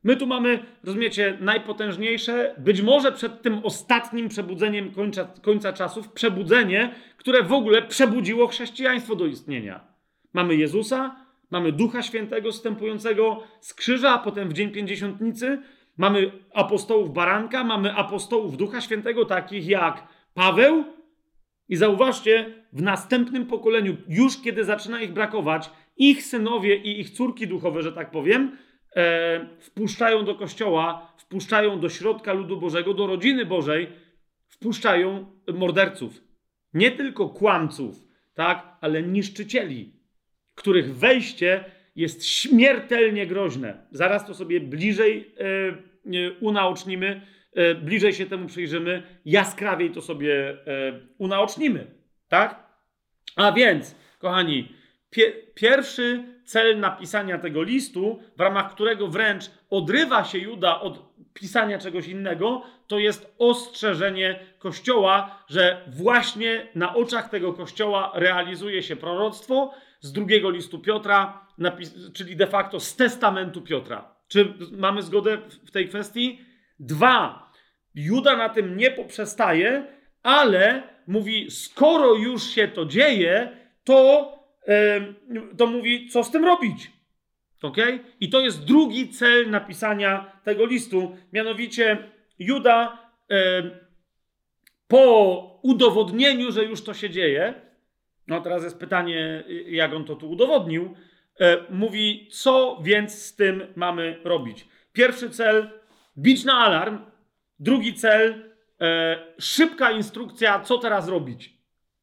My tu mamy, rozumiecie, najpotężniejsze, być może przed tym ostatnim przebudzeniem końca, końca czasów, przebudzenie, które w ogóle przebudziło chrześcijaństwo do istnienia. Mamy Jezusa, mamy Ducha Świętego zstępującego z krzyża, a potem w Dzień Pięćdziesiątnicy. Mamy apostołów Baranka, mamy apostołów Ducha Świętego, takich jak Paweł. I zauważcie, w następnym pokoleniu, już kiedy zaczyna ich brakować, ich synowie i ich córki duchowe, że tak powiem, e, wpuszczają do kościoła, wpuszczają do środka ludu Bożego, do rodziny Bożej, wpuszczają morderców. Nie tylko kłamców, tak, ale niszczycieli, których wejście jest śmiertelnie groźne. Zaraz to sobie bliżej e, e, unaocznimy, e, bliżej się temu przyjrzymy, jaskrawiej to sobie e, unaocznimy. Tak? A więc, kochani, pie, pierwszy cel napisania tego listu, w ramach którego wręcz odrywa się Juda od pisania czegoś innego, to jest ostrzeżenie Kościoła, że właśnie na oczach tego Kościoła realizuje się proroctwo z drugiego listu Piotra, napis- czyli de facto z testamentu Piotra. Czy mamy zgodę w tej kwestii? Dwa. Juda na tym nie poprzestaje, ale mówi, skoro już się to dzieje, to, yy, to mówi, co z tym robić. Okay? I to jest drugi cel napisania tego listu. Mianowicie Juda yy, po udowodnieniu, że już to się dzieje, no teraz jest pytanie, jak on to tu udowodnił, yy, mówi, co więc z tym mamy robić. Pierwszy cel, bić na alarm. Drugi cel, yy, szybka instrukcja, co teraz robić.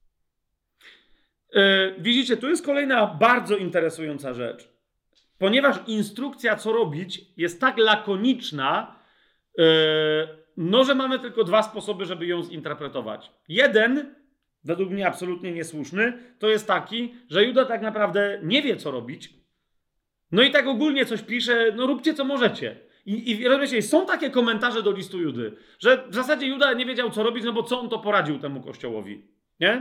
Yy, widzicie, tu jest kolejna bardzo interesująca rzecz. Ponieważ instrukcja, co robić, jest tak lakoniczna, yy, no, że mamy tylko dwa sposoby, żeby ją zinterpretować. Jeden, według mnie absolutnie niesłuszny, to jest taki, że Juda tak naprawdę nie wie, co robić. No i tak ogólnie coś pisze, no róbcie, co możecie. I, i rozumiecie, są takie komentarze do listu Judy, że w zasadzie Juda nie wiedział, co robić, no bo co on to poradził temu kościołowi, nie?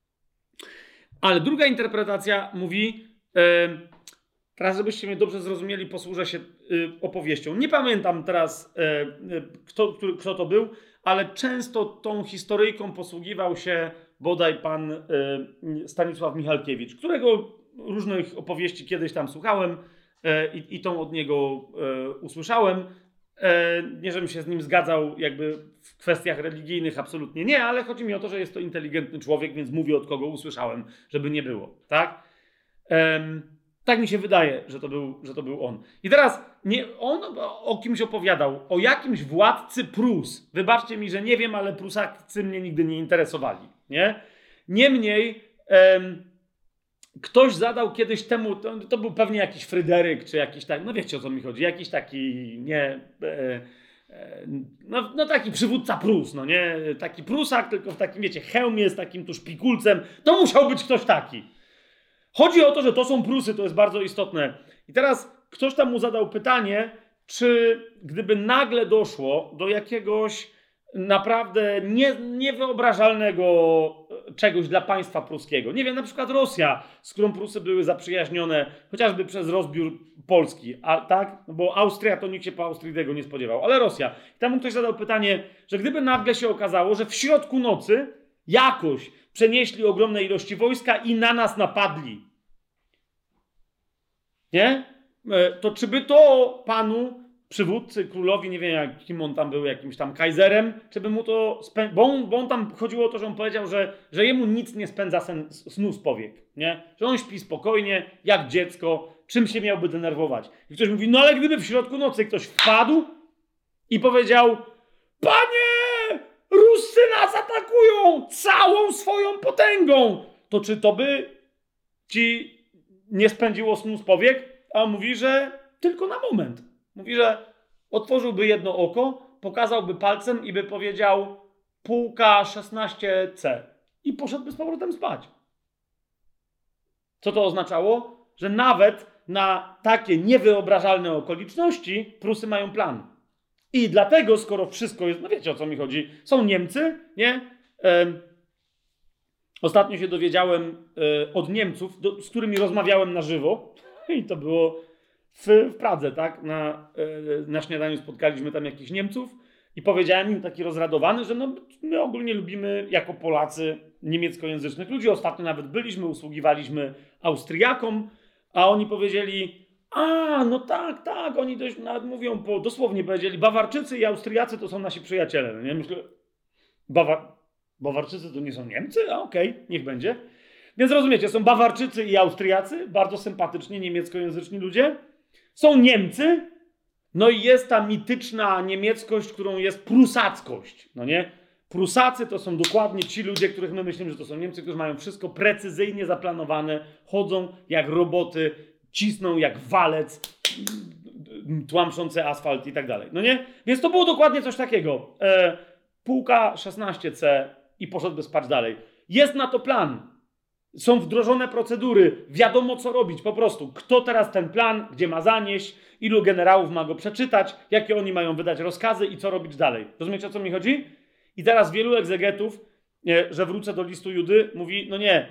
Ale druga interpretacja mówi... Yy, Teraz, żebyście mnie dobrze zrozumieli, posłużę się y, opowieścią. Nie pamiętam teraz, y, y, kto, który, kto to był, ale często tą historyjką posługiwał się bodaj pan y, Stanisław Michalkiewicz, którego różnych opowieści kiedyś tam słuchałem y, i tą od niego y, usłyszałem. Y, nie, żebym się z nim zgadzał jakby w kwestiach religijnych, absolutnie nie, ale chodzi mi o to, że jest to inteligentny człowiek, więc mówię, od kogo usłyszałem, żeby nie było, tak? Y, Tak mi się wydaje, że to był, że to był on. I teraz nie, on o kimś opowiadał, o jakimś władcy Prus. Wybaczcie mi, że nie wiem, ale Prusacy mnie nigdy nie interesowali. Nie? Niemniej em, ktoś zadał kiedyś temu, to, to był pewnie jakiś Fryderyk, czy jakiś tak, no wiecie o co mi chodzi, jakiś taki, nie, e, e, no, no taki przywódca Prus, no nie, taki Prusak, tylko w takim, wiecie, hełmie z takim tu szpikulcem. To musiał być ktoś taki. Chodzi o to, że to są Prusy, to jest bardzo istotne. I teraz ktoś tam mu zadał pytanie, czy gdyby nagle doszło do jakiegoś naprawdę nie, niewyobrażalnego czegoś dla państwa pruskiego. Nie wiem, na przykład Rosja, z którą Prusy były zaprzyjaźnione chociażby przez rozbiór Polski, a tak? No bo Austria, to nikt się po Austrii tego nie spodziewał, ale Rosja. I tam mu ktoś zadał pytanie, że gdyby nagle się okazało, że w środku nocy jakoś przenieśli ogromne ilości wojska i na nas napadli. Nie? To czy by to panu, przywódcy, królowi, nie wiem jak, kim on tam był, jakimś tam kajzerem, czy by mu to spę... bo, on, bo on tam chodziło o to, że on powiedział, że, że jemu nic nie spędza sen, snu z powiek. Nie? Że on śpi spokojnie, jak dziecko, czym się miałby denerwować. I ktoś mówi, no ale gdyby w środku nocy ktoś wpadł i powiedział, panie, Ruscy nas atakują całą swoją potęgą, to czy to by ci nie spędziło snu z powiek? A on mówi, że tylko na moment. Mówi, że otworzyłby jedno oko, pokazałby palcem i by powiedział półka szesnaście C i poszedłby z powrotem spać. Co to oznaczało? Że nawet na takie niewyobrażalne okoliczności Prusy mają plan. I dlatego, skoro wszystko jest, no wiecie o co mi chodzi, są Niemcy, nie? Ehm, ostatnio się dowiedziałem e, od Niemców, do, z którymi rozmawiałem na żywo i to było w, w Pradze, tak? Na, na śniadaniu spotkaliśmy tam jakichś Niemców i powiedziałem im taki rozradowany, że no, my ogólnie lubimy jako Polacy niemieckojęzycznych ludzi. Ostatnio nawet byliśmy, usługiwaliśmy Austriakom, a oni powiedzieli: a, no tak, tak, oni dość nawet mówią, po, dosłownie powiedzieli, Bawarczycy i Austriacy to są nasi przyjaciele. No nie, myślę, Bawar... Bawarczycy to nie są Niemcy? A okej, okay, niech będzie. Więc rozumiecie, są Bawarczycy i Austriacy, bardzo sympatyczni niemieckojęzyczni ludzie. Są Niemcy, no i jest ta mityczna niemieckość, którą jest prusackość, no nie? Prusacy to są dokładnie ci ludzie, których my myślimy, że to są Niemcy, którzy mają wszystko precyzyjnie zaplanowane, chodzą jak roboty, cisną jak walec, tłamszący asfalt i tak dalej, no nie? Więc to było dokładnie coś takiego. E, półka szesnaście C i poszedłby spać dalej. Jest na to plan. Są wdrożone procedury, wiadomo co robić, po prostu. Kto teraz ten plan, gdzie ma zanieść, ilu generałów ma go przeczytać, jakie oni mają wydać rozkazy i co robić dalej. Rozumiecie, o co mi chodzi? I teraz wielu egzegetów, że wrócę do listu Judy, mówi, no nie,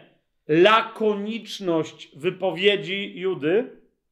lakoniczność wypowiedzi Judy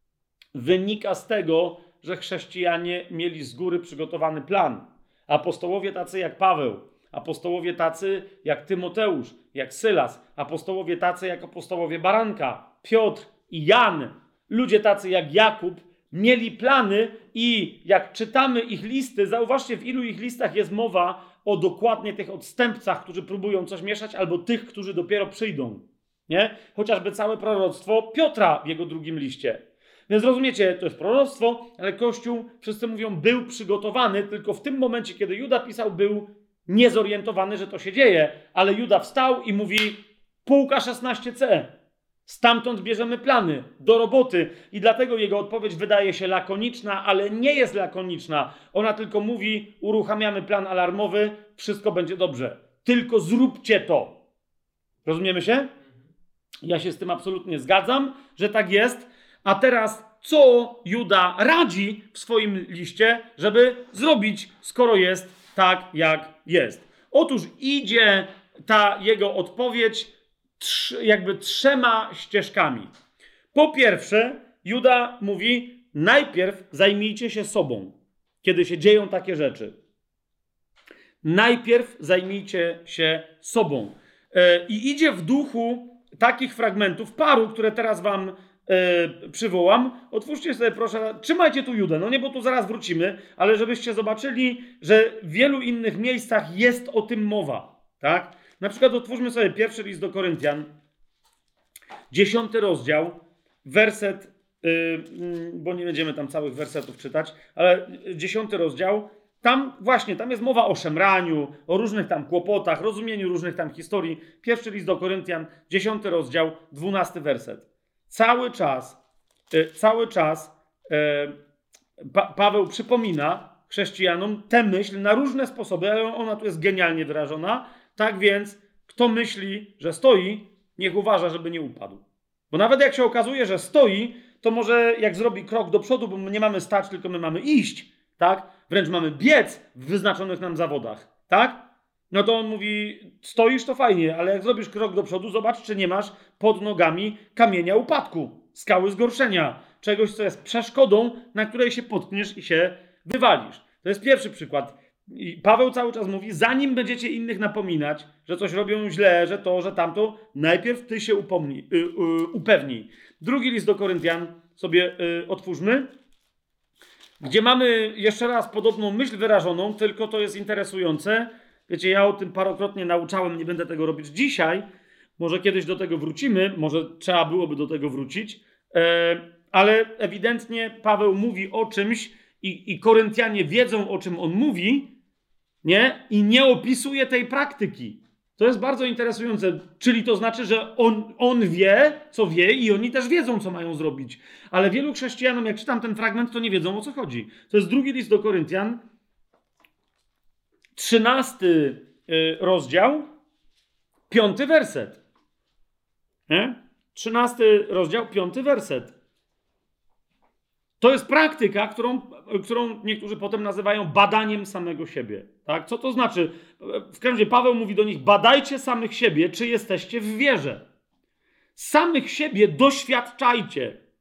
wynika z tego, że chrześcijanie mieli z góry przygotowany plan. Apostołowie tacy jak Paweł, apostołowie tacy jak Tymoteusz, jak Sylas, apostołowie tacy jak apostołowie Baranka, Piotr i Jan, ludzie tacy jak Jakub, mieli plany i jak czytamy ich listy, zauważcie, w ilu ich listach jest mowa o dokładnie tych odstępcach, którzy próbują coś mieszać, albo tych, którzy dopiero przyjdą. Nie? Chociażby całe proroctwo Piotra w jego drugim liście. Więc rozumiecie, to jest proroctwo, ale Kościół, wszyscy mówią, był przygotowany, tylko w tym momencie, kiedy Juda pisał, był niezorientowany, że to się dzieje, ale Juda wstał i mówi, półka szesnaście C, stamtąd bierzemy plany, do roboty i dlatego jego odpowiedź wydaje się lakoniczna, ale nie jest lakoniczna. Ona tylko mówi, uruchamiamy plan alarmowy, wszystko będzie dobrze, tylko zróbcie to. Rozumiemy się? Ja się z tym absolutnie zgadzam, że tak jest, a teraz co Juda radzi w swoim liście, żeby zrobić, skoro jest tak, jak jest. Otóż idzie ta jego odpowiedź trz, jakby trzema ścieżkami. Po pierwsze, Juda mówi, najpierw zajmijcie się sobą, kiedy się dzieją takie rzeczy. Najpierw zajmijcie się sobą. Yy, I idzie w duchu takich fragmentów, paru, które teraz wam Yy, przywołam. Otwórzcie sobie proszę, trzymajcie tu Judę, no nie, bo tu zaraz wrócimy, ale żebyście zobaczyli, że w wielu innych miejscach jest o tym mowa, tak? Na przykład otwórzmy sobie pierwszy list do Koryntian, dziesiąty rozdział, werset, yy, yy, bo nie będziemy tam całych wersetów czytać, ale dziesiąty rozdział, tam właśnie, tam jest mowa o szemraniu, o różnych tam kłopotach, rozumieniu różnych tam historii. Pierwszy list do Koryntian, dziesiąty rozdział, dwunasty werset. Cały czas, cały czas pa- Paweł przypomina chrześcijanom tę myśl na różne sposoby, ale ona tu jest genialnie wyrażona. Tak więc, kto myśli, że stoi, niech uważa, żeby nie upadł. Bo nawet jak się okazuje, że stoi, to może jak zrobi krok do przodu, bo my nie mamy stać, tylko my mamy iść, tak? Wręcz mamy biec w wyznaczonych nam zawodach, tak? No to on mówi, stoisz to fajnie, ale jak zrobisz krok do przodu, zobacz, czy nie masz pod nogami kamienia upadku, skały zgorszenia, czegoś, co jest przeszkodą, na której się potkniesz i się wywalisz. To jest pierwszy przykład. I Paweł cały czas mówi, zanim będziecie innych napominać, że coś robią źle, że to, że tamto, najpierw ty się upomnij, y, y, upewnij. Drugi list do Koryntian sobie y, otwórzmy, gdzie mamy jeszcze raz podobną myśl wyrażoną, tylko to jest interesujące. Wiecie, ja o tym parokrotnie nauczałem, nie będę tego robić dzisiaj. Może kiedyś do tego wrócimy, może trzeba byłoby do tego wrócić. E, ale ewidentnie Paweł mówi o czymś i, i Koryntianie wiedzą, o czym on mówi, nie? I nie opisuje tej praktyki. To jest bardzo interesujące. Czyli to znaczy, że on, on wie, co wie i oni też wiedzą, co mają zrobić. Ale wielu chrześcijanom, jak czytam ten fragment, to nie wiedzą, o co chodzi. To jest drugi list do Koryntian, trzynasty rozdział, piąty werset. Nie? Trzynasty rozdział, piąty werset. To jest praktyka, którą, którą niektórzy potem nazywają badaniem samego siebie. Tak? Co to znaczy? W każdym razie Paweł mówi do nich, badajcie samych siebie, czy jesteście w wierze. Samych siebie doświadczajcie.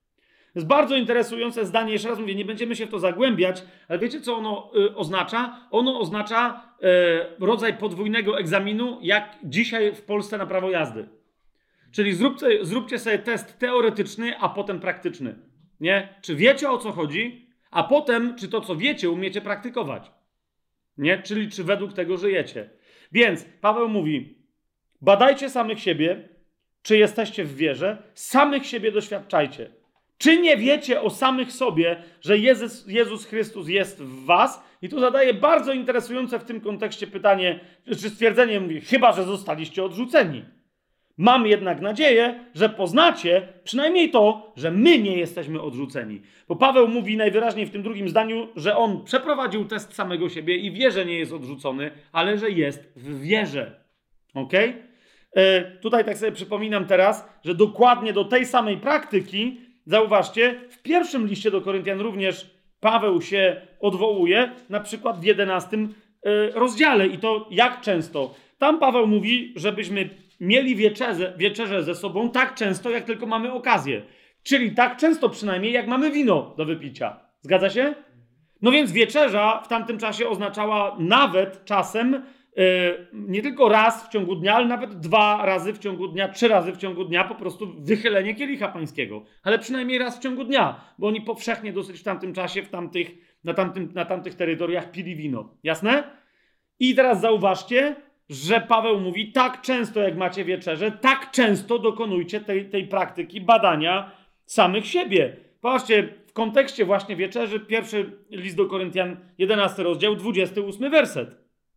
jest bardzo interesujące zdanie, jeszcze raz mówię, nie będziemy się w to zagłębiać, ale wiecie, co ono y, oznacza? Ono oznacza y, rodzaj podwójnego egzaminu, jak dzisiaj w Polsce na prawo jazdy. Czyli zróbcie, zróbcie sobie test teoretyczny, a potem praktyczny. Nie? Czy wiecie, o co chodzi, a potem, czy to, co wiecie, umiecie praktykować. Nie? Czyli czy według tego żyjecie. Więc Paweł mówi, badajcie samych siebie, czy jesteście w wierze, samych siebie doświadczajcie. Czy nie wiecie o samych sobie, że Jezus, Jezus Chrystus jest w was? I tu zadaje bardzo interesujące w tym kontekście pytanie, czy stwierdzenie, mówi, chyba że zostaliście odrzuceni. Mam jednak nadzieję, że poznacie przynajmniej to, że my nie jesteśmy odrzuceni. Bo Paweł mówi najwyraźniej w tym drugim zdaniu, że on przeprowadził test samego siebie i wie, że nie jest odrzucony, ale że jest w wierze. Okej? Okay? Tutaj tak sobie przypominam teraz, że dokładnie do tej samej praktyki, zauważcie, w pierwszym liście do Koryntian również Paweł się odwołuje, na przykład w jedenastym rozdziale. I to jak często? Tam Paweł mówi, żebyśmy mieli wieczerzę, wieczerzę ze sobą tak często, jak tylko mamy okazję. Czyli tak często przynajmniej, jak mamy wino do wypicia. Zgadza się? No więc wieczerza w tamtym czasie oznaczała nawet czasem yy, nie tylko raz w ciągu dnia, ale nawet dwa razy w ciągu dnia, trzy razy w ciągu dnia po prostu wychylenie kielicha pańskiego. Ale przynajmniej raz w ciągu dnia, bo oni powszechnie dosyć w tamtym czasie, w tamtych, na, tamtym, na tamtych terytoriach pili wino. Jasne? I teraz zauważcie, że Paweł mówi, tak często jak macie wieczerzę, tak często dokonujcie tej, tej praktyki badania samych siebie. Patrzcie, w kontekście właśnie wieczerzy, pierwszy list do Koryntian, jedenasty rozdział, dwudziesty ósmy werset.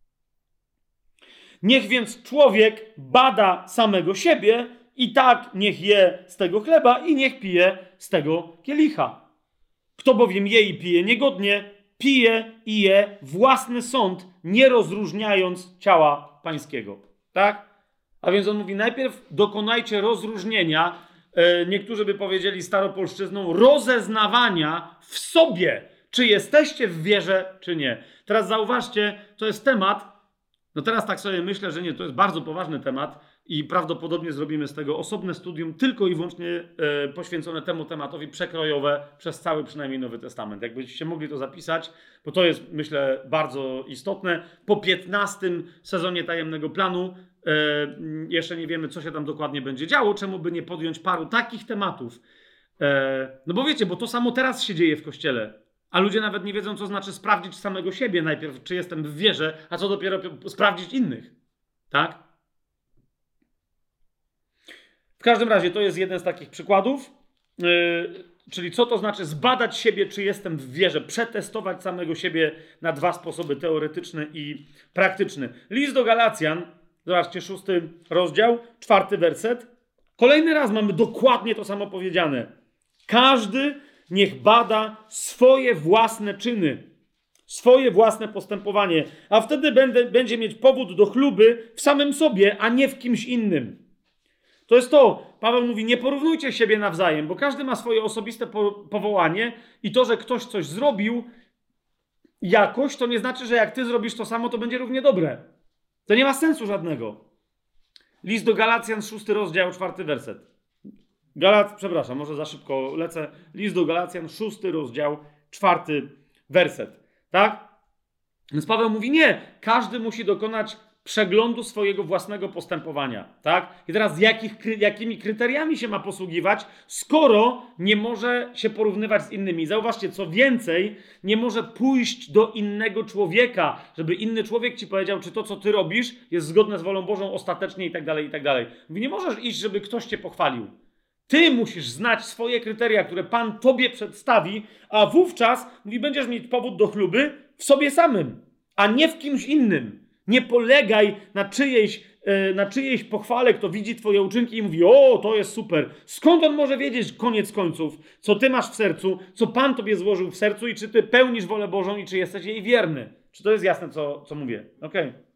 Niech więc człowiek bada samego siebie i tak niech je z tego chleba i niech pije z tego kielicha. Kto bowiem je i pije niegodnie, pije i je własny sąd, nie rozróżniając ciała pańskiego. Tak? A więc on mówi, najpierw dokonajcie rozróżnienia, e, niektórzy by powiedzieli staropolszczyzną, rozeznawania w sobie, czy jesteście w wierze, czy nie. Teraz zauważcie, to jest temat, no teraz tak sobie myślę, że nie, to jest bardzo poważny temat i prawdopodobnie zrobimy z tego osobne studium tylko i wyłącznie e, poświęcone temu tematowi, przekrojowe przez cały przynajmniej Nowy Testament. Jakbyście mogli to zapisać, bo to jest, myślę, bardzo istotne. Po piętnastym sezonie Tajemnego Planu e, jeszcze nie wiemy, co się tam dokładnie będzie działo, czemu by nie podjąć paru takich tematów. E, no bo wiecie, bo to samo teraz się dzieje w Kościele. A ludzie nawet nie wiedzą, co znaczy sprawdzić samego siebie najpierw, czy jestem w wierze, a co dopiero sprawdzić innych. Tak? W każdym razie to jest jeden z takich przykładów. Yy, czyli co to znaczy zbadać siebie, czy jestem w wierze, przetestować samego siebie na dwa sposoby, teoretyczny i praktyczny. List do Galacjan, zobaczcie, szósty rozdział, czwarty werset. Kolejny raz mamy dokładnie to samo powiedziane. Każdy niech bada swoje własne czyny, swoje własne postępowanie, a wtedy będę, będzie mieć powód do chluby w samym sobie, a nie w kimś innym. To jest to, Paweł mówi, nie porównujcie siebie nawzajem, bo każdy ma swoje osobiste po, powołanie i to, że ktoś coś zrobił jakoś, to nie znaczy, że jak ty zrobisz to samo, to będzie równie dobre. To nie ma sensu żadnego. List do Galacjan, szósty rozdział, czwarty werset. Galac, przepraszam, może za szybko lecę. List do Galacjan, szósty rozdział, czwarty werset. Tak? Więc Paweł mówi, nie, każdy musi dokonać przeglądu swojego własnego postępowania. Tak? I teraz jakich, jakimi kryteriami się ma posługiwać, skoro nie może się porównywać z innymi. Zauważcie, co więcej, nie może pójść do innego człowieka, żeby inny człowiek ci powiedział, czy to, co ty robisz, jest zgodne z wolą Bożą ostatecznie i tak dalej, i tak dalej. Mówi, nie możesz iść, żeby ktoś cię pochwalił. Ty musisz znać swoje kryteria, które Pan tobie przedstawi, a wówczas, mówi, będziesz mieć powód do chluby w sobie samym, a nie w kimś innym. Nie polegaj na czyjejś, na czyjejś pochwale, kto widzi twoje uczynki i mówi, o, to jest super. Skąd on może wiedzieć koniec końców, co ty masz w sercu, co Pan tobie złożył w sercu i czy ty pełnisz wolę Bożą i czy jesteś jej wierny? Czy to jest jasne, co, co mówię? Okej. Okay.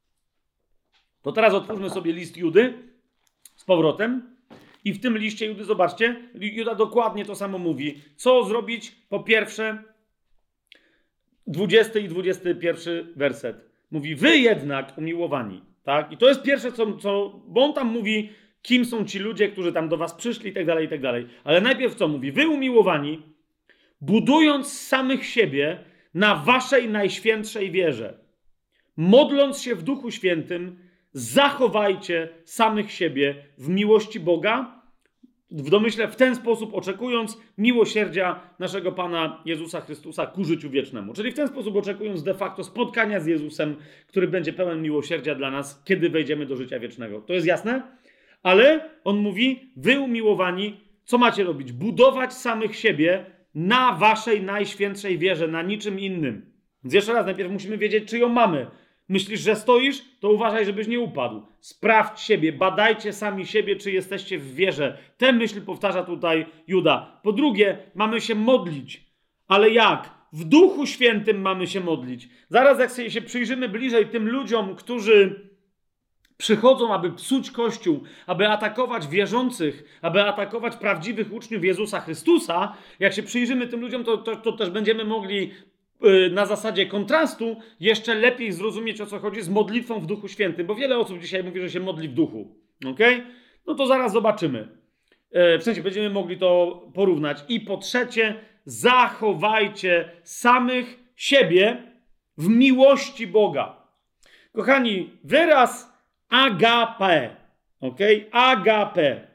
To teraz otwórzmy sobie list Judy z powrotem. I w tym liście Judy, zobaczcie, Juda dokładnie to samo mówi. Co zrobić? Po pierwsze, dwudziesty i dwudziesty pierwszy werset. Mówi, wy jednak umiłowani. Tak? I to jest pierwsze, co, co... Bo on tam mówi, kim są ci ludzie, którzy tam do was przyszli i tak dalej, i tak dalej. Ale najpierw co mówi? Wy umiłowani, budując samych siebie na waszej najświętszej wierze, modląc się w Duchu Świętym, zachowajcie samych siebie w miłości Boga, w domyśle w ten sposób oczekując miłosierdzia naszego Pana Jezusa Chrystusa ku życiu wiecznemu. Czyli w ten sposób oczekując de facto spotkania z Jezusem, który będzie pełen miłosierdzia dla nas, kiedy wejdziemy do życia wiecznego. To jest jasne? Ale on mówi, wy umiłowani, co macie robić? Budować samych siebie na waszej najświętszej wierze, na niczym innym. Więc jeszcze raz, najpierw musimy wiedzieć, czy ją mamy. Myślisz, że stoisz? To uważaj, żebyś nie upadł. Sprawdź siebie, badajcie sami siebie, czy jesteście w wierze. Tę myśl powtarza tutaj Juda. Po drugie, mamy się modlić. Ale jak? W Duchu Świętym mamy się modlić. Zaraz jak sobie się przyjrzymy bliżej tym ludziom, którzy przychodzą, aby psuć Kościół, aby atakować wierzących, aby atakować prawdziwych uczniów Jezusa Chrystusa, jak się przyjrzymy tym ludziom, to, to, to też będziemy mogli na zasadzie kontrastu jeszcze lepiej zrozumieć, o co chodzi z modlitwą w Duchu Świętym, bo wiele osób dzisiaj mówi, że się modli w duchu. Okej? Okay? No to zaraz zobaczymy. W sensie będziemy mogli to porównać. I po trzecie, zachowajcie samych siebie w miłości Boga. Kochani, wyraz agape. Okej? Okay? Agape.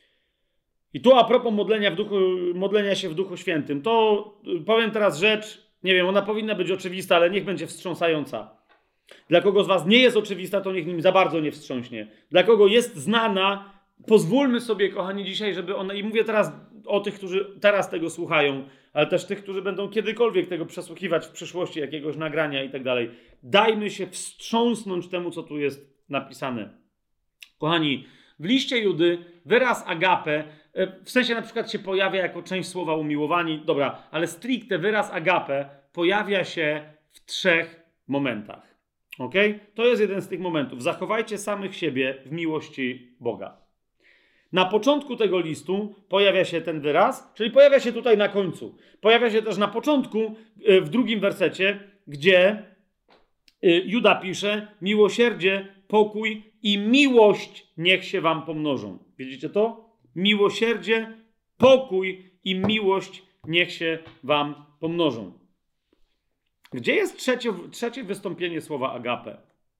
I tu a propos modlenia, w duchu, modlenia się w Duchu Świętym, to powiem teraz rzecz, nie wiem, ona powinna być oczywista, ale niech będzie wstrząsająca. Dla kogo z was nie jest oczywista, to niech nim za bardzo nie wstrząśnie. Dla kogo jest znana, pozwólmy sobie, kochani, dzisiaj, żeby ona, i mówię teraz o tych, którzy teraz tego słuchają, ale też tych, którzy będą kiedykolwiek tego przesłuchiwać w przyszłości, jakiegoś nagrania i tak dalej. Dajmy się wstrząsnąć temu, co tu jest napisane. Kochani, w liście Judy wyraz agape, w sensie na przykład się pojawia jako część słowa umiłowani, dobra, ale stricte wyraz agape pojawia się w trzech momentach. Okej? Okay? To jest jeden z tych momentów. Zachowajcie samych siebie w miłości Boga. Na początku tego listu pojawia się ten wyraz, czyli pojawia się tutaj na końcu. Pojawia się też na początku, w drugim wersecie, gdzie Juda pisze: miłosierdzie, pokój i miłość niech się wam pomnożą. Widzicie to? Miłosierdzie, pokój i miłość niech się wam pomnożą. Gdzie jest trzecie, trzecie wystąpienie słowa agape?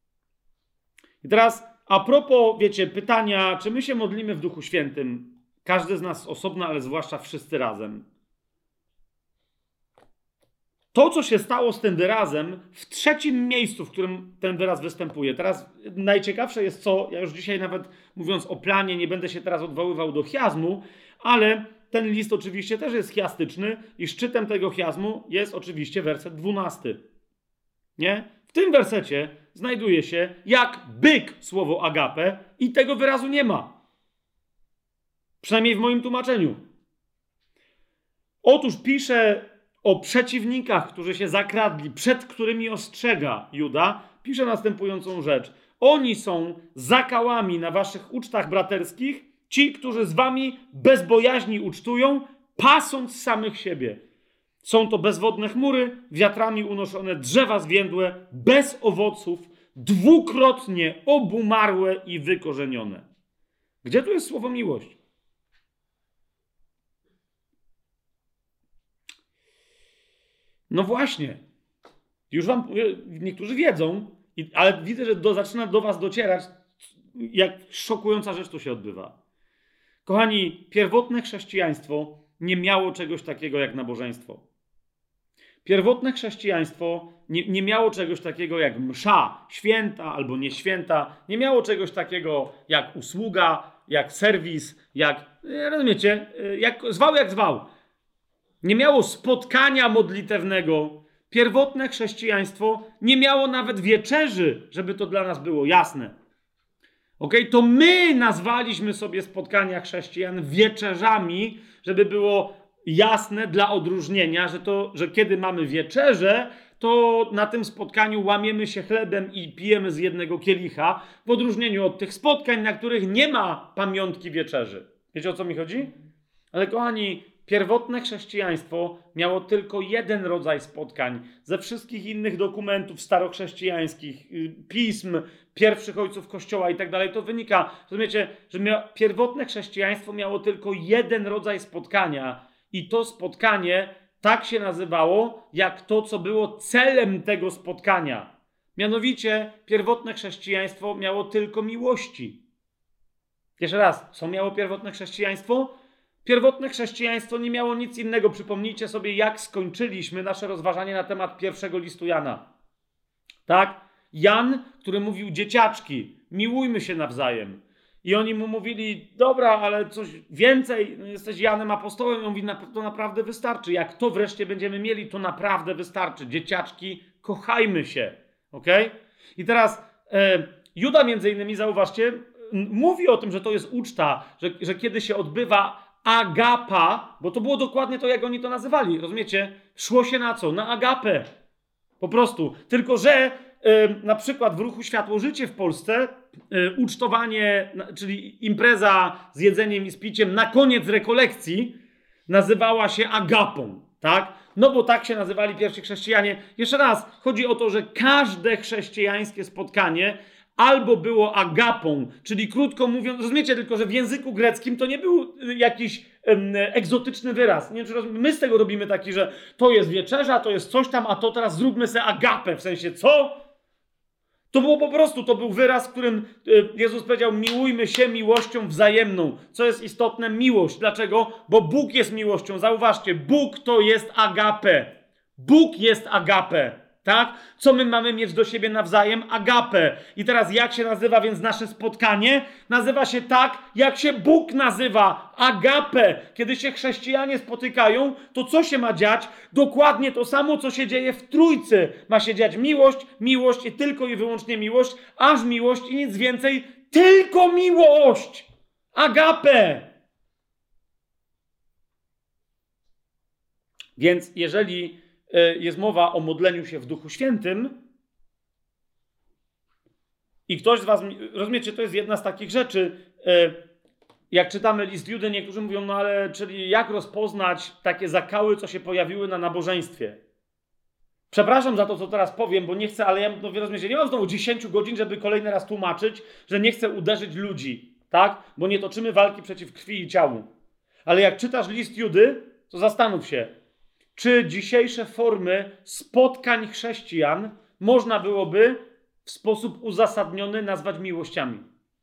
I teraz a propos, wiecie, pytania, czy my się modlimy w Duchu Świętym? Każdy z nas osobno, ale zwłaszcza wszyscy razem. To, co się stało z tym wyrazem w trzecim miejscu, w którym ten wyraz występuje. Teraz najciekawsze jest co, ja już dzisiaj nawet mówiąc o planie, nie będę się teraz odwoływał do chiazmu, ale ten list oczywiście też jest chiastyczny i szczytem tego chiazmu jest oczywiście werset dwunasty. Nie? W tym wersecie znajduje się jak byk słowo agape i tego wyrazu nie ma. Przynajmniej w moim tłumaczeniu. Otóż pisze o przeciwnikach, którzy się zakradli, przed którymi ostrzega Juda, pisze następującą rzecz. Oni są zakałami na waszych ucztach braterskich, ci, którzy z wami bez bojaźni ucztują, pasąc samych siebie. Są to bezwodne chmury, wiatrami unoszone drzewa zwiędłe, bez owoców, dwukrotnie obumarłe i wykorzenione. Gdzie tu jest słowo miłość? No właśnie. Już wam, niektórzy wiedzą, ale widzę, że do, zaczyna do was docierać, jak szokująca rzecz tu się odbywa. Kochani, pierwotne chrześcijaństwo nie miało czegoś takiego jak nabożeństwo. Pierwotne chrześcijaństwo nie, nie miało czegoś takiego jak msza, święta albo nieświęta. Nie miało czegoś takiego jak usługa, jak serwis, jak, rozumiecie, jak, zwał jak zwał. Nie miało spotkania modlitewnego. Pierwotne chrześcijaństwo nie miało nawet wieczerzy, żeby to dla nas było jasne. Okay? To my nazwaliśmy sobie spotkania chrześcijan wieczerzami, żeby było jasne dla odróżnienia, że, to, że kiedy mamy wieczerzę, to na tym spotkaniu łamiemy się chlebem i pijemy z jednego kielicha, w odróżnieniu od tych spotkań, na których nie ma pamiątki wieczerzy. Wiecie, o co mi chodzi? Ale kochani, pierwotne chrześcijaństwo miało tylko jeden rodzaj spotkań. Ze wszystkich innych dokumentów starochrześcijańskich, pism, pierwszych ojców Kościoła i tak dalej, to wynika, rozumiecie, że mia- pierwotne chrześcijaństwo miało tylko jeden rodzaj spotkania i to spotkanie tak się nazywało, jak to, co było celem tego spotkania. Mianowicie pierwotne chrześcijaństwo miało tylko miłości. Jeszcze raz, co miało pierwotne chrześcijaństwo? Pierwotne chrześcijaństwo nie miało nic innego. Przypomnijcie sobie, jak skończyliśmy nasze rozważanie na temat pierwszego listu Jana. Tak? Jan, który mówił: dzieciaczki, miłujmy się nawzajem. I oni mu mówili: dobra, ale coś więcej, jesteś Janem apostołem. I on mówi: to naprawdę wystarczy. Jak to wreszcie będziemy mieli, to naprawdę wystarczy. Dzieciaczki, kochajmy się. Okej? I teraz e, Juda między innymi, zauważcie, mówi o tym, że to jest uczta, że, że kiedy się odbywa agapa, bo to było dokładnie to, jak oni to nazywali, rozumiecie? Szło się na co? Na agapę. Po prostu. Tylko że y, na przykład w ruchu Światło-Życie w Polsce y, ucztowanie, czyli impreza z jedzeniem i z piciem na koniec rekolekcji nazywała się agapą, tak? No bo tak się nazywali pierwsi chrześcijanie. Jeszcze raz, chodzi o to, że każde chrześcijańskie spotkanie albo było agapą, czyli krótko mówiąc, rozumiecie, tylko że w języku greckim to nie był jakiś um, egzotyczny wyraz. Nie wiem, czy my z tego robimy taki, że to jest wieczerza, to jest coś tam, a to teraz zróbmy sobie agapę. W sensie co? To było po prostu, to był wyraz, w którym Jezus powiedział: miłujmy się miłością wzajemną. Co jest istotne? Miłość. Dlaczego? Bo Bóg jest miłością. Zauważcie, Bóg to jest agapę. Bóg jest agapę. Tak? Co my mamy mieć do siebie nawzajem? Agapę. I teraz jak się nazywa więc nasze spotkanie? Nazywa się tak, jak się Bóg nazywa. Agapę. Kiedy się chrześcijanie spotykają, to co się ma dziać? Dokładnie to samo, co się dzieje w Trójcy. Ma się dziać miłość, miłość i tylko i wyłącznie miłość, aż miłość i nic więcej. Tylko miłość. Agapę. Więc jeżeli jest mowa o modleniu się w Duchu Świętym i ktoś z was, rozumiecie, to jest jedna z takich rzeczy, jak czytamy list Judy, niektórzy mówią: no ale, czyli jak rozpoznać takie zakały, co się pojawiły na nabożeństwie? Przepraszam za to, co teraz powiem, bo nie chcę, ale ja, no rozumiecie, nie mam znowu dziesięciu godzin, żeby kolejny raz tłumaczyć, że nie chcę uderzyć ludzi, tak? Bo nie toczymy walki przeciw krwi i ciału. Ale jak czytasz list Judy, to zastanów się, czy dzisiejsze formy spotkań chrześcijan można byłoby w sposób uzasadniony nazwać miłościami.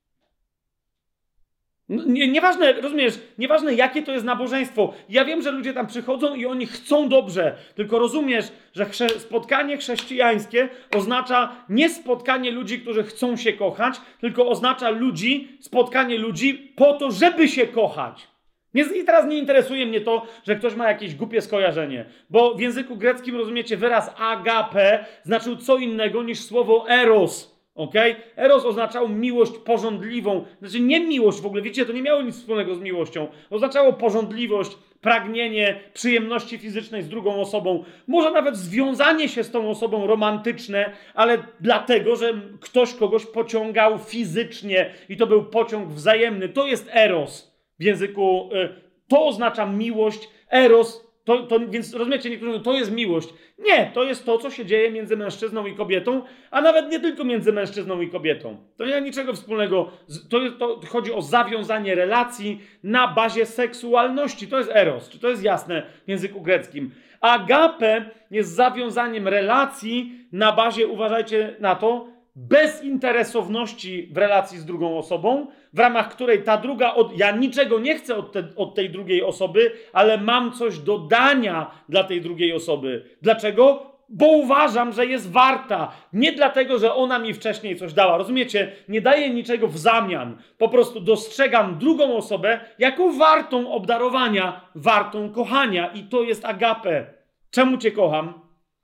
Nie, nieważne, rozumiesz, nieważne jakie to jest nabożeństwo. Ja wiem, że ludzie tam przychodzą i oni chcą dobrze, tylko rozumiesz, że chrze- spotkanie chrześcijańskie oznacza nie spotkanie ludzi, którzy chcą się kochać, tylko oznacza ludzi, spotkanie ludzi po to, żeby się kochać. Nie, I teraz nie interesuje mnie to, że ktoś ma jakieś głupie skojarzenie, bo w języku greckim, rozumiecie, wyraz agape znaczył co innego niż słowo eros, okej? Okay? Eros oznaczał miłość pożądliwą, znaczy nie miłość w ogóle, wiecie, to nie miało nic wspólnego z miłością, oznaczało pożądliwość, pragnienie przyjemności fizycznej z drugą osobą, może nawet związanie się z tą osobą romantyczne, ale dlatego, że ktoś kogoś pociągał fizycznie i to był pociąg wzajemny, to jest eros. W języku, to oznacza miłość, eros, to, to, więc rozumiecie, niektórzy mówią, to jest miłość. Nie, to jest to, co się dzieje między mężczyzną i kobietą, a nawet nie tylko między mężczyzną i kobietą. To nie ma niczego wspólnego, z, to, jest, to chodzi o zawiązanie relacji na bazie seksualności, to jest eros, czy to jest jasne w języku greckim. Agape jest zawiązaniem relacji na bazie, uważajcie na to, bezinteresowności w relacji z drugą osobą, w ramach której ta druga, od, ja niczego nie chcę od, te, od tej drugiej osoby, ale mam coś do dania dla tej drugiej osoby. Dlaczego? Bo uważam, że jest warta. Nie dlatego, że ona mi wcześniej coś dała. Rozumiecie? Nie daję niczego w zamian. Po prostu dostrzegam drugą osobę jako wartą obdarowania, wartą kochania. I to jest agape. Czemu cię kocham?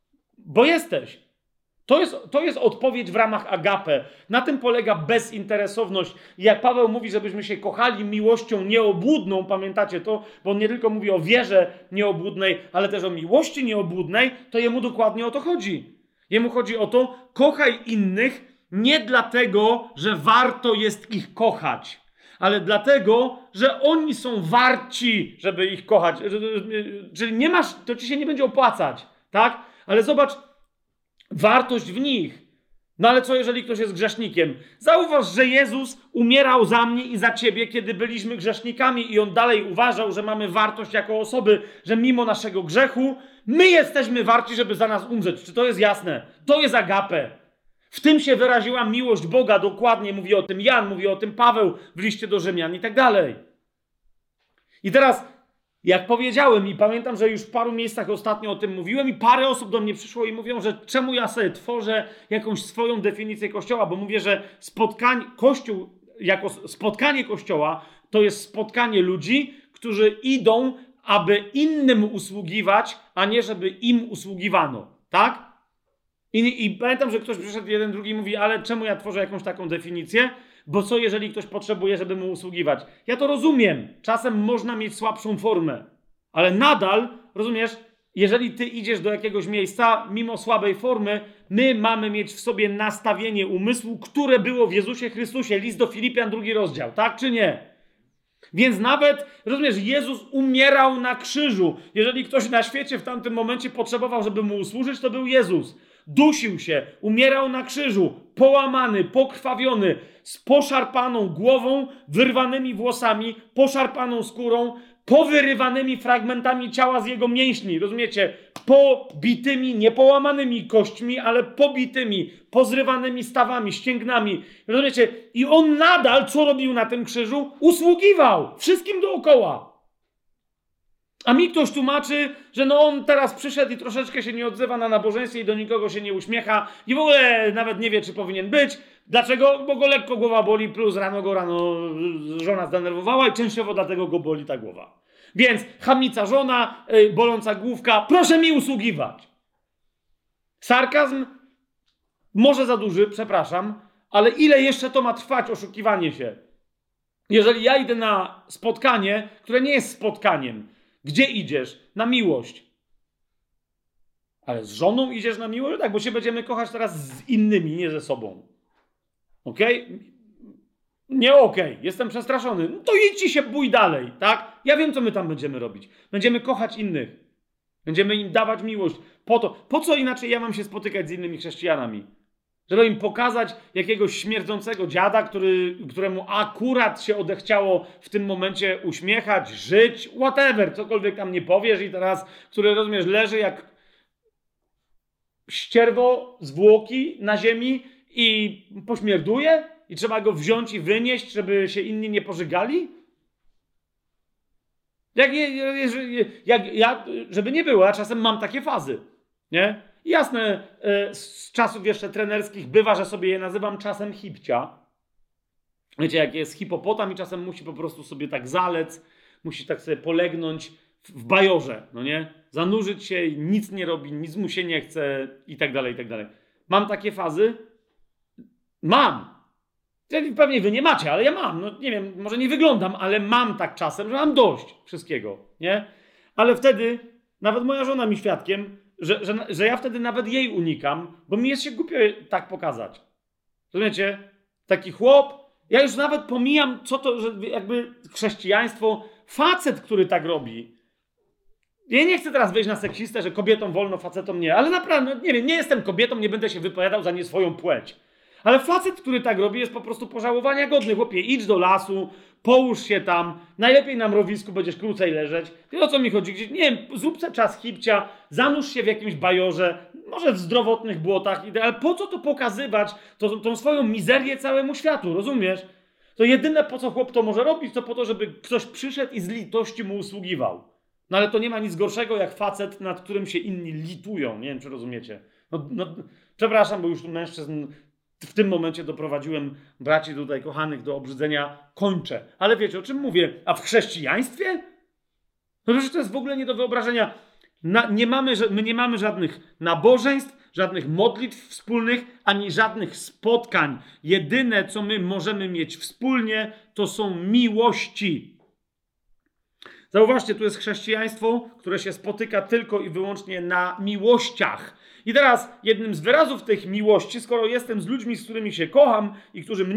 Bo jesteś. To jest, to jest odpowiedź w ramach agape. Na tym polega bezinteresowność. I jak Paweł mówi, żebyśmy się kochali miłością nieobłudną, pamiętacie to? Bo on nie tylko mówi o wierze nieobłudnej, ale też o miłości nieobłudnej, to jemu dokładnie o to chodzi. Jemu chodzi o to, kochaj innych nie dlatego, że warto jest ich kochać, ale dlatego, że oni są warci, żeby ich kochać. Czyli nie masz, to ci się nie będzie opłacać, tak? Ale zobacz, wartość w nich. No ale co, jeżeli ktoś jest grzesznikiem? Zauważ, że Jezus umierał za mnie i za ciebie, kiedy byliśmy grzesznikami i on dalej uważał, że mamy wartość jako osoby, że mimo naszego grzechu my jesteśmy warci, żeby za nas umrzeć. Czy to jest jasne? To jest agape. W tym się wyraziła miłość Boga, dokładnie mówi o tym Jan, mówi o tym Paweł w liście do Rzymian i tak dalej. I teraz, jak powiedziałem i pamiętam, że już w paru miejscach ostatnio o tym mówiłem i parę osób do mnie przyszło i mówią, że czemu ja sobie tworzę jakąś swoją definicję Kościoła, bo mówię, że spotkanie, Kościół jako spotkanie Kościoła to jest spotkanie ludzi, którzy idą, aby innym usługiwać, a nie żeby im usługiwano, tak? I, I pamiętam, że ktoś przyszedł, jeden, drugi mówi, ale czemu ja tworzę jakąś taką definicję? Bo co, jeżeli ktoś potrzebuje, żeby mu usługiwać? Ja to rozumiem. Czasem można mieć słabszą formę. Ale nadal, rozumiesz, jeżeli ty idziesz do jakiegoś miejsca, mimo słabej formy, my mamy mieć w sobie nastawienie umysłu, które było w Jezusie Chrystusie. List do Filipian, drugi rozdział. Tak czy nie? Więc nawet, rozumiesz, Jezus umierał na krzyżu. Jeżeli ktoś na świecie w tamtym momencie potrzebował, żeby mu usłużyć, to był Jezus. Dusił się, umierał na krzyżu, połamany, pokrwawiony, z poszarpaną głową, wyrwanymi włosami, poszarpaną skórą, powyrywanymi fragmentami ciała z jego mięśni, rozumiecie? Pobitymi, nie połamanymi kośćmi, ale pobitymi, pozrywanymi stawami, ścięgnami, rozumiecie? I on nadal, co robił na tym krzyżu? Usługiwał wszystkim dookoła. A mi ktoś tłumaczy, że no on teraz przyszedł i troszeczkę się nie odzywa na nabożeństwie i do nikogo się nie uśmiecha i w ogóle nawet nie wie, czy powinien być. Dlaczego? Bo go lekko głowa boli, plus rano go rano żona zdenerwowała i częściowo dlatego go boli ta głowa. Więc chamica żona, yy, boląca główka, proszę mi usługiwać. Sarkazm może za duży, przepraszam, ale ile jeszcze to ma trwać oszukiwanie się? Jeżeli ja idę na spotkanie, które nie jest spotkaniem, gdzie idziesz? Na miłość. Ale z żoną idziesz na miłość? Tak, bo się będziemy kochać teraz z innymi, nie ze sobą. Okej? Okay? Nie okej, okay. Jestem przestraszony. No to idźcie się, bój dalej, tak? Ja wiem, co my tam będziemy robić. Będziemy kochać innych. Będziemy im dawać miłość. Po to. Po co inaczej ja mam się spotykać z innymi chrześcijanami? Żeby im pokazać jakiegoś śmierdzącego dziada, który, któremu akurat się odechciało w tym momencie uśmiechać, żyć, whatever, cokolwiek tam nie powiesz i teraz, który, rozumiesz, leży jak ścierwo zwłoki na ziemi i pośmierduje i trzeba go wziąć i wynieść, żeby się inni nie pożygali? Jak, jak, jak, żeby nie było, ja czasem mam takie fazy, nie? Jasne, z czasów jeszcze trenerskich bywa, że sobie je nazywam czasem hipcia. Wiecie, jak jest hipopotam i czasem musi po prostu sobie tak zalec, musi tak sobie polegnąć w bajorze, no nie? Zanurzyć się i nic nie robi, nic mu się nie chce i tak dalej, i tak dalej. Mam takie fazy? Mam. Pewnie wy nie macie, ale ja mam. No nie wiem, może nie wyglądam, ale mam tak czasem, że mam dość wszystkiego, nie? Ale wtedy, nawet moja żona mi świadkiem, Że, że, że ja wtedy nawet jej unikam, bo mi jest się głupio tak pokazać. Rozumiecie? Taki chłop, ja już nawet pomijam, co to, że jakby chrześcijaństwo, facet, który tak robi. Ja nie chcę teraz wejść na seksistę, że kobietom wolno, facetom nie, ale naprawdę, nie wiem, nie jestem kobietą, nie będę się wypowiadał za nie swoją płeć. Ale facet, który tak robi, jest po prostu pożałowania godny. Chłopie, idź do lasu, połóż się tam, najlepiej na mrowisku będziesz krócej leżeć. Wiesz, o co mi chodzi? Gdzieś, nie wiem, zrób se czas hipcia, zanurz się w jakimś bajorze, może w zdrowotnych błotach, ale po co to pokazywać, to, tą swoją mizerię całemu światu, rozumiesz? To jedyne, po co chłop to może robić, to po to, żeby ktoś przyszedł i z litości mu usługiwał. No ale to nie ma nic gorszego jak facet, nad którym się inni litują. Nie wiem, czy rozumiecie. No, no, przepraszam, bo już tu mężczyzn w tym momencie doprowadziłem braci tutaj kochanych do obrzydzenia. Kończę. Ale wiecie, o czym mówię? A w chrześcijaństwie? No przecież to jest w ogóle nie do wyobrażenia. Na, nie mamy, my nie mamy żadnych nabożeństw, żadnych modlitw wspólnych, ani żadnych spotkań. Jedyne, co my możemy mieć wspólnie, to są miłości. Zauważcie, tu jest chrześcijaństwo, które się spotyka tylko i wyłącznie na miłościach. I teraz jednym z wyrazów tych miłości, skoro jestem z ludźmi, z którymi się kocham i którzy mnie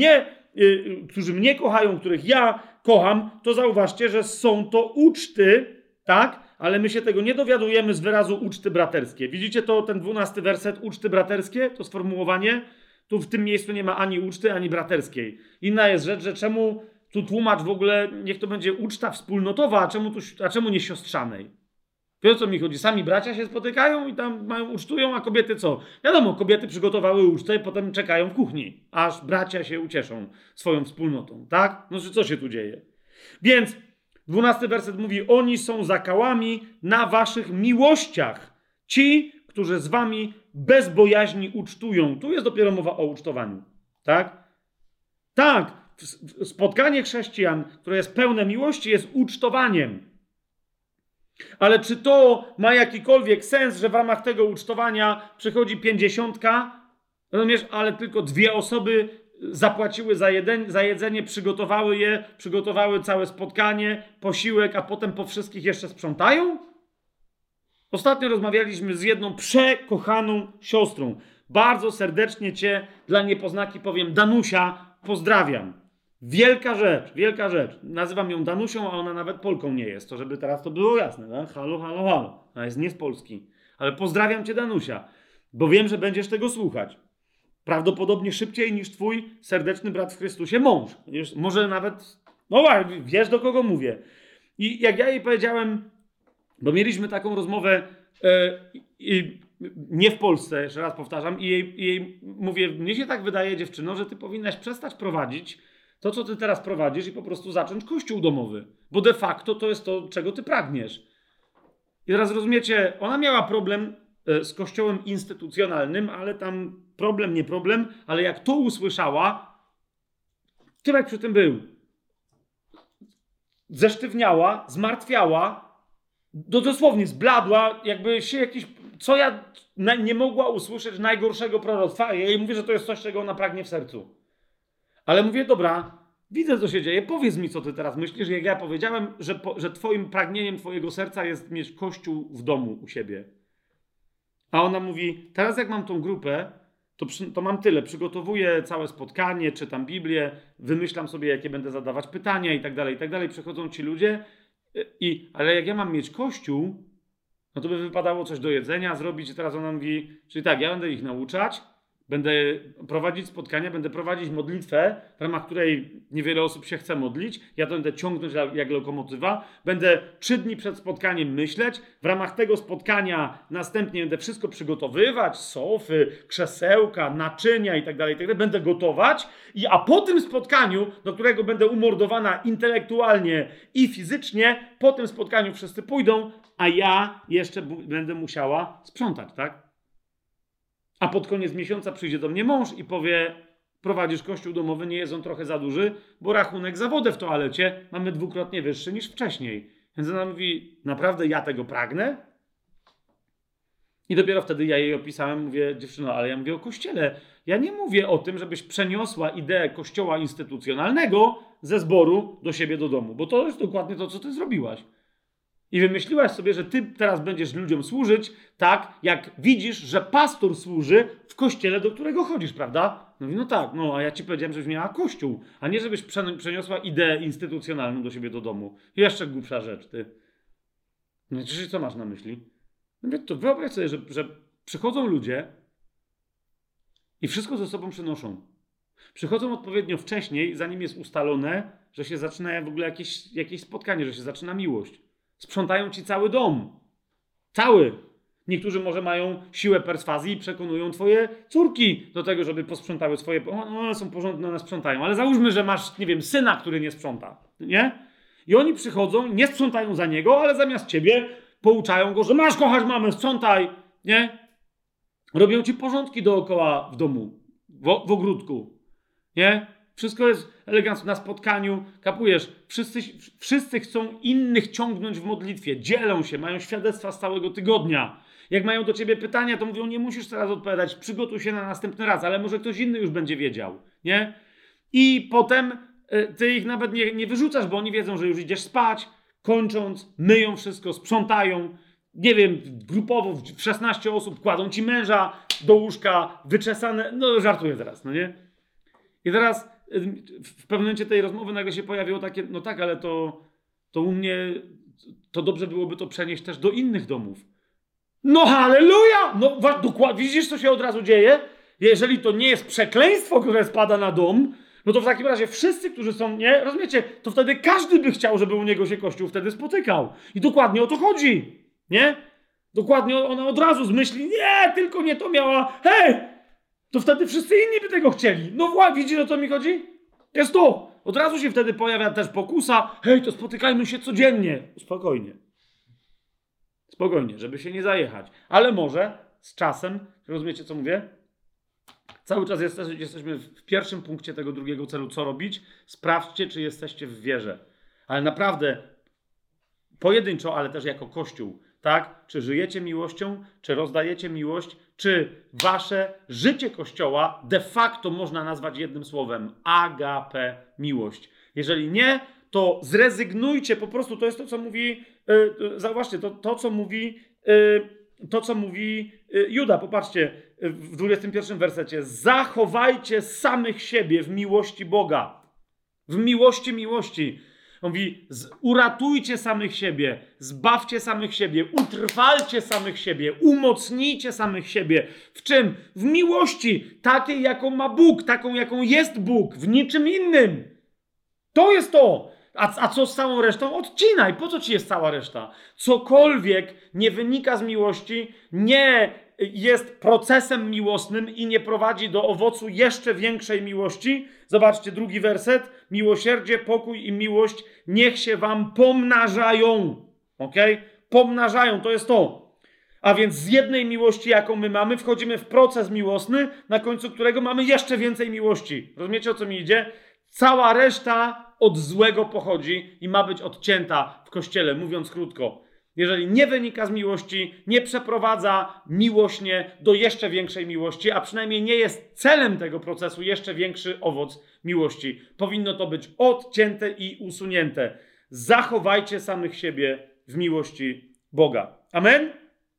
yy, którzy mnie kochają, których ja kocham, to zauważcie, że są to uczty, tak? Ale my się tego nie dowiadujemy z wyrazu uczty braterskie. Widzicie to, ten dwunasty werset, uczty braterskie, to sformułowanie? Tu w tym miejscu nie ma ani uczty, ani braterskiej. Inna jest rzecz, że czemu tu tłumacz w ogóle, niech to będzie uczta wspólnotowa, a czemu, tu, a czemu nie siostrzanej? Wiesz, o co mi chodzi? Sami bracia się spotykają i tam mają, ucztują, a kobiety co? Wiadomo, kobiety przygotowały ucztę i potem czekają w kuchni, aż bracia się ucieszą swoją wspólnotą, tak? No co się tu dzieje? Więc dwunasty werset mówi, oni są zakałami na waszych miłościach. Ci, którzy z wami bez bojaźni ucztują. Tu jest dopiero mowa o ucztowaniu, tak? Tak, spotkanie chrześcijan, które jest pełne miłości, jest ucztowaniem. Ale czy to ma jakikolwiek sens, że w ramach tego ucztowania przychodzi pięćdziesiątka, rozumiesz, ale tylko dwie osoby zapłaciły za, jeden, za jedzenie, przygotowały je, przygotowały całe spotkanie, posiłek, a potem po wszystkich jeszcze sprzątają? Ostatnio rozmawialiśmy z jedną przekochaną siostrą. Bardzo serdecznie cię dla niepoznaki powiem, Danusia, pozdrawiam. Wielka rzecz, wielka rzecz. Nazywam ją Danusią, a ona nawet Polką nie jest. To żeby teraz to było jasne, tak? Halo, halo, halo. Ona jest nie z Polski. Ale pozdrawiam cię, Danusia, bo wiem, że będziesz tego słuchać. Prawdopodobnie szybciej niż twój serdeczny brat w Chrystusie mąż. Może nawet, no wiesz, do kogo mówię. I jak ja jej powiedziałem, bo mieliśmy taką rozmowę e, i, nie w Polsce, jeszcze raz powtarzam, i jej, i jej mówię, mnie się tak wydaje, dziewczyno, że ty powinnaś przestać prowadzić to, co ty teraz prowadzisz i po prostu zacząć kościół domowy. Bo de facto to jest to, czego ty pragniesz. I teraz rozumiecie, ona miała problem z kościołem instytucjonalnym, ale tam problem, nie problem, ale jak to usłyszała, Tymek przy tym był. Zesztywniała, zmartwiała, do, dosłownie zbladła, jakby się jakiś, co ja na, nie mogła usłyszeć najgorszego proroctwa. Ja jej mówię, że to jest coś, czego ona pragnie w sercu. Ale mówię, dobra, widzę, co się dzieje, powiedz mi, co ty teraz myślisz, jak ja powiedziałem, że, po, że twoim pragnieniem twojego serca jest mieć kościół w domu u siebie. A ona mówi, teraz jak mam tą grupę, to, przy, to mam tyle, przygotowuję całe spotkanie, czytam Biblię, wymyślam sobie, jakie będę zadawać pytania i tak dalej, i tak dalej. Przychodzą ci ludzie, i, ale jak ja mam mieć kościół, no to by wypadało coś do jedzenia zrobić i teraz ona mówi, czyli tak, ja będę ich nauczać, będę prowadzić spotkania, będę prowadzić modlitwę, w ramach której niewiele osób się chce modlić. Ja to będę ciągnąć jak lokomotywa. Będę trzy dni przed spotkaniem myśleć. W ramach tego spotkania następnie będę wszystko przygotowywać. Sofy, krzesełka, naczynia i tak dalej, i tak dalej. Będę gotować. I, a po tym spotkaniu, do którego będę umordowana intelektualnie i fizycznie, po tym spotkaniu wszyscy pójdą, a ja jeszcze b- będę musiała sprzątać, tak? A pod koniec miesiąca przyjdzie do mnie mąż i powie, prowadzisz kościół domowy, nie jest on trochę za duży, bo rachunek za wodę w toalecie mamy dwukrotnie wyższy niż wcześniej. Więc ona mówi, naprawdę ja tego pragnę? I dopiero wtedy ja jej opisałem, mówię, dziewczyno, ale ja mówię o kościele. Ja nie mówię o tym, żebyś przeniosła ideę kościoła instytucjonalnego ze zboru do siebie do domu, bo to jest dokładnie to, co ty zrobiłaś. I wymyśliłaś sobie, że ty teraz będziesz ludziom służyć tak, jak widzisz, że pastor służy w kościele, do którego chodzisz, prawda? No, no tak, no a ja ci powiedziałem, żebyś miała kościół, a nie żebyś przeniosła ideę instytucjonalną do siebie do domu. I jeszcze głupsza rzecz, ty. No czyli co masz na myśli? No to wyobraź sobie, że, że przychodzą ludzie i wszystko ze sobą przynoszą. Przychodzą odpowiednio wcześniej, zanim jest ustalone, że się zaczyna w ogóle jakieś, jakieś spotkanie, że się zaczyna miłość. Sprzątają ci cały dom. Cały. Niektórzy może mają siłę perswazji i przekonują twoje córki do tego, żeby posprzątały swoje... One są porządne, one sprzątają. Ale załóżmy, że masz, nie wiem, syna, który nie sprząta. Nie? I oni przychodzą, nie sprzątają za niego, ale zamiast ciebie pouczają go, że masz kochać mamę, sprzątaj. Nie? Robią ci porządki dookoła w domu. W, w ogródku. Nie? Wszystko jest elegancko. Na spotkaniu, kapujesz, wszyscy, wszyscy chcą innych ciągnąć w modlitwie, dzielą się, mają świadectwa z całego tygodnia. Jak mają do ciebie pytania, to mówią, nie musisz teraz odpowiadać, przygotuj się na następny raz, ale może ktoś inny już będzie wiedział, nie? I potem y, ty ich nawet nie, nie wyrzucasz, bo oni wiedzą, że już idziesz spać, kończąc, myją wszystko, sprzątają, nie wiem, grupowo w szesnaście osób kładą ci męża do łóżka, wyczesane, no żartuję teraz, no nie? I teraz w pewnym momencie tej rozmowy nagle się pojawiło takie, no tak, ale to, to u mnie, to dobrze byłoby to przenieść też do innych domów. No halleluja! No dokładnie, widzisz, co się od razu dzieje? Jeżeli to nie jest przekleństwo, które spada na dom, no to w takim razie wszyscy, którzy są, nie, rozumiecie, to wtedy każdy by chciał, żeby u niego się Kościół wtedy spotykał. I dokładnie o to chodzi, nie? Dokładnie ona od razu zmyśli, nie, tylko nie to miała, hej! To wtedy wszyscy inni by tego chcieli. No właśnie, widzisz, o co mi chodzi? Jest to. Od razu się wtedy pojawia też pokusa, hej, to spotykajmy się codziennie. Spokojnie. Spokojnie, żeby się nie zajechać. Ale może z czasem, rozumiecie, co mówię? Cały czas jest, jesteśmy w pierwszym punkcie tego drugiego celu, co robić. Sprawdźcie, czy jesteście w wierze. Ale naprawdę pojedynczo, ale też jako Kościół, tak? Czy żyjecie miłością, czy rozdajecie miłość, czy wasze życie Kościoła de facto można nazwać jednym słowem agape, miłość. Jeżeli nie, to zrezygnujcie, po prostu to jest to, co mówi, yy, zauważcie, to, to co mówi, yy, to, co mówi yy, Juda. Popatrzcie, yy, w dwudziestym pierwszym wersecie. Zachowajcie samych siebie w miłości Boga. W miłości miłości. On mówi, z, uratujcie samych siebie, zbawcie samych siebie, utrwalcie samych siebie, umocnijcie samych siebie. W czym? W miłości, takiej, jaką ma Bóg, taką, jaką jest Bóg, w niczym innym. To jest to. A, a co z całą resztą? Odcinaj. Po co ci jest cała reszta? Cokolwiek nie wynika z miłości, nie jest procesem miłosnym i nie prowadzi do owocu jeszcze większej miłości. Zobaczcie drugi werset. Miłosierdzie, pokój i miłość niech się wam pomnażają. Okej? Okay? Pomnażają, to jest to. A więc z jednej miłości, jaką my mamy, wchodzimy w proces miłosny, na końcu którego mamy jeszcze więcej miłości. Rozumiecie, o co mi idzie? Cała reszta od złego pochodzi i ma być odcięta w Kościele, mówiąc krótko. Jeżeli nie wynika z miłości, nie przeprowadza miłośnie do jeszcze większej miłości, a przynajmniej nie jest celem tego procesu jeszcze większy owoc miłości. Powinno to być odcięte i usunięte. Zachowajcie samych siebie w miłości Boga. Amen?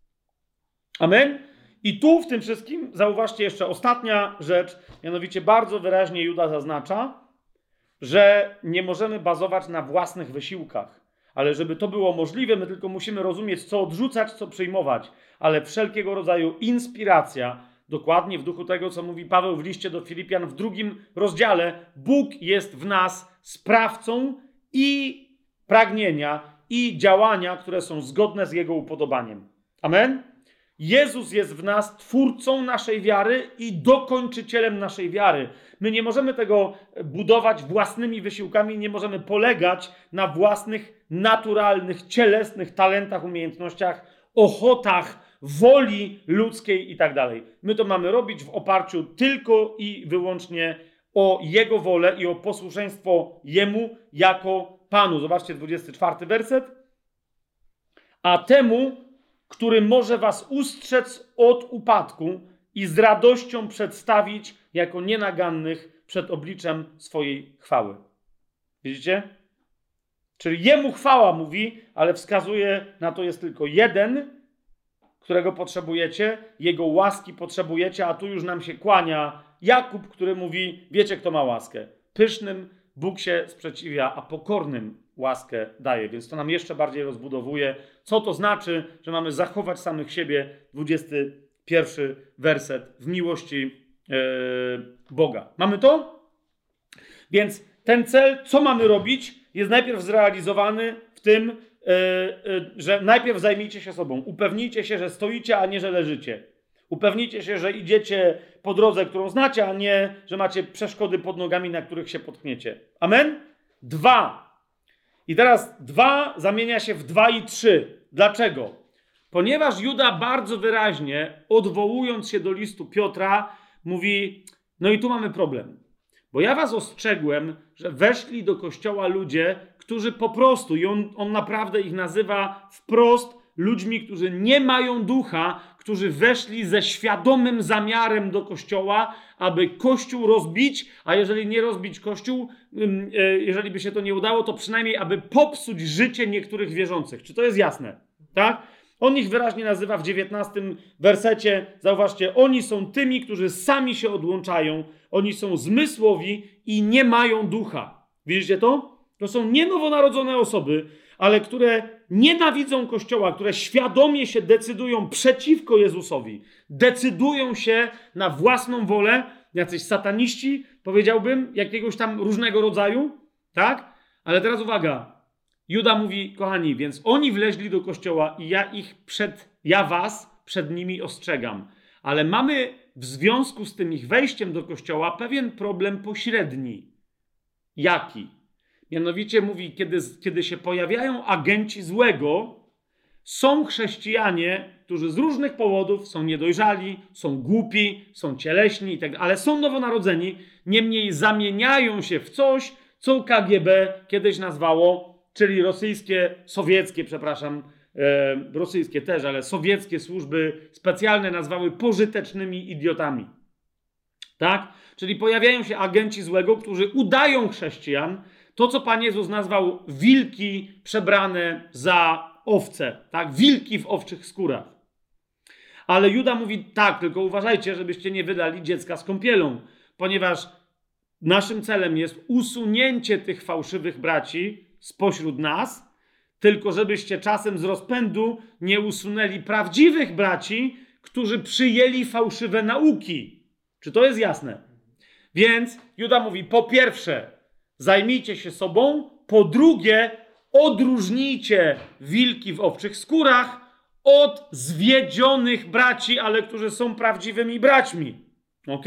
Amen? I tu w tym wszystkim zauważcie jeszcze ostatnia rzecz, mianowicie bardzo wyraźnie Juda zaznacza, że nie możemy bazować na własnych wysiłkach. Ale żeby to było możliwe, my tylko musimy rozumieć, co odrzucać, co przyjmować. Ale wszelkiego rodzaju inspiracja, dokładnie w duchu tego, co mówi Paweł w liście do Filipian w drugim rozdziale, Bóg jest w nas sprawcą i pragnienia, i działania, które są zgodne z Jego upodobaniem. Amen? Jezus jest w nas twórcą naszej wiary i dokończycielem naszej wiary. My nie możemy tego budować własnymi wysiłkami, nie możemy polegać na własnych, naturalnych, cielesnych talentach, umiejętnościach, ochotach, woli ludzkiej i tak dalej. My to mamy robić w oparciu tylko i wyłącznie o Jego wolę i o posłuszeństwo Jemu jako Panu. Zobaczcie dwudziesty czwarty werset. A temu, który może was ustrzec od upadku i z radością przedstawić jako nienagannych przed obliczem swojej chwały. Widzicie? Czyli Jemu chwała mówi, ale wskazuje na to jest tylko jeden, którego potrzebujecie, Jego łaski potrzebujecie, a tu już nam się kłania Jakub, który mówi, wiecie kto ma łaskę. Pysznym Bóg się sprzeciwia, a pokornym łaskę daje. Więc to nam jeszcze bardziej rozbudowuje, co to znaczy, że mamy zachować samych siebie. dwudziesty pierwszy werset w miłości yy, Boga. Mamy to? Więc ten cel, co mamy robić, jest najpierw zrealizowany w tym, yy, yy, że najpierw zajmijcie się sobą. Upewnijcie się, że stoicie, a nie, że leżycie. Upewnijcie się, że idziecie po drodze, którą znacie, a nie, że macie przeszkody pod nogami, na których się potkniecie. Amen? Dwa. I teraz dwa zamienia się w dwa i trzy. Dlaczego? Ponieważ Juda bardzo wyraźnie, odwołując się do listu Piotra, mówi, no i tu mamy problem. Bo ja was ostrzegłem, że weszli do kościoła ludzie, którzy po prostu, i on, on naprawdę ich nazywa wprost ludźmi, którzy nie mają ducha, którzy weszli ze świadomym zamiarem do kościoła, aby kościół rozbić, a jeżeli nie rozbić kościół, jeżeli by się to nie udało, to przynajmniej aby popsuć życie niektórych wierzących. Czy to jest jasne? Tak? On ich wyraźnie nazywa w dziewiętnastym wersecie. Zauważcie, oni są tymi, którzy sami się odłączają oni są zmysłowi i nie mają ducha. Widzicie to? To są nie nowonarodzone osoby, ale które nienawidzą Kościoła, które świadomie się decydują przeciwko Jezusowi. Decydują się na własną wolę, jacyś sataniści, powiedziałbym, jakiegoś tam różnego rodzaju, tak? Ale teraz uwaga, Juda mówi, kochani, więc oni wleźli do Kościoła i ja ich przed, ja was przed nimi ostrzegam. Ale mamy w związku z tym ich wejściem do Kościoła pewien problem pośredni. Jaki? Mianowicie mówi, kiedy, kiedy się pojawiają agenci złego, są chrześcijanie, którzy z różnych powodów są niedojrzali, są głupi, są cieleśni, i tak, ale są nowonarodzeni, niemniej zamieniają się w coś, co K G B kiedyś nazwało, czyli rosyjskie, sowieckie, przepraszam, e, rosyjskie też, ale sowieckie służby specjalne nazwały pożytecznymi idiotami. Tak? Czyli pojawiają się agenci złego, którzy udają chrześcijan, to co Pan Jezus nazwał wilki przebrane za owce, tak? Wilki w owczych skórach. Ale Juda mówi tak, tylko uważajcie, żebyście nie wydali dziecka z kąpielą, ponieważ naszym celem jest usunięcie tych fałszywych braci spośród nas, tylko żebyście czasem z rozpędu nie usunęli prawdziwych braci, którzy przyjęli fałszywe nauki. Czy to jest jasne? Więc Juda mówi, po pierwsze, zajmijcie się sobą, po drugie, odróżnijcie wilki w owczych skórach od zwiedzionych braci, ale którzy są prawdziwymi braćmi. Ok?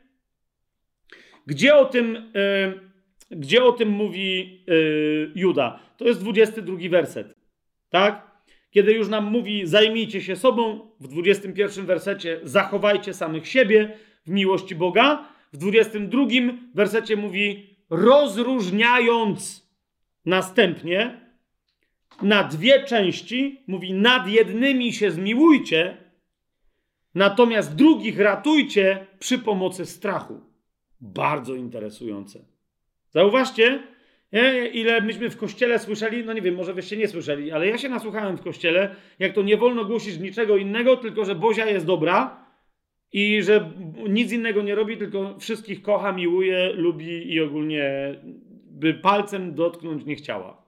Gdzie o tym, yy, gdzie o tym mówi yy, Juda? To jest dwudziesty drugi werset. Tak? Kiedy już nam mówi, zajmijcie się sobą, w dwudziestym pierwszym wersecie zachowajcie samych siebie w miłości Boga. W dwudziestym drugim wersecie mówi, rozróżniając następnie na dwie części, mówi, nad jednymi się zmiłujcie, natomiast drugich ratujcie przy pomocy strachu. Bardzo interesujące. Zauważcie, ile myśmy w kościele słyszeli, no nie wiem, może wyście nie słyszeli, ale ja się nasłuchałem w kościele, jak to nie wolno głosić niczego innego, tylko że Bozia jest dobra i że nic innego nie robi, tylko wszystkich kocha, miłuje, lubi i ogólnie by palcem dotknąć nie chciała.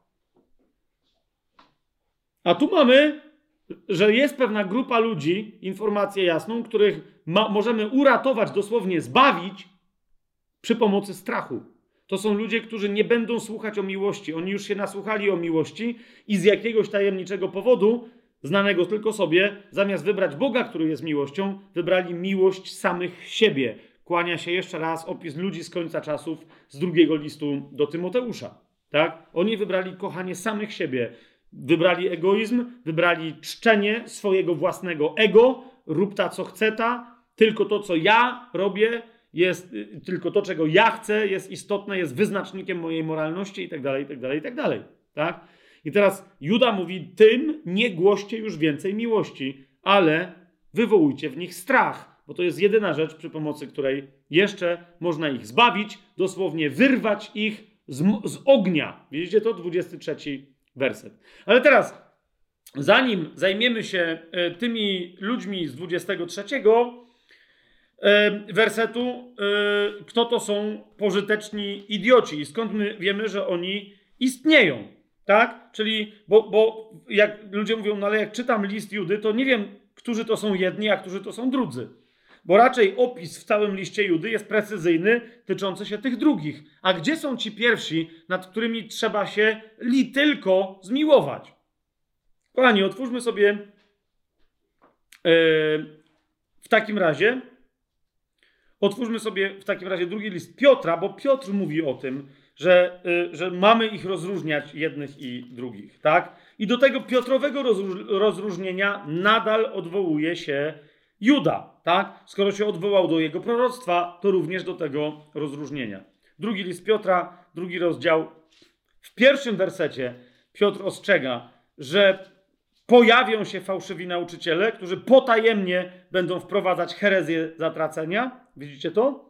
A tu mamy, że jest pewna grupa ludzi, informację jasną, których ma, możemy uratować, dosłownie zbawić przy pomocy strachu. To są ludzie, którzy nie będą słuchać o miłości. Oni już się nasłuchali o miłości i z jakiegoś tajemniczego powodu, znanego tylko sobie, zamiast wybrać Boga, który jest miłością, wybrali miłość samych siebie. Kłania się jeszcze raz opis ludzi z końca czasów z drugiego listu do Tymoteusza. Tak? Oni wybrali kochanie samych siebie. Wybrali egoizm, wybrali czczenie swojego własnego ego, rób ta co chce ta, tylko to co ja robię jest, tylko to czego ja chcę jest istotne, jest wyznacznikiem mojej moralności i tak dalej, i tak dalej, i tak dalej. Tak? I teraz Juda mówi, tym nie głoście już więcej miłości, ale wywołujcie w nich strach, bo to jest jedyna rzecz, przy pomocy której jeszcze można ich zbawić, dosłownie wyrwać ich z, z ognia. Widzicie to? dwudziesty trzeci werset. Ale teraz, zanim zajmiemy się tymi ludźmi z dwudziestego trzeciego wersetu, kto to są pożyteczni idioci i skąd my wiemy, że oni istnieją, tak? Czyli, bo, bo jak ludzie mówią, no ale jak czytam list Judy, to nie wiem, którzy to są jedni, a którzy to są drudzy. Bo raczej opis w całym liście Judy jest precyzyjny, tyczący się tych drugich. A gdzie są ci pierwsi, nad którymi trzeba się li tylko zmiłować? Kochani, otwórzmy sobie yy, w takim razie otwórzmy sobie w takim razie drugi list Piotra, bo Piotr mówi o tym, że, yy, że mamy ich rozróżniać jednych i drugich, tak? I do tego Piotrowego rozróż- rozróżnienia nadal odwołuje się Juda, tak? Skoro się odwołał do jego proroctwa, to również do tego rozróżnienia. Drugi list Piotra, drugi rozdział. W pierwszym wersecie Piotr ostrzega, że pojawią się fałszywi nauczyciele, którzy potajemnie będą wprowadzać herezję zatracenia. Widzicie to?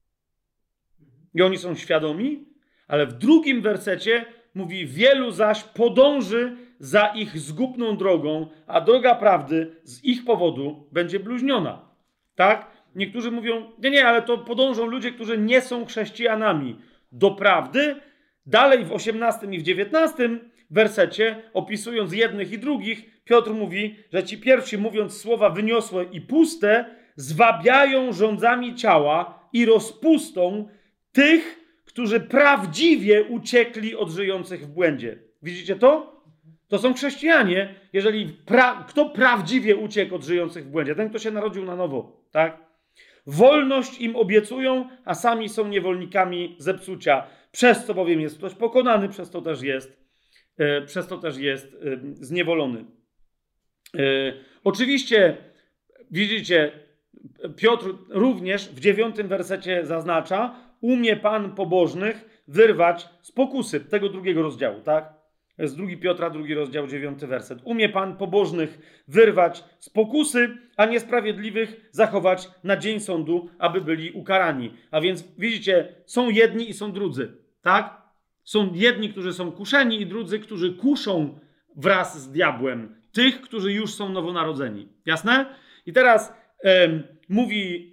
I oni są świadomi, ale w drugim wersecie mówi, wielu zaś podąży za ich zgubną drogą, a droga prawdy z ich powodu będzie bluźniona. Tak? Niektórzy mówią, nie, nie, ale to podążą ludzie, którzy nie są chrześcijanami do prawdy. Dalej w osiemnastym i w dziewiętnastym wersecie, opisując jednych i drugich, Piotr mówi, że ci pierwsi, mówiąc słowa wyniosłe i puste, zwabiają żądzami ciała i rozpustą tych, którzy prawdziwie uciekli od żyjących w błędzie. Widzicie to? To są chrześcijanie, jeżeli pra- kto prawdziwie uciekł od żyjących w błędzie? Ten, kto się narodził na nowo, tak? Wolność im obiecują, a sami są niewolnikami zepsucia. Przez co bowiem jest ktoś pokonany, przez to też jest, e, przez to też jest e, zniewolony. E, oczywiście, widzicie, Piotr również w dziewiątym wersecie zaznacza, umie Pan pobożnych wyrwać z pokusy, tego drugiego rozdziału, tak? To jest drugi Piotra, drugi rozdział, dziewiąty werset. Umie Pan pobożnych wyrwać z pokusy, a niesprawiedliwych zachować na dzień sądu, aby byli ukarani. A więc widzicie, są jedni i są drudzy, tak? Są jedni, którzy są kuszeni i drudzy, którzy kuszą wraz z diabłem tych, którzy już są nowonarodzeni. Jasne? I teraz em, mówi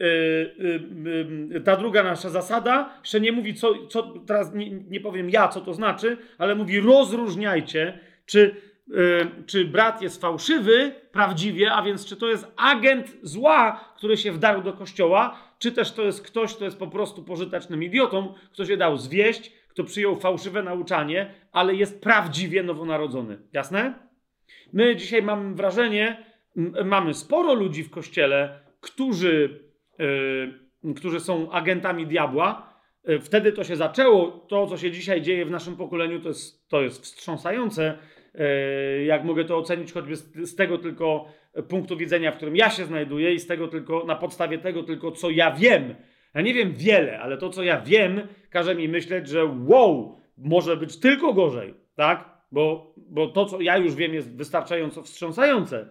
e, e, e, ta druga nasza zasada, jeszcze nie mówi, co, co teraz nie, nie powiem ja, co to znaczy, ale mówi rozróżniajcie, czy, e, czy brat jest fałszywy prawdziwie, a więc czy to jest agent zła, który się wdarł do kościoła, czy też to jest ktoś, kto jest po prostu pożytecznym idiotą, kto się dał zwieść, kto przyjął fałszywe nauczanie, ale jest prawdziwie nowonarodzony. Jasne? My dzisiaj mamy wrażenie, m- mamy sporo ludzi w kościele, którzy, yy, którzy są agentami diabła. Yy, wtedy to się zaczęło. To, co się dzisiaj dzieje w naszym pokoleniu, to jest, to jest wstrząsające. Yy, jak mogę to ocenić choćby z, z tego tylko punktu widzenia, w którym ja się znajduję i z tego tylko, na podstawie tego tylko, co ja wiem. Ja nie wiem wiele, ale to, co ja wiem, każe mi myśleć, że wow, może być tylko gorzej, tak? Bo, bo to, co ja już wiem, jest wystarczająco wstrząsające.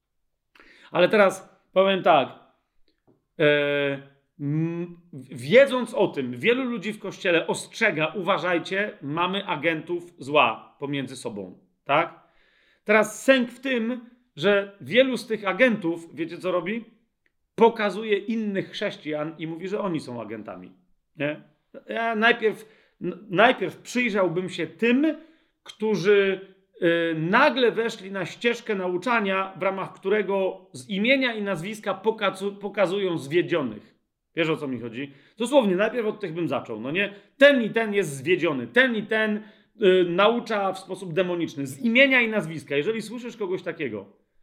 Ale teraz powiem tak. E, m, wiedząc o tym, wielu ludzi w kościele ostrzega, uważajcie, mamy agentów zła pomiędzy sobą, tak? Teraz sęk w tym, że wielu z tych agentów, wiecie co robi? Pokazuje innych chrześcijan i mówi, że oni są agentami. Nie? Ja najpierw, n- najpierw przyjrzałbym się tym, którzy y, nagle weszli na ścieżkę nauczania, w ramach którego z imienia i nazwiska pokazu, pokazują zwiedzionych. Wiesz, o co mi chodzi? Dosłownie, najpierw od tych bym zaczął. No nie? Ten i ten jest zwiedziony, ten i ten y, naucza w sposób demoniczny. Z imienia i nazwiska. Jeżeli słyszysz kogoś takiego,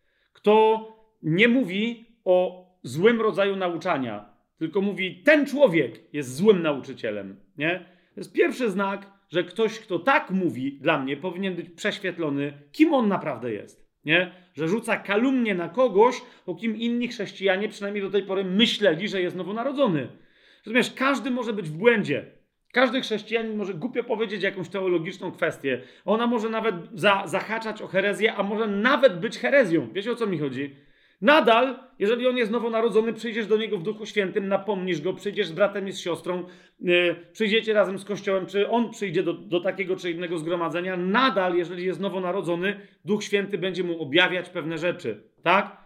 kto nie mówi o złym rodzaju nauczania, tylko mówi, ten człowiek jest złym nauczycielem, nie? To jest pierwszy znak, że ktoś, kto tak mówi dla mnie, powinien być prześwietlony, kim on naprawdę jest, nie? Że rzuca kalumnię na kogoś, o kim inni chrześcijanie przynajmniej do tej pory myśleli, że jest nowonarodzony. Rozumiesz, każdy może być w błędzie. Każdy chrześcijanin może głupio powiedzieć jakąś teologiczną kwestię. Ona może nawet za, zahaczać o herezję, a może nawet być herezją. Wiecie, o co mi chodzi? Nadal, jeżeli on jest nowonarodzony, przyjdziesz do niego w Duchu Świętym, napomnisz go, przyjdziesz z bratem i z siostrą, yy, przyjdziecie razem z Kościołem, czy on przyjdzie do, do takiego czy innego zgromadzenia, nadal, jeżeli jest nowonarodzony, Duch Święty będzie mu objawiać pewne rzeczy, tak?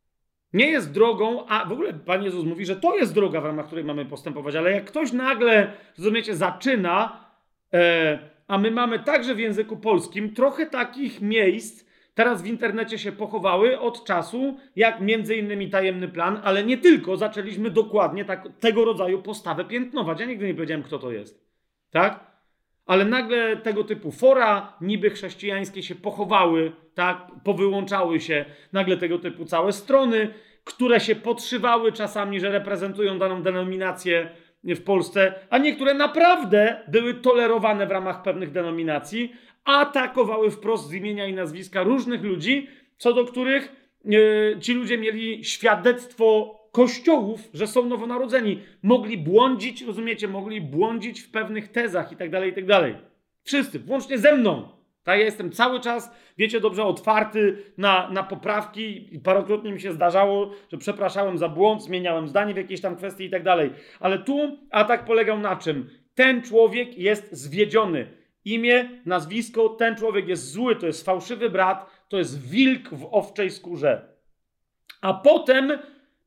Nie jest drogą, a w ogóle Pan Jezus mówi, że to jest droga, w ramach której mamy postępować, ale jak ktoś nagle, rozumiecie, zaczyna, e, a my mamy także w języku polskim trochę takich miejsc, teraz w internecie się pochowały od czasu, jak między innymi Tajemny Plan, ale nie tylko, zaczęliśmy dokładnie tak, tego rodzaju postawę piętnować. Ja nigdy nie powiedziałem, kto to jest, tak? Ale nagle tego typu fora niby chrześcijańskie się pochowały, tak, powyłączały się, nagle tego typu całe strony, które się podszywały czasami, że reprezentują daną denominację w Polsce, a niektóre naprawdę były tolerowane w ramach pewnych denominacji, atakowały wprost z imienia i nazwiska różnych ludzi, co do których yy, ci ludzie mieli świadectwo kościołów, że są nowonarodzeni. Mogli błądzić, rozumiecie, mogli błądzić w pewnych tezach i tak dalej, i tak dalej. Wszyscy, włącznie ze mną. Tak, ja jestem cały czas, wiecie dobrze, otwarty na, na poprawki i parokrotnie mi się zdarzało, że przepraszałem za błąd, zmieniałem zdanie w jakiejś tam kwestii i tak dalej. Ale tu atak polegał na czym? Ten człowiek jest zwiedziony. Imię, nazwisko, ten człowiek jest zły, to jest fałszywy brat, to jest wilk w owczej skórze. A potem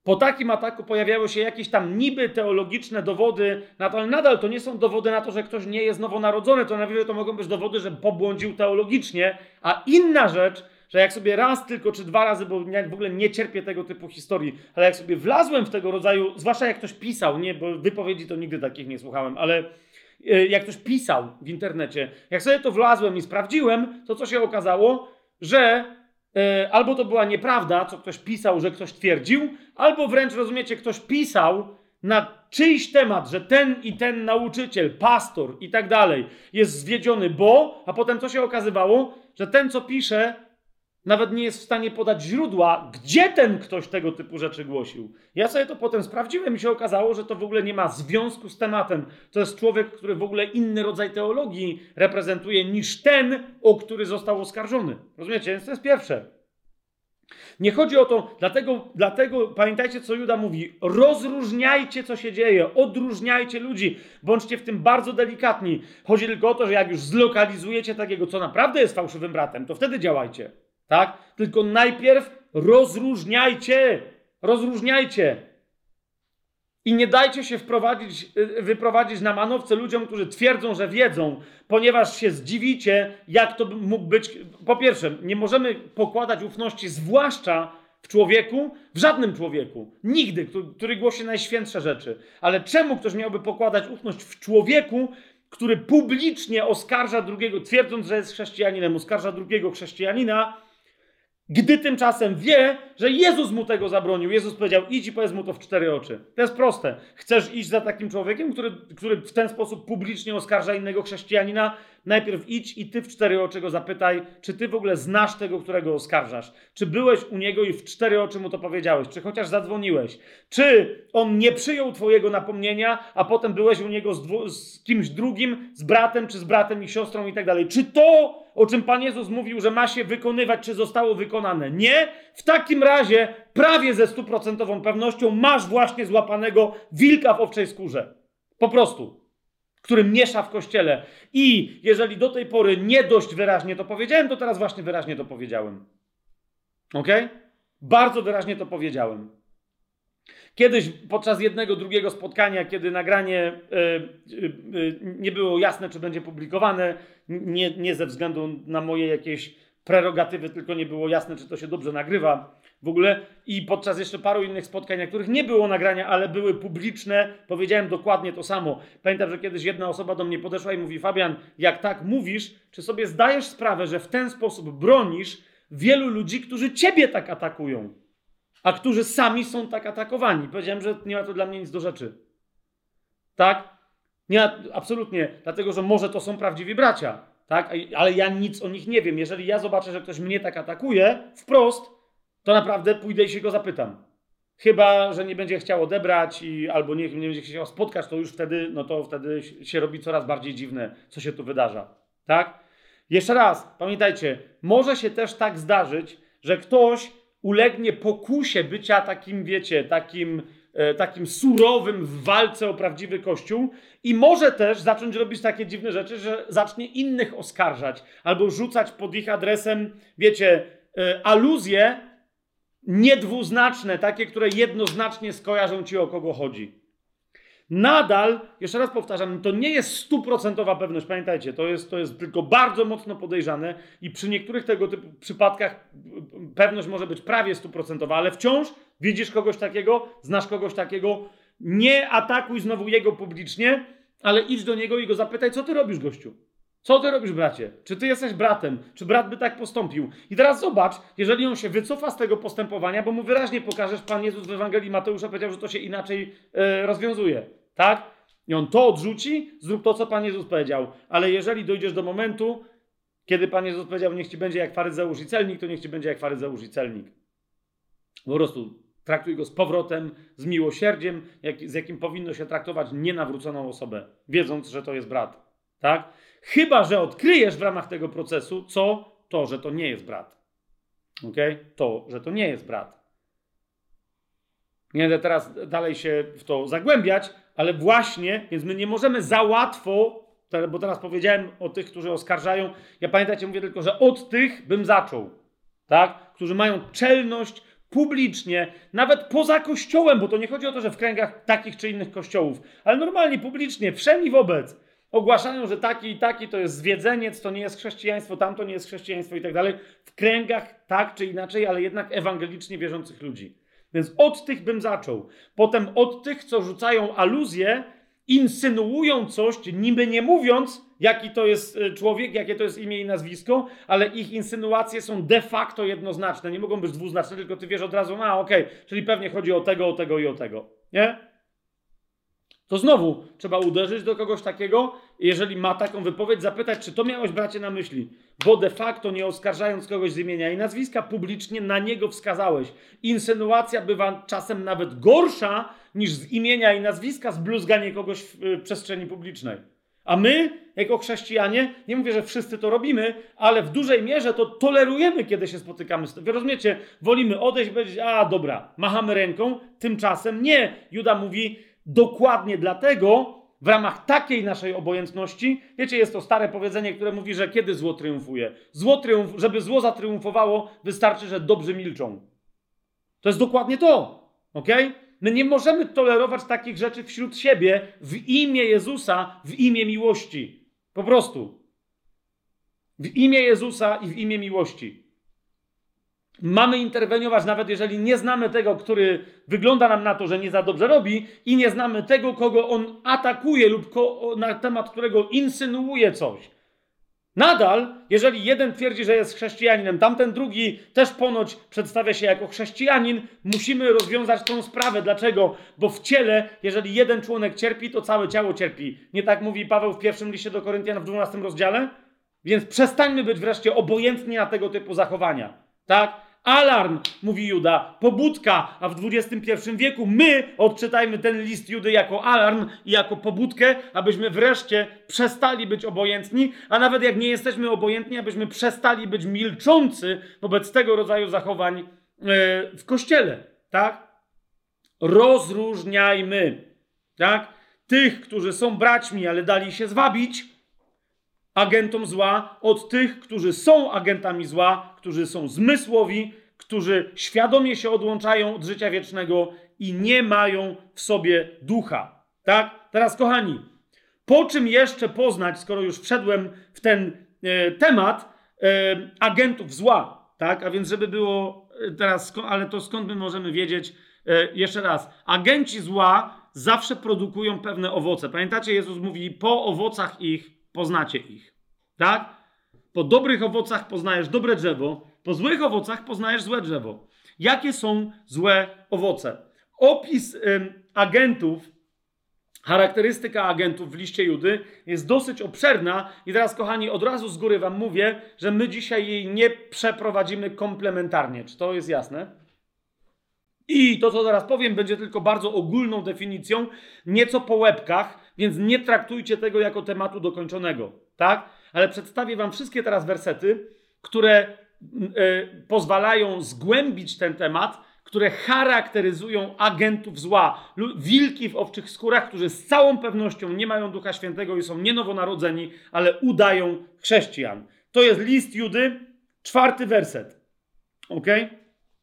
Po takim ataku pojawiały się jakieś tam niby teologiczne dowody na to, ale nadal to nie są dowody na to, że ktoś nie jest nowonarodzony, to najwyżej to mogą być dowody, że pobłądził teologicznie, a inna rzecz, że jak sobie raz tylko, czy dwa razy, bo ja w ogóle nie cierpię tego typu historii, ale jak sobie wlazłem w tego rodzaju, zwłaszcza jak ktoś pisał, nie, bo wypowiedzi to nigdy takich nie słuchałem, ale jak ktoś pisał w internecie, jak sobie to wlazłem i sprawdziłem, to co się okazało, że e, albo to była nieprawda, co ktoś pisał, że ktoś twierdził, albo wręcz, rozumiecie, ktoś pisał na czyjś temat, że ten i ten nauczyciel, pastor i tak dalej jest zwiedziony, bo, a potem co się okazywało, że ten, co pisze, nawet nie jest w stanie podać źródła, gdzie ten ktoś tego typu rzeczy głosił. Ja sobie to potem sprawdziłem i się okazało, że to w ogóle nie ma związku z tematem. To jest człowiek, który w ogóle inny rodzaj teologii reprezentuje niż ten, o który został oskarżony. Rozumiecie? Więc to jest pierwsze. Nie chodzi o to, dlatego, dlatego pamiętajcie, co Juda mówi. Rozróżniajcie, co się dzieje. Odróżniajcie ludzi. Bądźcie w tym bardzo delikatni. Chodzi tylko o to, że jak już zlokalizujecie takiego, co naprawdę jest fałszywym bratem, to wtedy działajcie. Tak? Tylko najpierw rozróżniajcie. Rozróżniajcie. I nie dajcie się wprowadzić, wyprowadzić na manowce ludziom, którzy twierdzą, że wiedzą, ponieważ się zdziwicie, jak to mógł być. Po pierwsze, nie możemy pokładać ufności, zwłaszcza w człowieku, w żadnym człowieku. Nigdy, który, który głosi najświętsze rzeczy. Ale czemu ktoś miałby pokładać ufność w człowieku, który publicznie oskarża drugiego, twierdząc, że jest chrześcijaninem, oskarża drugiego chrześcijanina, gdy tymczasem wie, że Jezus mu tego zabronił. Jezus powiedział, idź i powiedz mu to w cztery oczy. To jest proste. Chcesz iść za takim człowiekiem, który, który w ten sposób publicznie oskarża innego chrześcijanina? Najpierw idź i ty w cztery oczy go zapytaj, czy ty w ogóle znasz tego, którego oskarżasz. Czy byłeś u niego i w cztery oczy mu to powiedziałeś? Czy chociaż zadzwoniłeś? Czy on nie przyjął twojego napomnienia, a potem byłeś u niego z, dwu, z kimś drugim, z bratem, czy z bratem i siostrą i tak dalej? Czy to, o czym Pan Jezus mówił, że ma się wykonywać, czy zostało wykonane? Nie? W takim razie prawie ze stuprocentową pewnością masz właśnie złapanego wilka w owczej skórze. Po prostu. Który miesza w kościele. I jeżeli do tej pory nie dość wyraźnie to powiedziałem, to teraz właśnie wyraźnie to powiedziałem. Ok? Bardzo wyraźnie to powiedziałem. Kiedyś podczas jednego, drugiego spotkania, kiedy nagranie y, y, y, nie było jasne, czy będzie publikowane, nie, nie ze względu na moje jakieś prerogatywy, tylko nie było jasne, czy to się dobrze nagrywa w ogóle. I podczas jeszcze paru innych spotkań, na których nie było nagrania, ale były publiczne, powiedziałem dokładnie to samo. Pamiętam, że kiedyś jedna osoba do mnie podeszła i mówi, Fabian, jak tak mówisz, czy sobie zdajesz sprawę, że w ten sposób bronisz wielu ludzi, którzy ciebie tak atakują, a którzy sami są tak atakowani? Powiedziałem, że nie ma to dla mnie nic do rzeczy. Tak? Nie, absolutnie, dlatego, że może to są prawdziwi bracia. Tak? Ale ja nic o nich nie wiem. Jeżeli ja zobaczę, że ktoś mnie tak atakuje wprost, to naprawdę pójdę i się go zapytam. Chyba że nie będzie chciał odebrać i albo nie, nie będzie chciał spotkać, to już wtedy, no to wtedy się robi coraz bardziej dziwne, co się tu wydarza. Tak? Jeszcze raz, pamiętajcie, może się też tak zdarzyć, że ktoś ulegnie pokusie bycia takim, wiecie, takim, e, takim surowym w walce o prawdziwy Kościół i może też zacząć robić takie dziwne rzeczy, że zacznie innych oskarżać albo rzucać pod ich adresem, wiecie, e, aluzje niedwuznaczne, takie, które jednoznacznie skojarzą ci, o kogo chodzi. Nadal, jeszcze raz powtarzam, to nie jest stuprocentowa pewność, pamiętajcie, to jest, to jest tylko bardzo mocno podejrzane i przy niektórych tego typu przypadkach pewność może być prawie stuprocentowa, ale wciąż widzisz kogoś takiego, znasz kogoś takiego, nie atakuj znowu jego publicznie, ale idź do niego i go zapytaj, co ty robisz, gościu? Co ty robisz, bracie? Czy ty jesteś bratem? Czy brat by tak postąpił? I teraz zobacz, jeżeli on się wycofa z tego postępowania, bo mu wyraźnie pokażesz, Pan Jezus w Ewangelii Mateusza powiedział, że to się inaczej e, rozwiązuje. Tak? I on to odrzuci, zrób to, co Pan Jezus powiedział. Ale jeżeli dojdziesz do momentu, kiedy Pan Jezus powiedział, niech ci będzie jak faryzeusz i celnik, to niech ci będzie jak faryzeusz i celnik. Po prostu traktuj go z powrotem, z miłosierdziem, jak, z jakim powinno się traktować nienawróconą osobę, wiedząc, że to jest brat. Tak? Chyba że odkryjesz w ramach tego procesu, co? To, że to nie jest brat. Okay? To, że to nie jest brat. Nie będę teraz dalej się w to zagłębiać, ale właśnie, więc my nie możemy za łatwo, bo teraz powiedziałem o tych, którzy oskarżają, ja pamiętajcie, mówię tylko, że od tych bym zaczął, tak? Którzy mają czelność publicznie, nawet poza kościołem, bo to nie chodzi o to, że w kręgach takich czy innych kościołów, ale normalnie, publicznie, wszemi wobec, ogłaszają, że taki i taki to jest zwiedzeniec, to nie jest chrześcijaństwo, tamto nie jest chrześcijaństwo i tak dalej, w kręgach tak czy inaczej, ale jednak ewangelicznie wierzących ludzi. Więc od tych bym zaczął. Potem od tych, co rzucają aluzje, insynuują coś, niby nie mówiąc, jaki to jest człowiek, jakie to jest imię i nazwisko, ale ich insynuacje są de facto jednoznaczne. Nie mogą być dwuznaczne, tylko ty wiesz od razu, a okej, okay, czyli pewnie chodzi o tego, o tego i o tego. Nie? To znowu trzeba uderzyć do kogoś takiego, jeżeli ma taką wypowiedź, zapytać, czy to miałeś, bracie, na myśli. Bo de facto, nie oskarżając kogoś z imienia i nazwiska, publicznie na niego wskazałeś. Insynuacja bywa czasem nawet gorsza niż z imienia i nazwiska zbluzganie kogoś w, w przestrzeni publicznej. A my, jako chrześcijanie, nie mówię, że wszyscy to robimy, ale w dużej mierze to tolerujemy, kiedy się spotykamy z tym. Wy rozumiecie, wolimy odejść i powiedzieć, a dobra, machamy ręką, tymczasem nie. Juda mówi, dokładnie dlatego, w ramach takiej naszej obojętności, wiecie, jest to stare powiedzenie, które mówi, że kiedy zło triumfuje? Zło triumf, żeby zło zatriumfowało, wystarczy, że dobrzy milczą. To jest dokładnie to, okej? Okay? My nie możemy tolerować takich rzeczy wśród siebie w imię Jezusa, w imię miłości. Po prostu. W imię Jezusa i w imię miłości. Mamy interweniować, nawet jeżeli nie znamy tego, który wygląda nam na to, że nie za dobrze robi, i nie znamy tego, kogo on atakuje lub ko- na temat którego insynuuje coś. Nadal, jeżeli jeden twierdzi, że jest chrześcijaninem, tamten drugi też ponoć przedstawia się jako chrześcijanin, musimy rozwiązać tą sprawę. Dlaczego? Bo w ciele, jeżeli jeden członek cierpi, to całe ciało cierpi. Nie tak mówi Paweł w pierwszym liście do Koryntian w dwunastym rozdziale? Więc przestańmy być wreszcie obojętni na tego typu zachowania. Tak? Alarm, mówi Juda, pobudka, a w dwudziestym pierwszym wieku my odczytajmy ten list Judy jako alarm i jako pobudkę, abyśmy wreszcie przestali być obojętni, a nawet jak nie jesteśmy obojętni, abyśmy przestali być milczący wobec tego rodzaju zachowań yy, w Kościele, tak? Rozróżniajmy, tak? Tych, którzy są braćmi, ale dali się zwabić agentom zła, od tych, którzy są agentami zła, którzy są zmysłowi, którzy świadomie się odłączają od życia wiecznego i nie mają w sobie ducha. Tak? Teraz, kochani, po czym jeszcze poznać, skoro już wszedłem w ten e, temat e, agentów zła, tak? A więc żeby było teraz, ale to skąd my możemy wiedzieć? E, jeszcze raz, agenci zła zawsze produkują pewne owoce. Pamiętacie, Jezus mówi, po owocach ich poznacie ich. Tak? Po dobrych owocach poznajesz dobre drzewo, po złych owocach poznajesz złe drzewo. Jakie są złe owoce? Opis ym, agentów, charakterystyka agentów w liście Judy jest dosyć obszerna i teraz, kochani, od razu z góry wam mówię, że my dzisiaj jej nie przeprowadzimy komplementarnie. Czy to jest jasne? I to, co zaraz powiem, będzie tylko bardzo ogólną definicją, nieco po łebkach, więc nie traktujcie tego jako tematu dokończonego, tak? Ale przedstawię wam wszystkie teraz wersety, które y, pozwalają zgłębić ten temat, które charakteryzują agentów zła. Wilki w owczych skórach, którzy z całą pewnością nie mają Ducha Świętego i są nie nowonarodzeni, ale udają chrześcijan. To jest list Judy, czwarty werset. Okej? Okay?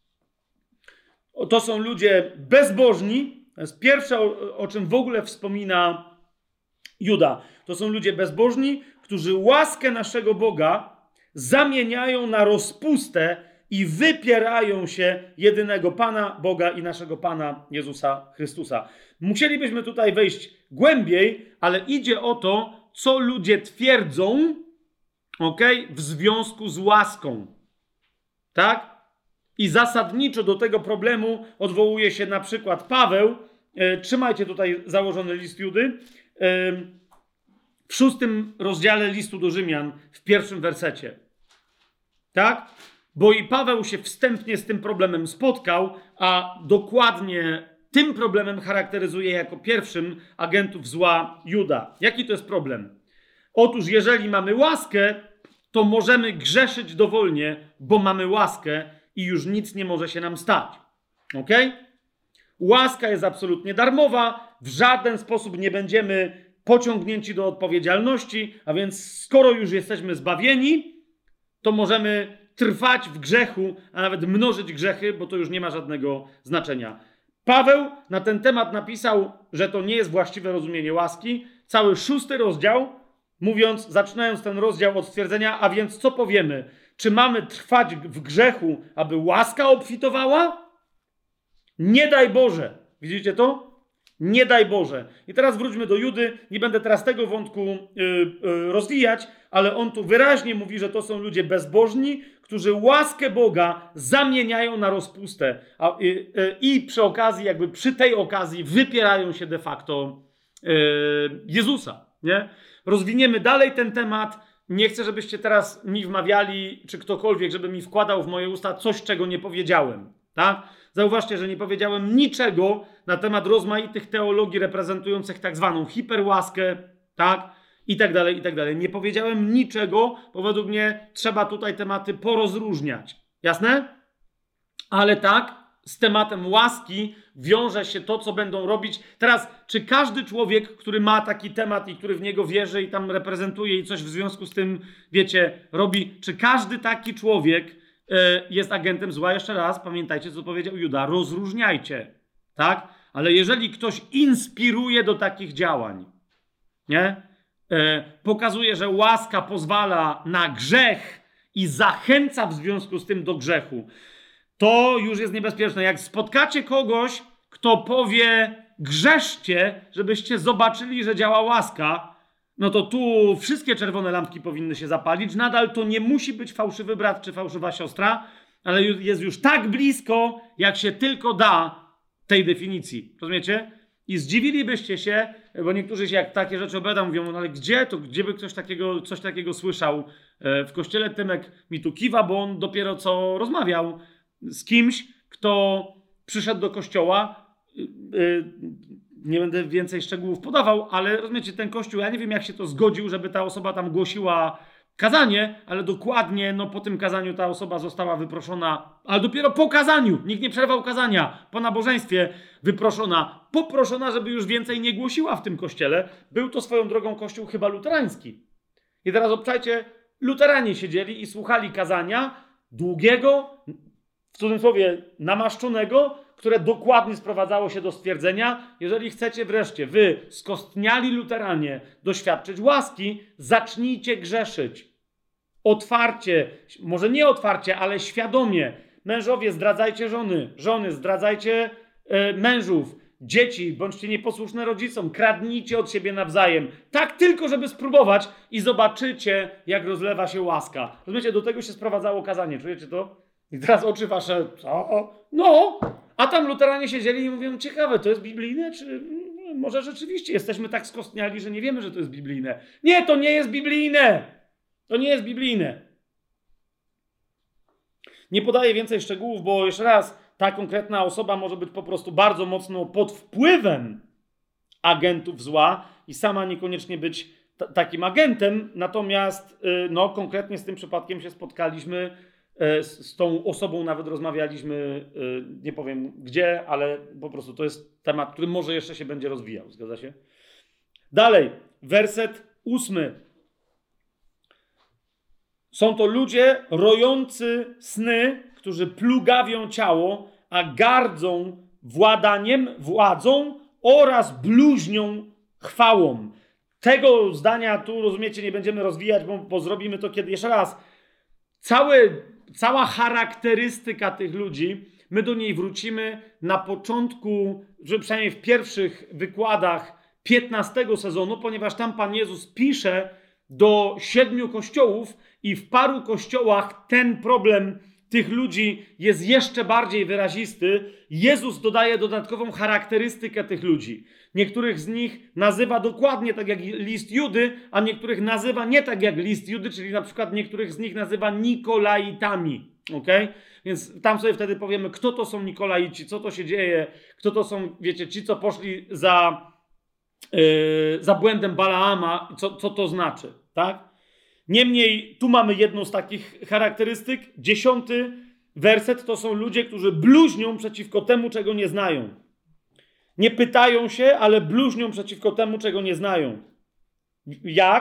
To są ludzie bezbożni. To jest pierwsze, o, o czym w ogóle wspomina Juda. To są ludzie bezbożni, którzy łaskę naszego Boga zamieniają na rozpustę i wypierają się jedynego Pana Boga i naszego Pana Jezusa Chrystusa. Musielibyśmy tutaj wejść głębiej, ale idzie o to, co ludzie twierdzą, okay, w związku z łaską. Tak? I zasadniczo do tego problemu odwołuje się na przykład Paweł. E, trzymajcie tutaj założony list Judy. E, w szóstym rozdziale listu do Rzymian, w pierwszym wersecie. Tak? Bo i Paweł się wstępnie z tym problemem spotkał, a dokładnie tym problemem charakteryzuje jako pierwszym agentów zła Juda. Jaki to jest problem? Otóż jeżeli mamy łaskę, to możemy grzeszyć dowolnie, bo mamy łaskę i już nic nie może się nam stać. Ok? Łaska jest absolutnie darmowa, w żaden sposób nie będziemy pociągnięci do odpowiedzialności, a więc skoro już jesteśmy zbawieni, to możemy trwać w grzechu, a nawet mnożyć grzechy, bo to już nie ma żadnego znaczenia. Paweł na ten temat napisał, że to nie jest właściwe rozumienie łaski. Cały szósty rozdział, mówiąc, zaczynając ten rozdział od stwierdzenia, a więc co powiemy? Czy mamy trwać w grzechu, aby łaska obfitowała? Nie daj Boże. Widzicie to? Nie daj Boże. I teraz wróćmy do Judy. Nie będę teraz tego wątku yy, yy, rozwijać, ale on tu wyraźnie mówi, że to są ludzie bezbożni, którzy łaskę Boga zamieniają na rozpustę. A, yy, yy, I przy okazji, jakby przy tej okazji wypierają się de facto yy, Jezusa. Nie? Rozwiniemy dalej ten temat. Nie chcę, żebyście teraz mi wmawiali, czy ktokolwiek, żeby mi wkładał w moje usta coś, czego nie powiedziałem. Tak? Zauważcie, że nie powiedziałem niczego na temat rozmaitych teologii reprezentujących tak zwaną hiperłaskę, tak? I tak dalej, i tak dalej. Nie powiedziałem niczego, bo według mnie trzeba tutaj tematy porozróżniać. Jasne? Ale tak, z tematem łaski wiąże się to, co będą robić. Teraz, czy każdy człowiek, który ma taki temat i który w niego wierzy i tam reprezentuje i coś w związku z tym, wiecie, robi, czy każdy taki człowiek jest agentem zła? Jeszcze raz, pamiętajcie, co powiedział Juda, rozróżniajcie, tak? Ale jeżeli ktoś inspiruje do takich działań, nie? E, pokazuje, że łaska pozwala na grzech i zachęca w związku z tym do grzechu, to już jest niebezpieczne. Jak spotkacie kogoś, kto powie grzeszcie, żebyście zobaczyli, że działa łaska, no to tu wszystkie czerwone lampki powinny się zapalić. Nadal to nie musi być fałszywy brat czy fałszywa siostra, ale jest już tak blisko, jak się tylko da tej definicji. Rozumiecie? I zdziwilibyście się, bo niektórzy się jak takie rzeczy opowiadają, mówią, no ale gdzie to, gdzie by ktoś takiego, coś takiego słyszał? W kościele Tymek mi tu kiwa, bo on dopiero co rozmawiał z kimś, kto przyszedł do kościoła. Nie będę więcej szczegółów podawał, ale rozumiecie, ten kościół, ja nie wiem, jak się to zgodził, żeby ta osoba tam głosiła kazanie, ale dokładnie no, po tym kazaniu ta osoba została wyproszona, ale dopiero po kazaniu, nikt nie przerwał kazania, po nabożeństwie wyproszona, poproszona, żeby już więcej nie głosiła w tym kościele. Był to swoją drogą kościół chyba luterański. I teraz obczajcie, luteranie siedzieli i słuchali kazania długiego, w cudzysłowie namaszczonego, które dokładnie sprowadzało się do stwierdzenia, jeżeli chcecie wreszcie wy, skostniali luteranie, doświadczyć łaski, zacznijcie grzeszyć. Otwarcie, może nie otwarcie, ale świadomie. Mężowie, zdradzajcie żony, żony, zdradzajcie e, mężów, dzieci, bądźcie nieposłuszne rodzicom, kradnijcie od siebie nawzajem. Tak tylko, żeby spróbować i zobaczycie, jak rozlewa się łaska. Rozumiecie, do tego się sprowadzało kazanie, czujecie to? I teraz oczy wasze, co? No, a tam luteranie siedzieli i mówią, ciekawe, to jest biblijne, czy może rzeczywiście jesteśmy tak skostniali, że nie wiemy, że to jest biblijne. Nie, to nie jest biblijne! To nie jest biblijne. Nie podaję więcej szczegółów, bo jeszcze raz, ta konkretna osoba może być po prostu bardzo mocno pod wpływem agentów zła i sama niekoniecznie być t- takim agentem, natomiast yy, no, konkretnie z tym przypadkiem się spotkaliśmy. Z, z tą osobą nawet rozmawialiśmy, yy, nie powiem gdzie, ale po prostu to jest temat, który może jeszcze się będzie rozwijał. Zgadza się? Dalej, werset ósmy. Są to ludzie rojący sny, którzy plugawią ciało, a gardzą władaniem, władzą oraz bluźnią chwałą. Tego zdania tu, rozumiecie, nie będziemy rozwijać, bo, bo zrobimy to kiedy jeszcze raz. Cały, cała charakterystyka tych ludzi, my do niej wrócimy na początku, że przynajmniej w pierwszych wykładach piętnastego sezonu, ponieważ tam Pan Jezus pisze do siedmiu kościołów i w paru kościołach ten problem tych ludzi jest jeszcze bardziej wyrazisty. Jezus dodaje dodatkową charakterystykę tych ludzi. Niektórych z nich nazywa dokładnie tak jak list Judy, a niektórych nazywa nie tak jak list Judy, czyli na przykład niektórych z nich nazywa Nikolaitami. Okay? Więc tam sobie wtedy powiemy, kto to są Nikolaici, co to się dzieje, kto to są, wiecie, ci, co poszli za, yy, za błędem Balaama, co, co to znaczy, tak? Niemniej, tu mamy jedną z takich charakterystyk. Dziesiąty werset to są ludzie, którzy bluźnią przeciwko temu, czego nie znają. Nie pytają się, ale bluźnią przeciwko temu, czego nie znają. Jak?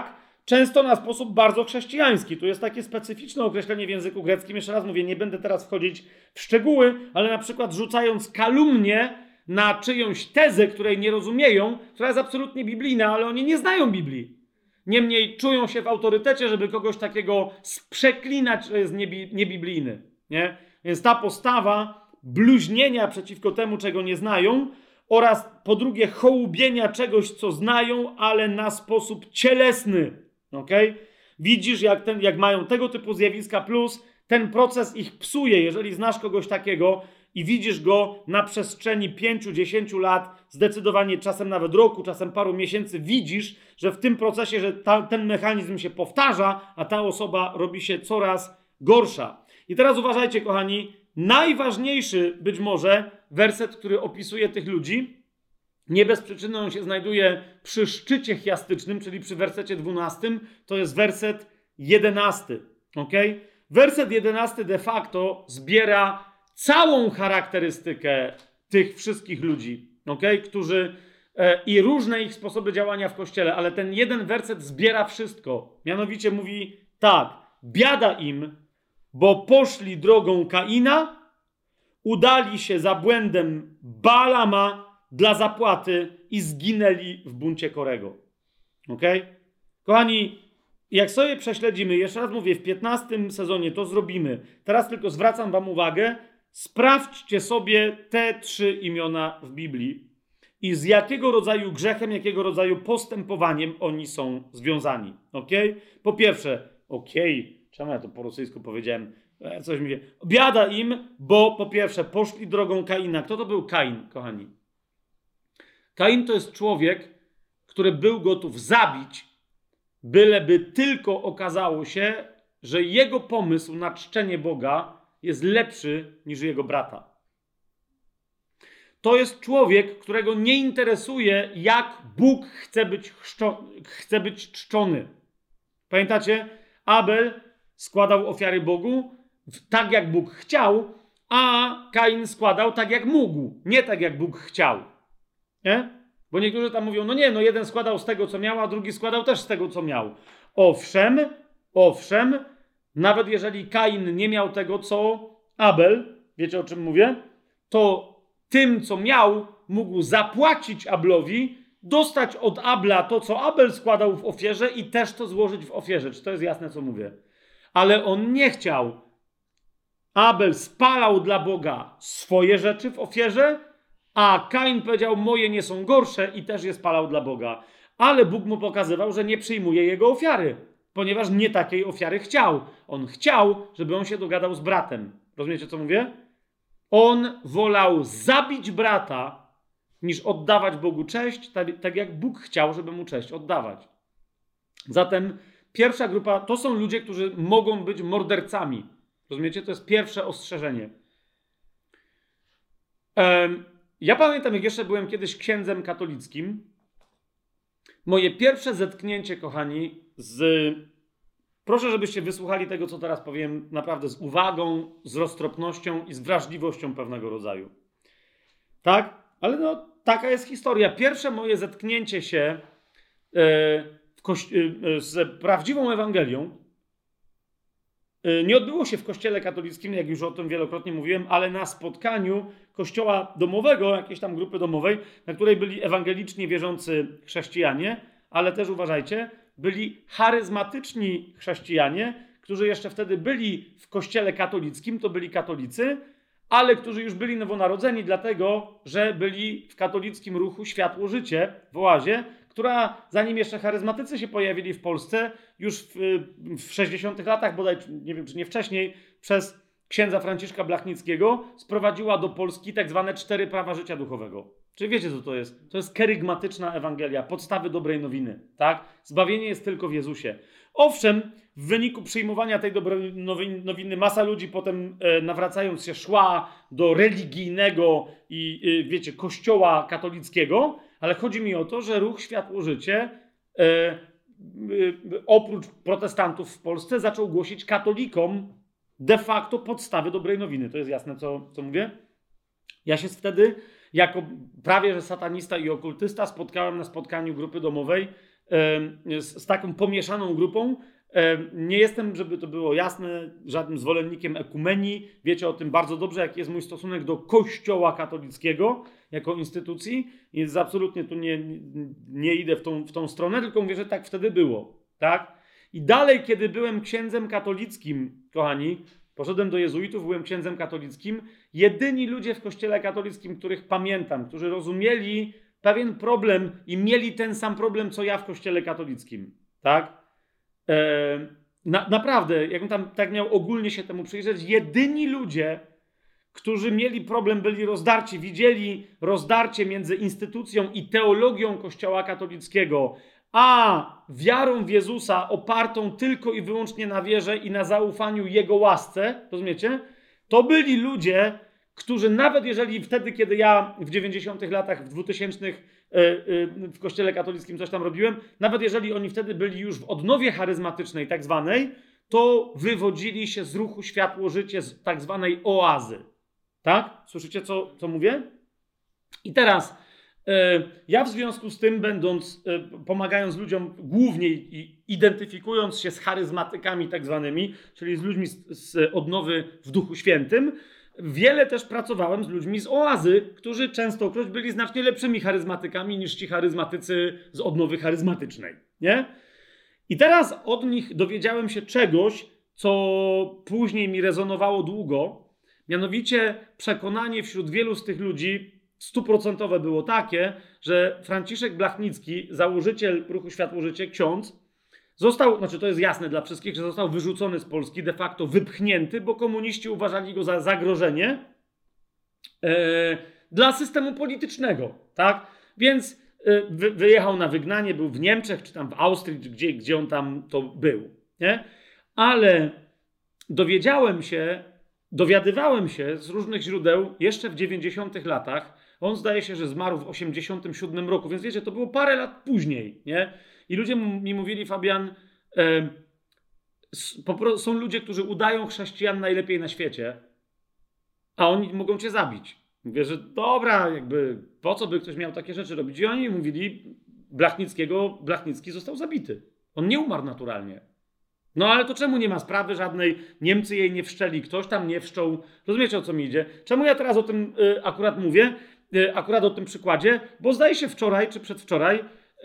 często na sposób bardzo chrześcijański. Tu jest takie specyficzne określenie w języku greckim. Jeszcze raz mówię, nie będę teraz wchodzić w szczegóły, ale na przykład rzucając kalumnię na czyjąś tezę, której nie rozumieją, która jest absolutnie biblijna, ale oni nie znają Biblii. Niemniej czują się w autorytecie, żeby kogoś takiego sprzeklinać, że jest niebi, niebiblijny. Nie? Więc ta postawa bluźnienia przeciwko temu, czego nie znają, oraz po drugie hołubienia czegoś, co znają, ale na sposób cielesny. Okay? Widzisz, jak, ten, jak mają tego typu zjawiska, plus ten proces ich psuje. Jeżeli znasz kogoś takiego i widzisz go na przestrzeni pięciu, dziesięciu lat, zdecydowanie czasem nawet roku, czasem paru miesięcy, widzisz, że w tym procesie, że ta, ten mechanizm się powtarza, a ta osoba robi się coraz gorsza. I teraz uważajcie, kochani, najważniejszy być może werset, który opisuje tych ludzi, nie bez przyczyny on się znajduje przy szczycie chiastycznym, czyli przy wersecie dwunastym, to jest werset jedenasty. Okay? Werset jedenasty de facto zbiera całą charakterystykę tych wszystkich ludzi, okay? Którzy e, i różne ich sposoby działania w Kościele, ale ten jeden werset zbiera wszystko. Mianowicie mówi tak: biada im, bo poszli drogą Kaina, udali się za błędem Balama dla zapłaty i zginęli w buncie Korego. Okay? Kochani, jak sobie prześledzimy, jeszcze raz mówię, w piętnastym sezonie to zrobimy. Teraz tylko zwracam wam uwagę, sprawdźcie sobie te trzy imiona w Biblii i z jakiego rodzaju grzechem, jakiego rodzaju postępowaniem oni są związani. Okay? Po pierwsze, okej, okay, czemu ja to po rosyjsku powiedziałem? Coś mi wie. Biada im, bo po pierwsze poszli drogą Kaina. Kto to był Kain, kochani? Kain to jest człowiek, który był gotów zabić, byleby tylko okazało się, że jego pomysł na czczenie Boga jest lepszy niż jego brata. To jest człowiek, którego nie interesuje, jak Bóg chce być, chrzczo- chce być czczony. Pamiętacie? Abel składał ofiary Bogu tak, jak Bóg chciał, a Kain składał tak, jak mógł. Nie tak, jak Bóg chciał. Nie? Bo niektórzy tam mówią, no nie, no jeden składał z tego, co miał, a drugi składał też z tego, co miał. Owszem, owszem, nawet jeżeli Kain nie miał tego, co Abel, wiecie, o czym mówię? To tym, co miał, mógł zapłacić Ablowi, dostać od Abla to, co Abel składał w ofierze i też to złożyć w ofierze. Czy to jest jasne, co mówię? Ale on nie chciał. Abel spalał dla Boga swoje rzeczy w ofierze, a Kain powiedział, moje nie są gorsze i też je spalał dla Boga. Ale Bóg mu pokazywał, że nie przyjmuje jego ofiary, ponieważ nie takiej ofiary chciał. On chciał, żeby on się dogadał z bratem. Rozumiecie, co mówię? On wolał zabić brata, niż oddawać Bogu cześć, tak, tak jak Bóg chciał, żeby mu cześć oddawać. Zatem pierwsza grupa to są ludzie, którzy mogą być mordercami. Rozumiecie? To jest pierwsze ostrzeżenie. Um, ja pamiętam, jak jeszcze byłem kiedyś księdzem katolickim, moje pierwsze zetknięcie, kochani, z... Proszę, żebyście wysłuchali tego, co teraz powiem, naprawdę z uwagą, z roztropnością i z wrażliwością pewnego rodzaju. Tak? Ale no, taka jest historia. Pierwsze moje zetknięcie się yy, w kości- yy, z prawdziwą Ewangelią yy, nie odbyło się w kościele katolickim, jak już o tym wielokrotnie mówiłem, ale na spotkaniu kościoła domowego, jakiejś tam grupy domowej, na której byli ewangelicznie wierzący chrześcijanie, ale też uważajcie, byli charyzmatyczni chrześcijanie, którzy jeszcze wtedy byli w kościele katolickim, to byli katolicy, ale którzy już byli nowonarodzeni dlatego, że byli w katolickim ruchu Światło Życie w Oazie, która zanim jeszcze charyzmatycy się pojawili w Polsce, już w, w sześćdziesiątych latach, bodaj nie wiem czy nie wcześniej, przez księdza Franciszka Blachnickiego sprowadziła do Polski tak zwane cztery prawa życia duchowego. Czyli wiecie, co to jest? To jest kerygmatyczna Ewangelia, podstawy dobrej nowiny, tak? Zbawienie jest tylko w Jezusie. Owszem, w wyniku przyjmowania tej dobrej nowiny masa ludzi potem e, nawracając się szła do religijnego i e, wiecie, kościoła katolickiego, ale chodzi mi o to, że ruch Światło Życie e, e, oprócz protestantów w Polsce zaczął głosić katolikom de facto podstawy dobrej nowiny. To jest jasne, co, co mówię? Ja się wtedy jako prawie że satanista i okultysta spotkałem na spotkaniu grupy domowej z, z taką pomieszaną grupą. Nie jestem, żeby to było jasne, żadnym zwolennikiem ekumenii. Wiecie o tym bardzo dobrze, jaki jest mój stosunek do Kościoła katolickiego jako instytucji. Więc absolutnie tu nie, nie idę w tą, w tą stronę, tylko mówię, że tak wtedy było. Tak? I dalej, kiedy byłem księdzem katolickim, kochani, poszedłem do jezuitów, byłem księdzem katolickim, jedyni ludzie w Kościele katolickim, których pamiętam, którzy rozumieli pewien problem i mieli ten sam problem, co ja w Kościele katolickim. Tak? E, na, naprawdę, jakbym tam tak miał ogólnie się temu przyjrzeć, jedyni ludzie, którzy mieli problem, byli rozdarci, widzieli rozdarcie między instytucją i teologią Kościoła katolickiego, a wiarą w Jezusa opartą tylko i wyłącznie na wierze i na zaufaniu Jego łasce, rozumiecie? To byli ludzie, którzy nawet jeżeli wtedy, kiedy ja w dziewięćdziesiątych latach, w dwutysięcznych w Kościele katolickim coś tam robiłem, nawet jeżeli oni wtedy byli już w odnowie charyzmatycznej tak zwanej, to wywodzili się z ruchu Światło-Życie, z tak zwanej oazy. Tak? Słyszycie, co, co mówię? I teraz e, ja w związku z tym, będąc, e, pomagając ludziom głównie i identyfikując się z charyzmatykami tak zwanymi, czyli z ludźmi z, z odnowy w Duchu Świętym, wiele też pracowałem z ludźmi z oazy, którzy częstokroć byli znacznie lepszymi charyzmatykami niż ci charyzmatycy z odnowy charyzmatycznej. Nie? I teraz od nich dowiedziałem się czegoś, co później mi rezonowało długo. Mianowicie przekonanie wśród wielu z tych ludzi stuprocentowe było takie, że Franciszek Blachnicki, założyciel Ruchu Światło-Życie, ksiądz, został, znaczy to jest jasne dla wszystkich, że został wyrzucony z Polski, de facto wypchnięty, bo komuniści uważali go za zagrożenie e, dla systemu politycznego, tak? Więc e, wy, wyjechał na wygnanie, był w Niemczech, czy tam w Austrii, czy gdzie, gdzie on tam to był, nie? Ale dowiedziałem się, dowiadywałem się z różnych źródeł jeszcze w dziewięćdziesiątych latach. On zdaje się, że zmarł w osiemdziesiątym siódmym roku, więc wiecie, to było parę lat później, nie? I ludzie mi mówili, Fabian, e, popro, są ludzie, którzy udają chrześcijan najlepiej na świecie, a oni mogą cię zabić. Mówię, że dobra, jakby po co by ktoś miał takie rzeczy robić? I oni mówili, Blachnickiego, Blachnicki został zabity. On nie umarł naturalnie. No ale to czemu nie ma sprawy żadnej? Niemcy jej nie wszczeli, ktoś tam nie wszczął. Rozumiecie, o co mi idzie? Czemu ja teraz o tym y, akurat mówię? Y, akurat o tym przykładzie? Bo zdaje się wczoraj czy przedwczoraj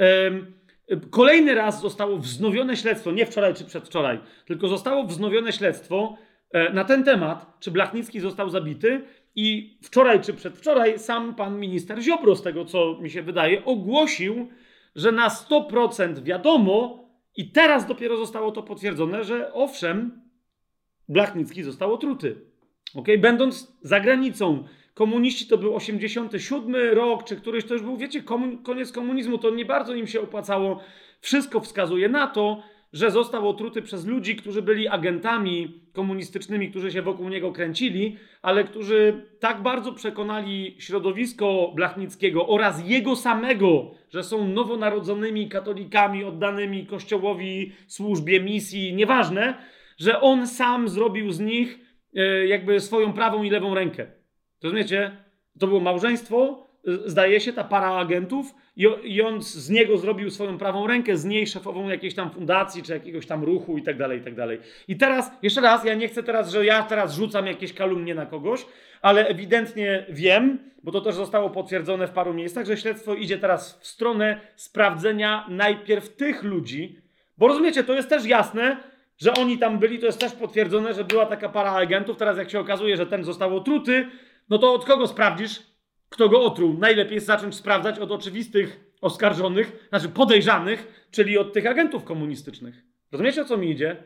y, y, kolejny raz zostało wznowione śledztwo, nie wczoraj czy przedwczoraj, tylko zostało wznowione śledztwo y, na ten temat, czy Blachnicki został zabity i wczoraj czy przedwczoraj sam pan minister Ziobro, z tego co mi się wydaje, ogłosił, że na sto procent wiadomo, i teraz dopiero zostało to potwierdzone, że owszem, Blachnicki został otruty. Okay? Będąc za granicą, komuniści to był osiemdziesiąty siódmy rok, czy któryś to już był, wiecie, komun- koniec komunizmu, to nie bardzo im się opłacało. Wszystko wskazuje na to, że został otruty przez ludzi, którzy byli agentami komunistycznymi, którzy się wokół niego kręcili, ale którzy tak bardzo przekonali środowisko Blachnickiego oraz jego samego, że są nowonarodzonymi katolikami oddanymi Kościołowi, służbie, misji, nieważne, że on sam zrobił z nich e, jakby swoją prawą i lewą rękę. Rozumiecie? To było małżeństwo, zdaje się, ta para agentów i, i on z niego zrobił swoją prawą rękę, z niej szefową jakiejś tam fundacji, czy jakiegoś tam ruchu i tak dalej, i tak dalej. I teraz, jeszcze raz, ja nie chcę teraz, że ja teraz rzucam jakieś kalumnie na kogoś, ale ewidentnie wiem, bo to też zostało potwierdzone w paru miejscach, że śledztwo idzie teraz w stronę sprawdzenia najpierw tych ludzi, bo rozumiecie, to jest też jasne, że oni tam byli, to jest też potwierdzone, że była taka para agentów, teraz jak się okazuje, że ten został otruty, no to od kogo sprawdzisz, kto go otruł? Najlepiej jest zacząć sprawdzać od oczywistych oskarżonych, znaczy podejrzanych, czyli od tych agentów komunistycznych. Rozumiecie, o co mi idzie?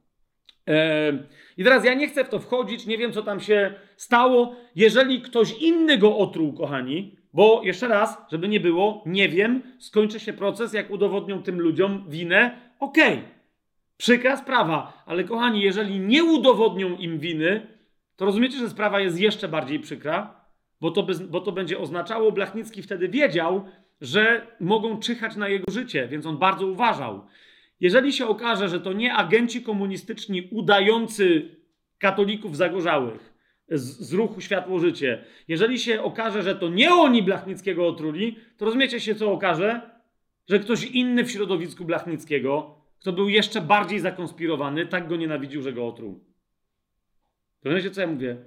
Eee, I teraz ja nie chcę w to wchodzić, nie wiem, co tam się stało. Jeżeli ktoś inny go otruł, kochani, bo jeszcze raz, żeby nie było, nie wiem, skończy się proces, jak udowodnią tym ludziom winę, okej, okay. Przykra sprawa, ale kochani, jeżeli nie udowodnią im winy, to rozumiecie, że sprawa jest jeszcze bardziej przykra, bo to, by, bo to będzie oznaczało, Blachnicki wtedy wiedział, że mogą czyhać na jego życie, więc on bardzo uważał. Jeżeli się okaże, że to nie agenci komunistyczni udający katolików zagorzałych z, z ruchu Światło-Życie, jeżeli się okaże, że to nie oni Blachnickiego otruli, to rozumiecie się, co okaże? że ktoś inny w środowisku Blachnickiego, kto był jeszcze bardziej zakonspirowany, tak go nienawidził, że go otruł. Rozumiecie, co ja mówię?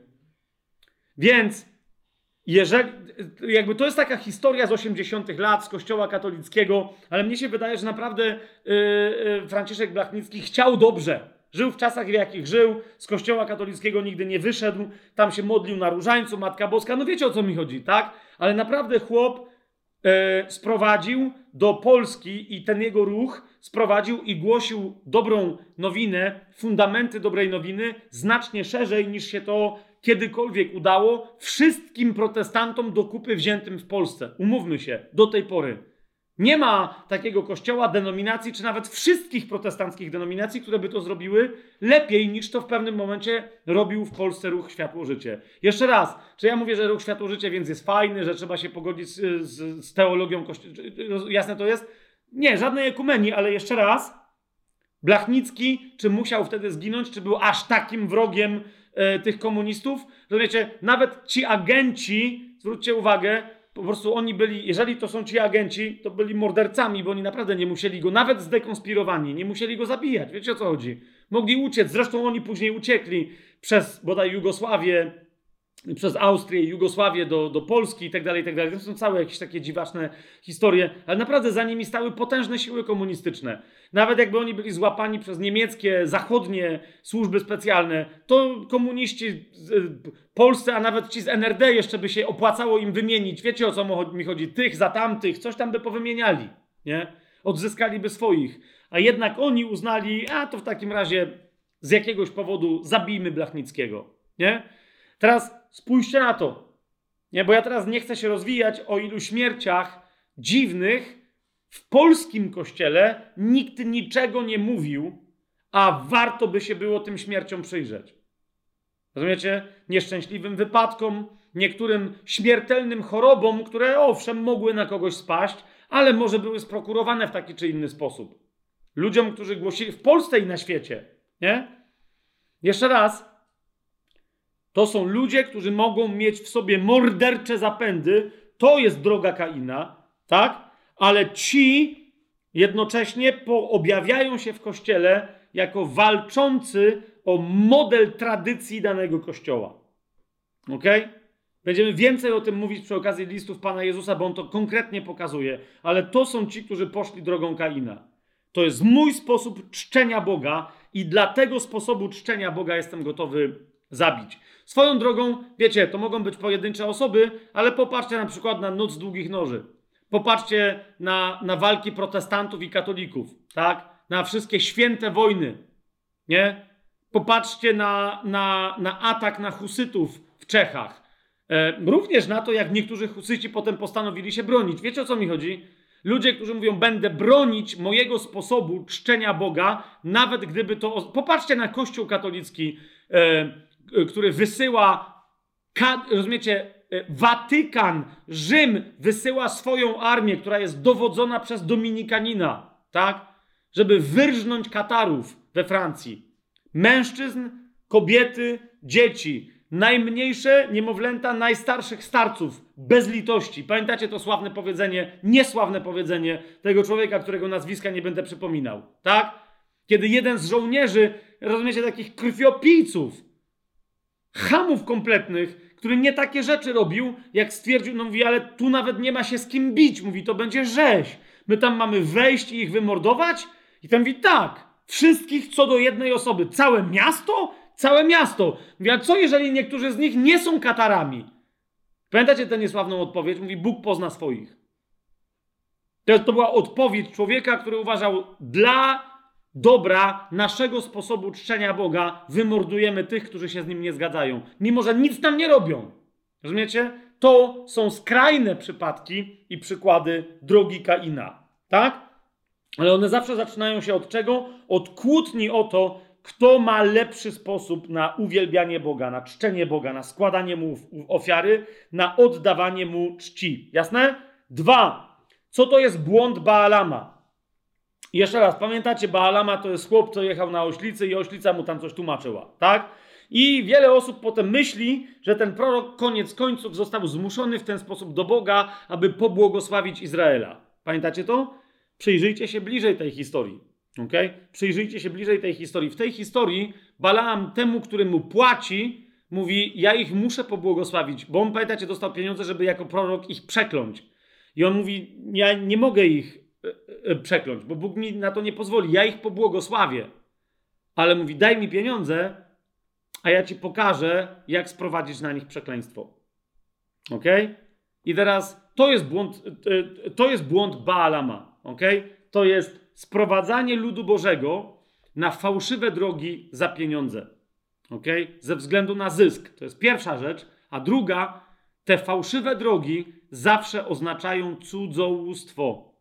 Więc jeżeli, jakby to jest taka historia z osiemdziesiątych lat, z Kościoła katolickiego, ale mnie się wydaje, że naprawdę yy, yy, Franciszek Blachnicki chciał dobrze. Żył w czasach, w jakich żył, z Kościoła katolickiego nigdy nie wyszedł, tam się modlił na Różańcu, Matka Boska, no wiecie, o co mi chodzi, tak? Ale naprawdę chłop yy, sprowadził do Polski i ten jego ruch sprowadził i głosił dobrą nowinę, fundamenty dobrej nowiny znacznie szerzej niż się to kiedykolwiek udało wszystkim protestantom do kupy wziętym w Polsce. Umówmy się, do tej pory. Nie ma takiego kościoła, denominacji, czy nawet wszystkich protestanckich denominacji, które by to zrobiły lepiej niż to w pewnym momencie robił w Polsce ruch Światło-Życie. Jeszcze raz, czy ja mówię, że ruch Światło-Życie więc jest fajny, że trzeba się pogodzić z, z, z teologią kościoła? Jasne to jest? Nie, żadnej ekumenii, ale jeszcze raz, Blachnicki, czy musiał wtedy zginąć, czy był aż takim wrogiem e, tych komunistów? Rozumiecie, nawet ci agenci, zwróćcie uwagę, po prostu oni byli, jeżeli to są ci agenci, to byli mordercami, bo oni naprawdę nie musieli go, nawet zdekonspirowani, nie musieli go zabijać. Wiecie, o co chodzi? Mogli uciec, zresztą oni później uciekli przez bodaj Jugosławię, przez Austrię, Jugosławię do, do Polski i tak dalej, i tak dalej. To są całe jakieś takie dziwaczne historie, ale naprawdę za nimi stały potężne siły komunistyczne. Nawet jakby oni byli złapani przez niemieckie, zachodnie służby specjalne, to komuniści polscy, a nawet ci z N R D jeszcze by się opłacało im wymienić. Wiecie, o co mi chodzi? Tych za tamtych, coś tam by powymieniali, nie? Odzyskaliby swoich. A jednak oni uznali, a to w takim razie z jakiegoś powodu zabijmy Blachnickiego, nie? Teraz spójrzcie na to, nie? Bo ja teraz nie chcę się rozwijać o ilu śmierciach dziwnych w polskim kościele nikt niczego nie mówił, a warto by się było tym śmierciom przyjrzeć. Rozumiecie? Nieszczęśliwym wypadkom, niektórym śmiertelnym chorobom, które owszem mogły na kogoś spaść, ale może były sprokurowane w taki czy inny sposób. Ludziom, którzy głosili w Polsce i na świecie, nie? Jeszcze raz, to są ludzie, którzy mogą mieć w sobie mordercze zapędy. To jest droga Kaina, tak? Ale ci jednocześnie objawiają się w Kościele jako walczący o model tradycji danego Kościoła. Okej? Okay? Będziemy więcej o tym mówić przy okazji listów Pana Jezusa, bo on to konkretnie pokazuje. Ale to są ci, którzy poszli drogą Kaina. To jest mój sposób czczenia Boga i dla tego sposobu czczenia Boga jestem gotowy zabić. Swoją drogą, wiecie, to mogą być pojedyncze osoby, ale popatrzcie na przykład na Noc Długich Noży. Popatrzcie na, na walki protestantów i katolików, tak? Na wszystkie święte wojny, nie? Popatrzcie na, na, na atak na husytów w Czechach. E, również na to, jak niektórzy husyci potem postanowili się bronić. Wiecie, o co mi chodzi? Ludzie, którzy mówią, będę bronić mojego sposobu czczenia Boga, nawet gdyby to... Popatrzcie na Kościół katolicki, e, który wysyła, rozumiecie, Watykan, Rzym wysyła swoją armię, która jest dowodzona przez Dominikanina, tak? Żeby wyrżnąć Katarów we Francji. Mężczyzn, kobiety, dzieci, najmniejsze niemowlęta, najstarszych starców, bez litości. Pamiętacie to sławne powiedzenie, niesławne powiedzenie tego człowieka, którego nazwiska nie będę przypominał, tak? Kiedy jeden z żołnierzy, rozumiecie, takich krwiopijców, chamów kompletnych, który nie takie rzeczy robił, jak stwierdził, no mówi, ale tu nawet nie ma się z kim bić. Mówi, to będzie rzeź. My tam mamy wejść i ich wymordować? I tam mówi, tak, wszystkich co do jednej osoby. Całe miasto? Całe miasto. Mówi, a co jeżeli niektórzy z nich nie są Katarami? Pamiętacie tę niesławną odpowiedź? Mówi, Bóg pozna swoich. To, to była odpowiedź człowieka, który uważał, dla dobra naszego sposobu czczenia Boga wymordujemy tych, którzy się z nim nie zgadzają. Mimo że nic nam nie robią. Rozumiecie? To są skrajne przypadki i przykłady drogi Kaina. Tak? Ale one zawsze zaczynają się od czego? Od kłótni o to, kto ma lepszy sposób na uwielbianie Boga, na czczenie Boga, na składanie mu ofiary, na oddawanie mu czci. Jasne? Dwa. Co to jest błąd Baalama? I jeszcze raz, pamiętacie, Baalama to jest chłop, co jechał na oślicy i oślica mu tam coś tłumaczyła, tak? I wiele osób potem myśli, że ten prorok koniec końców został zmuszony w ten sposób do Boga, aby pobłogosławić Izraela. Pamiętacie to? przyjrzyjcie się bliżej tej historii. Okay? Przyjrzyjcie się bliżej tej historii. W tej historii Balaam temu, który mu płaci, mówi, ja ich muszę pobłogosławić, bo on, pamiętacie, dostał pieniądze, żeby jako prorok ich przekląć. I on mówi, ja nie mogę ich e, e, przekląć, bo Bóg mi na to nie pozwoli. Ja ich pobłogosławię. Ale mówi, daj mi pieniądze, a ja ci pokażę, jak sprowadzić na nich przekleństwo. Okej? Okay? I teraz to jest błąd, e, to jest błąd Baalama. Okej? Okay? To jest sprowadzanie ludu Bożego na fałszywe drogi za pieniądze. Okay? Ze względu na zysk. To jest pierwsza rzecz. A druga, te fałszywe drogi zawsze oznaczają cudzołóstwo.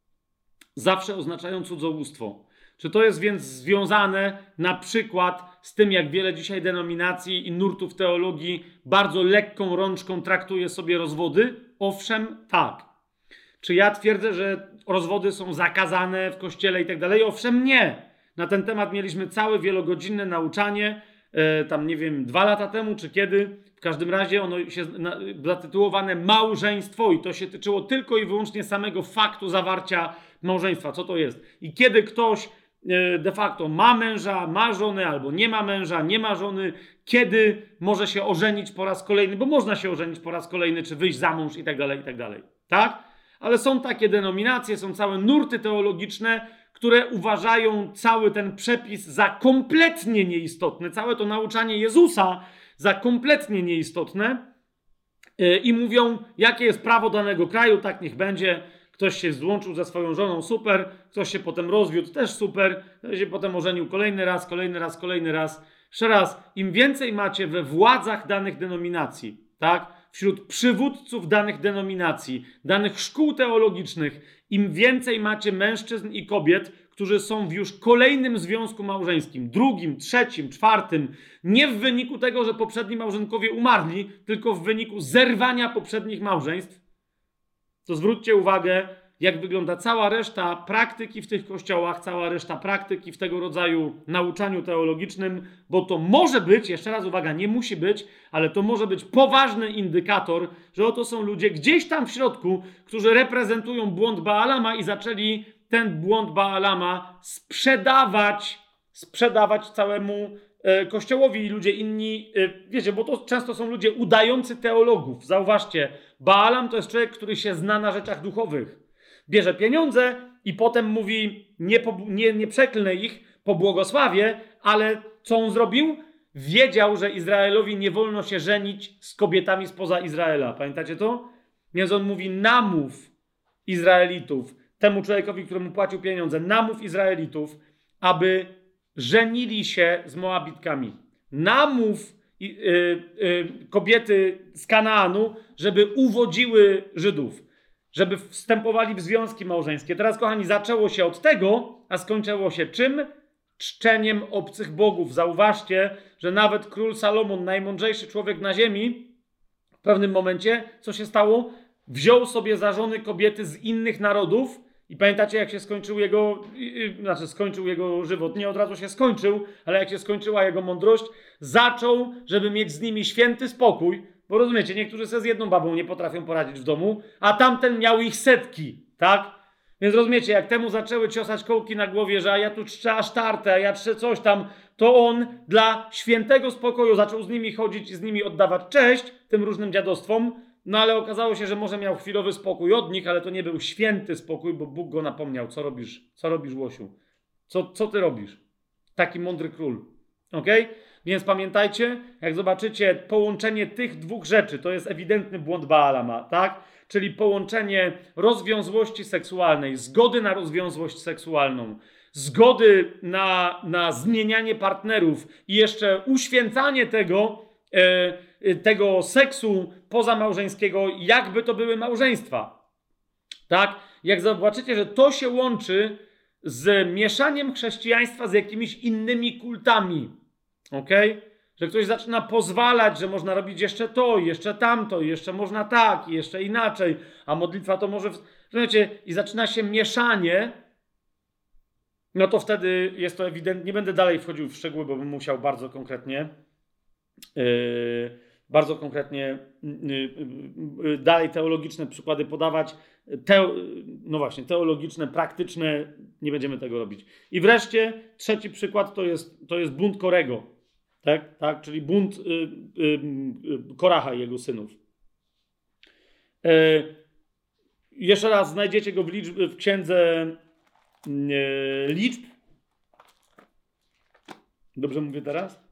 Zawsze oznaczają cudzołóstwo. Czy to jest więc związane na przykład z tym, jak wiele dzisiaj denominacji i nurtów teologii bardzo lekką rączką traktuje sobie rozwody? Owszem, tak. Czy ja twierdzę, że rozwody są zakazane w kościele i tak dalej? Owszem, nie. Na ten temat mieliśmy całe wielogodzinne nauczanie, e, tam nie wiem, dwa lata temu czy kiedy. W każdym razie ono się na, zatytułowane małżeństwo i to się tyczyło tylko i wyłącznie samego faktu zawarcia małżeństwa. Co to jest? I kiedy ktoś e, de facto ma męża, ma żonę albo nie ma męża, nie ma żony, kiedy może się ożenić po raz kolejny, bo można się ożenić po raz kolejny, czy wyjść za mąż i tak dalej, i tak dalej. Tak? Ale są takie denominacje, są całe nurty teologiczne, które uważają cały ten przepis za kompletnie nieistotny, całe to nauczanie Jezusa za kompletnie nieistotne yy, i mówią, jakie jest prawo danego kraju, tak niech będzie. Ktoś się złączył ze swoją żoną, super, ktoś się potem rozwiódł, też super, ktoś się potem ożenił kolejny raz, kolejny raz, kolejny raz. Jeszcze raz, im więcej macie we władzach danych denominacji, tak? Wśród przywódców danych denominacji, danych szkół teologicznych, im więcej macie mężczyzn i kobiet, którzy są w już kolejnym związku małżeńskim, drugim, trzecim, czwartym, nie w wyniku tego, że poprzedni małżonkowie umarli, tylko w wyniku zerwania poprzednich małżeństw, to zwróćcie uwagę, jak wygląda cała reszta praktyki w tych kościołach, cała reszta praktyki w tego rodzaju nauczaniu teologicznym, bo to może być, jeszcze raz uwaga, nie musi być, ale to może być poważny indykator, że oto są ludzie gdzieś tam w środku, którzy reprezentują błąd Baalama i zaczęli ten błąd Baalama sprzedawać, sprzedawać całemu e, kościołowi i ludzie inni, e, wiecie, bo to często są ludzie udający teologów. Zauważcie, Baalam to jest człowiek, który się zna na rzeczach duchowych. Bierze pieniądze i potem mówi, nie, nie, nie przeklnę ich, pobłogosławię, ale co on zrobił? Wiedział, że Izraelowi nie wolno się żenić z kobietami spoza Izraela. Pamiętacie to? Więc on mówi, namów Izraelitów, temu człowiekowi, któremu płacił pieniądze, namów Izraelitów, aby żenili się z Moabitkami. Namów yy, yy, kobiety z Kanaanu, żeby uwodziły Żydów. Żeby wstępowali w związki małżeńskie. Teraz, kochani, zaczęło się od tego, a skończyło się czym? Czczeniem obcych bogów. Zauważcie, że nawet król Salomon, najmądrzejszy człowiek na ziemi, w pewnym momencie, co się stało? Wziął sobie za żony kobiety z innych narodów i pamiętacie, jak się skończył jego, yy, znaczy skończył jego żywot. Nie od razu się skończył, ale jak się skończyła jego mądrość, zaczął, żeby mieć z nimi święty spokój. Bo rozumiecie, niektórzy sobie z jedną babą nie potrafią poradzić w domu, a tamten miał ich setki, tak? Więc rozumiecie, jak temu zaczęły ciosać kołki na głowie, że a ja tu czczę Asztartę, a ja czczę coś tam, to on dla świętego spokoju zaczął z nimi chodzić i z nimi oddawać cześć tym różnym dziadostwom, no ale okazało się, że może miał chwilowy spokój od nich, ale to nie był święty spokój, bo Bóg go napomniał. Co robisz? Co robisz, Łosiu? Co, co ty robisz? Taki mądry król. Okej? Okay? Więc pamiętajcie, jak zobaczycie połączenie tych dwóch rzeczy, to jest ewidentny błąd Baalama, tak? Czyli połączenie rozwiązłości seksualnej, zgody na rozwiązłość seksualną, zgody na, na zmienianie partnerów i jeszcze uświęcanie tego, e, tego seksu pozamałżeńskiego, jakby to były małżeństwa. Tak? Jak zobaczycie, że to się łączy z mieszaniem chrześcijaństwa z jakimiś innymi kultami, okej? Okay? Że ktoś zaczyna pozwalać, że można robić jeszcze to, jeszcze tamto, jeszcze można tak, jeszcze inaczej, a modlitwa to może... Rozumiecie? I zaczyna się mieszanie, no to wtedy jest to ewidentnie... Nie będę dalej wchodził w szczegóły, bo bym musiał bardzo konkretnie, yy, bardzo konkretnie dalej teologiczne przykłady podawać. Te, no właśnie, teologiczne, praktyczne, nie będziemy tego robić. I wreszcie trzeci przykład to jest, to jest bunt Korego, tak? Tak? Czyli bunt y, y, y, Koracha i jego synów. Y, jeszcze raz znajdziecie go w, liczb, w księdze y, liczb. Dobrze mówię teraz?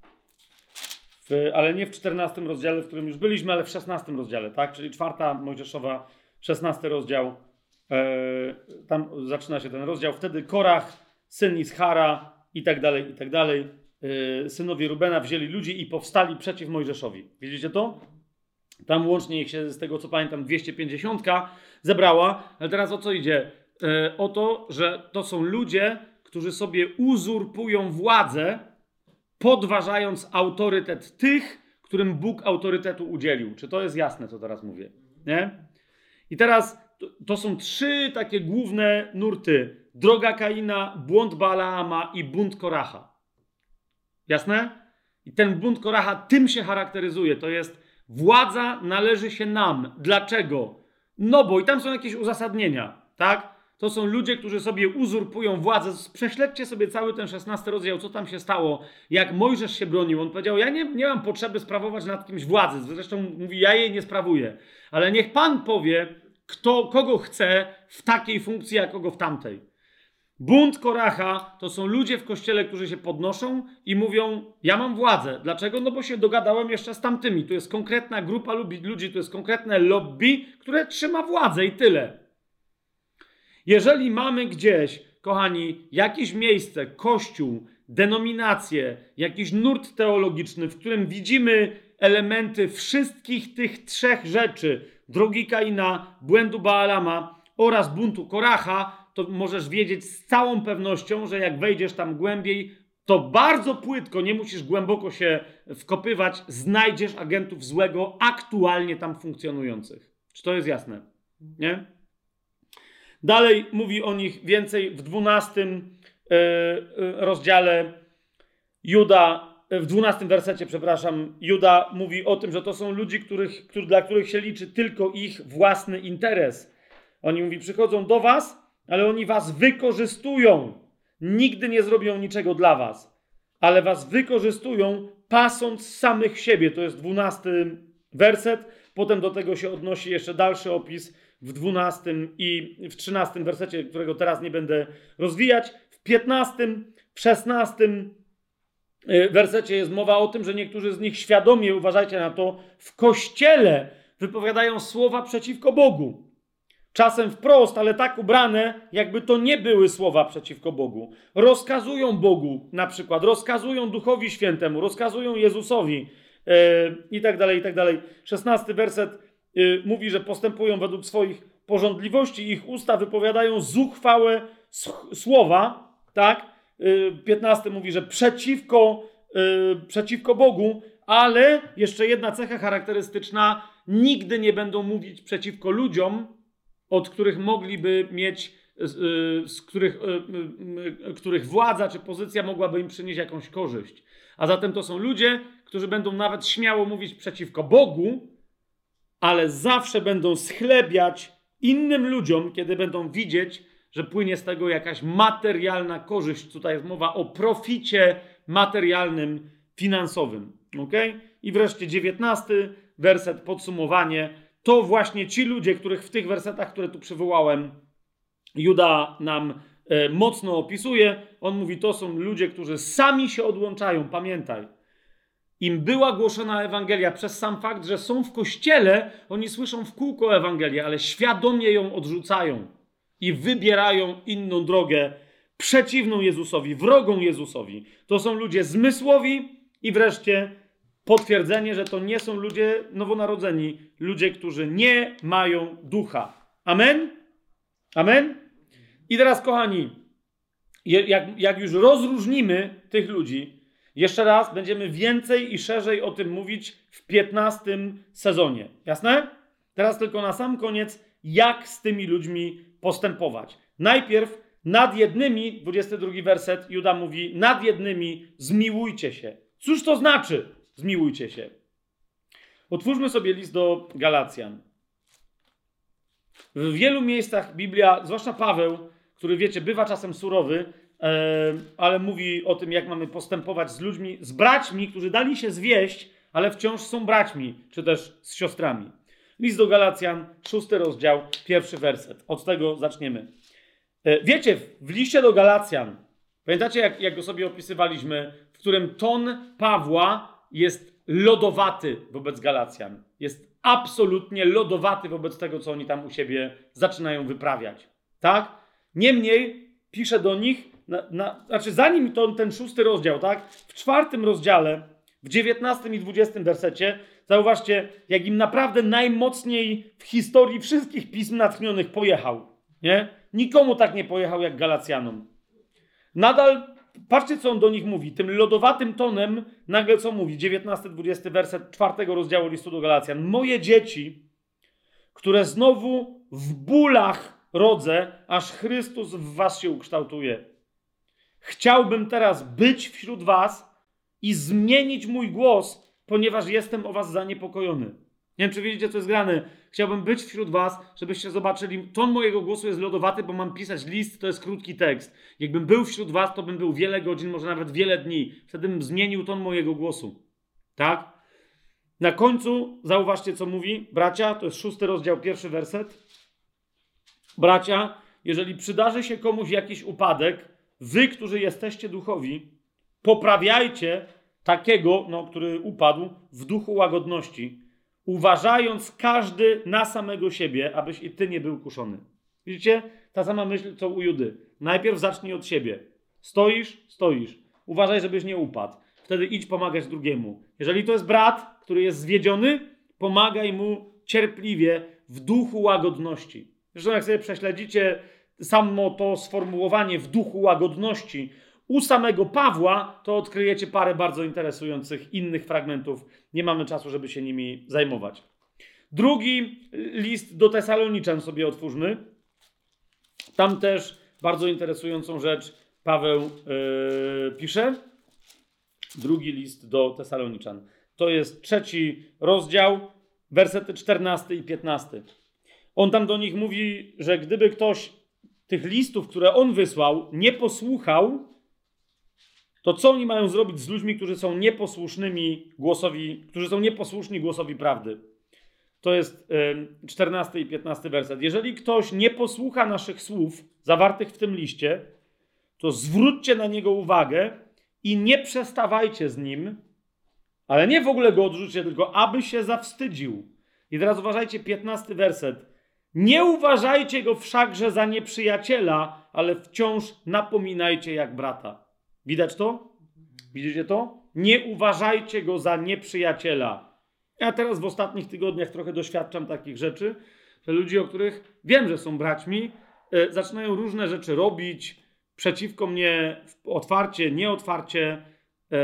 W, ale nie w czternastym rozdziale, w którym już byliśmy, ale w szesnastym rozdziale, tak? Czyli czwarta Mojżeszowa, szesnasty rozdział. E, tam zaczyna się ten rozdział. Wtedy Korach, syn Ischara i tak dalej, i tak dalej. E, synowie Rubena wzięli ludzi i powstali przeciw Mojżeszowi. Widzicie to? Tam łącznie ich się, z tego co pamiętam, dwieście pięćdziesiąt zebrała. Ale teraz o co idzie? E, o to, że to są ludzie, którzy sobie uzurpują władzę, podważając autorytet tych, którym Bóg autorytetu udzielił. Czy to jest jasne, co teraz mówię? Nie? I teraz to, to są trzy takie główne nurty. Droga Kaina, błąd Balaama i bunt Koracha. Jasne? I ten bunt Koracha tym się charakteryzuje. To jest władza należy się nam. Dlaczego? No bo i tam są jakieś uzasadnienia, tak? To są ludzie, którzy sobie uzurpują władzę. Prześledźcie sobie cały ten szesnasty rozdział, co tam się stało, jak Mojżesz się bronił. On powiedział, ja nie, nie mam potrzeby sprawować nad kimś władzy. Zresztą mówi, ja jej nie sprawuję. Ale niech Pan powie, kto, kogo chce w takiej funkcji, a kogo w tamtej. Bunt Koracha to są ludzie w kościele, którzy się podnoszą i mówią, ja mam władzę. Dlaczego? No bo się dogadałem jeszcze z tamtymi. Tu jest konkretna grupa ludzi, tu jest konkretne lobby, które trzyma władzę i tyle. Jeżeli mamy gdzieś, kochani, jakieś miejsce, kościół, denominację, jakiś nurt teologiczny, w którym widzimy elementy wszystkich tych trzech rzeczy, drogi Kaina, błędu Baalama oraz buntu Koracha, to możesz wiedzieć z całą pewnością, że jak wejdziesz tam głębiej, to bardzo płytko, nie musisz głęboko się wkopywać, znajdziesz agentów złego aktualnie tam funkcjonujących. Czy to jest jasne? Nie? Dalej mówi o nich więcej w dwunastym rozdziale Juda, w dwunastym wersecie, przepraszam, Juda mówi o tym, że to są ludzie, których, których, dla których się liczy tylko ich własny interes. Oni mówi, przychodzą do was, ale oni was wykorzystują. Nigdy nie zrobią niczego dla was, ale was wykorzystują, pasąc samych siebie. To jest dwunasty werset. Potem do tego się odnosi jeszcze dalszy opis w dwunastym i w trzynastym wersecie, którego teraz nie będę rozwijać. W piętnastym, w szesnastym wersecie jest mowa o tym, że niektórzy z nich świadomie, uważajcie na to, w kościele wypowiadają słowa przeciwko Bogu. Czasem wprost, ale tak ubrane, jakby to nie były słowa przeciwko Bogu. Rozkazują Bogu na przykład, rozkazują Duchowi Świętemu, rozkazują Jezusowi yy, i tak dalej, i tak dalej. szesnasty werset yy, mówi, że postępują według swoich pożądliwości, ich usta wypowiadają zuchwałe słowa, tak? Yy, piętnasty mówi, że przeciwko, yy, przeciwko Bogu, ale jeszcze jedna cecha charakterystyczna, nigdy nie będą mówić przeciwko ludziom, od których mogliby mieć, z których, których władza czy pozycja mogłaby im przynieść jakąś korzyść. A zatem to są ludzie, którzy będą nawet śmiało mówić przeciwko Bogu, ale zawsze będą schlebiać innym ludziom, kiedy będą widzieć, że płynie z tego jakaś materialna korzyść. Tutaj jest mowa o proficie materialnym, finansowym. Okay? I wreszcie dziewiętnasty werset, podsumowanie. To właśnie ci ludzie, których w tych wersetach, które tu przywołałem, Juda nam e, mocno opisuje. On mówi, to są ludzie, którzy sami się odłączają. Pamiętaj, im była głoszona Ewangelia przez sam fakt, że są w kościele, oni słyszą w kółko Ewangelię, ale świadomie ją odrzucają i wybierają inną drogę, przeciwną Jezusowi, wrogą Jezusowi. To są ludzie zmysłowi i wreszcie potwierdzenie, że to nie są ludzie nowonarodzeni, ludzie, którzy nie mają ducha. Amen? Amen? I teraz, kochani, jak, jak już rozróżnimy tych ludzi, jeszcze raz będziemy więcej i szerzej o tym mówić w piętnastym sezonie. Jasne? Teraz tylko na sam koniec, jak z tymi ludźmi postępować. Najpierw nad jednymi, dwudziesty drugi werset, Juda mówi, nad jednymi zmiłujcie się. Cóż to znaczy? Zmiłujcie się. Otwórzmy sobie list do Galacjan. W wielu miejscach Biblia, zwłaszcza Paweł, który wiecie, bywa czasem surowy, e, ale mówi o tym, jak mamy postępować z ludźmi, z braćmi, którzy dali się zwieść, ale wciąż są braćmi, czy też z siostrami. List do Galacjan, szósty rozdział, pierwszy werset. Od tego zaczniemy. E, wiecie, w liście do Galacjan, pamiętacie, jak, jak go sobie opisywaliśmy, w którym ton Pawła jest lodowaty wobec Galacjan. Jest absolutnie lodowaty wobec tego, co oni tam u siebie zaczynają wyprawiać. Tak? Niemniej pisze do nich, na, na, znaczy zanim to, ten szósty rozdział, tak? W czwartym rozdziale, w dziewiętnastym i dwudziestym wersecie, zauważcie, jak im naprawdę najmocniej w historii wszystkich pism natchnionych pojechał. Nie? Nikomu tak nie pojechał jak Galacjanom. Nadal, patrzcie, co on do nich mówi. Tym lodowatym tonem nagle co mówi? dziewiętnasty dwudziesty werset czwartego rozdziału listu do Galacjan. Moje dzieci, które znowu w bólach rodzę, aż Chrystus w was się ukształtuje. Chciałbym teraz być wśród was i zmienić mój głos, ponieważ jestem o was zaniepokojony. Nie wiem, czy widzicie, co jest grane. Chciałbym być wśród was, żebyście zobaczyli, ton mojego głosu jest lodowaty, bo mam pisać list, to jest krótki tekst. Jakbym był wśród was, to bym był wiele godzin, może nawet wiele dni. Wtedy bym zmienił ton mojego głosu. Tak? Na końcu, zauważcie, co mówi. Bracia, to jest szósty rozdział, pierwszy werset. Bracia, jeżeli przydarzy się komuś jakiś upadek, wy, którzy jesteście duchowi, poprawiajcie takiego, no, który upadł, w duchu łagodności, uważając każdy na samego siebie, abyś i ty nie był kuszony. Widzicie? Ta sama myśl, co u Judy. Najpierw zacznij od siebie. Stoisz? Stoisz. Uważaj, żebyś nie upadł. Wtedy idź pomagać drugiemu. Jeżeli to jest brat, który jest zwiedziony, pomagaj mu cierpliwie w duchu łagodności. Zresztą jak sobie prześledzicie samo to sformułowanie w duchu łagodności u samego Pawła, to odkryjecie parę bardzo interesujących innych fragmentów. Nie mamy czasu, żeby się nimi zajmować. Drugi list do Tesaloniczan sobie otwórzmy. Tam też bardzo interesującą rzecz Paweł yy, pisze. Drugi list do Tesaloniczan. To jest trzeci rozdział, wersety czternasty i piętnasty. On tam do nich mówi, że gdyby ktoś tych listów, które on wysłał, nie posłuchał, to co oni mają zrobić z ludźmi, którzy są nieposłusznymi głosowi, którzy są nieposłuszni głosowi prawdy? To jest y, czternasty i piętnasty werset. Jeżeli ktoś nie posłucha naszych słów zawartych w tym liście, to zwróćcie na niego uwagę i nie przestawajcie z nim, ale nie w ogóle go odrzućcie, tylko aby się zawstydził. I teraz uważajcie, piętnasty werset. Nie uważajcie go wszakże za nieprzyjaciela, ale wciąż napominajcie jak brata. Widać to? Widzicie to? Nie uważajcie go za nieprzyjaciela. Ja teraz w ostatnich tygodniach trochę doświadczam takich rzeczy, że ludzie, o których wiem, że są braćmi, yy, zaczynają różne rzeczy robić przeciwko mnie otwarcie, nieotwarcie yy,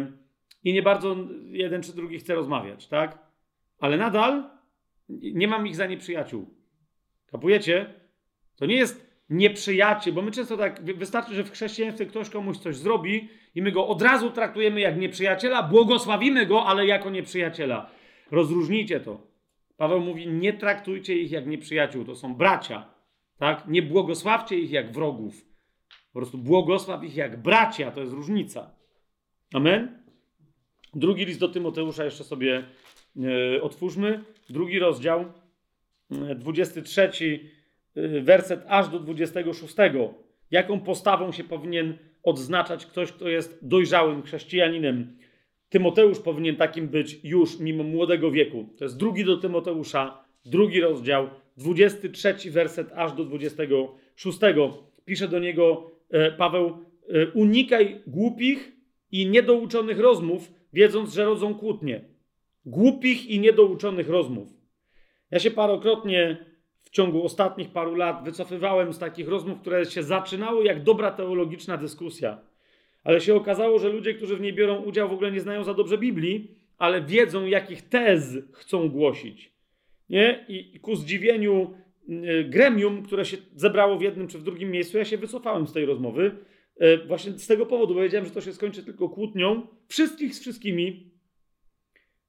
i nie bardzo jeden czy drugi chce rozmawiać, tak? Ale nadal nie mam ich za nieprzyjaciół. Kapujecie? To nie jest nieprzyjaciel, bo my często tak, wystarczy, że w chrześcijaństwie ktoś komuś coś zrobi i my go od razu traktujemy jak nieprzyjaciela, błogosławimy go, ale jako nieprzyjaciela. Rozróżnijcie to. Paweł mówi, nie traktujcie ich jak nieprzyjaciół, to są bracia. Tak? Nie błogosławcie ich jak wrogów. Po prostu błogosław ich jak bracia, to jest różnica. Amen? Drugi list do Tymoteusza jeszcze sobie e, otwórzmy. Drugi rozdział, e, dwudziesty trzeci e, werset aż do dwudziestego szóstego. Jaką postawą się powinien odznaczać ktoś, kto jest dojrzałym chrześcijaninem? Tymoteusz powinien takim być już mimo młodego wieku. To jest drugi do Tymoteusza, drugi rozdział, dwudziesty trzeci werset aż do dwudziestego szóstego. Pisze do niego e, Paweł, e, unikaj głupich i niedouczonych rozmów, wiedząc, że rodzą kłótnie. Głupich i niedouczonych rozmów. Ja się parokrotnie w ciągu ostatnich paru lat wycofywałem z takich rozmów, które się zaczynały jak dobra teologiczna dyskusja. Ale się okazało, że ludzie, którzy w niej biorą udział, w ogóle nie znają za dobrze Biblii, ale wiedzą, jakich tez chcą głosić. Nie? I ku zdziwieniu gremium, które się zebrało w jednym czy w drugim miejscu, ja się wycofałem z tej rozmowy. Właśnie z tego powodu, bo wiedziałem, że to się skończy tylko kłótnią wszystkich z wszystkimi.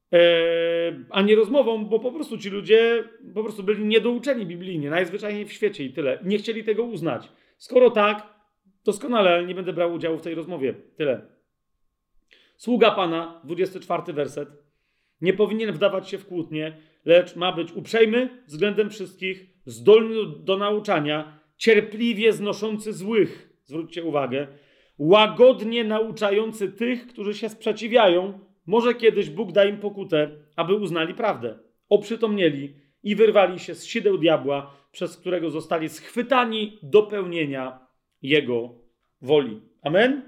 a nie rozmową, bo po prostu ci ludzie po prostu byli niedouczeni biblijnie, najzwyczajniej w świecie i tyle. Nie chcieli tego uznać. Skoro tak, doskonale, ale nie będę brał udziału w tej rozmowie. Tyle. Sługa Pana, dwudziesty czwarty werset, nie powinien wdawać się w kłótnie, lecz ma być uprzejmy względem wszystkich, zdolny do nauczania, cierpliwie znoszący złych, zwróćcie uwagę, łagodnie nauczający tych, którzy się sprzeciwiają. Może kiedyś Bóg da im pokutę, aby uznali prawdę, oprzytomnieli i wyrwali się z sideł diabła, przez którego zostali schwytani do pełnienia Jego woli. Amen?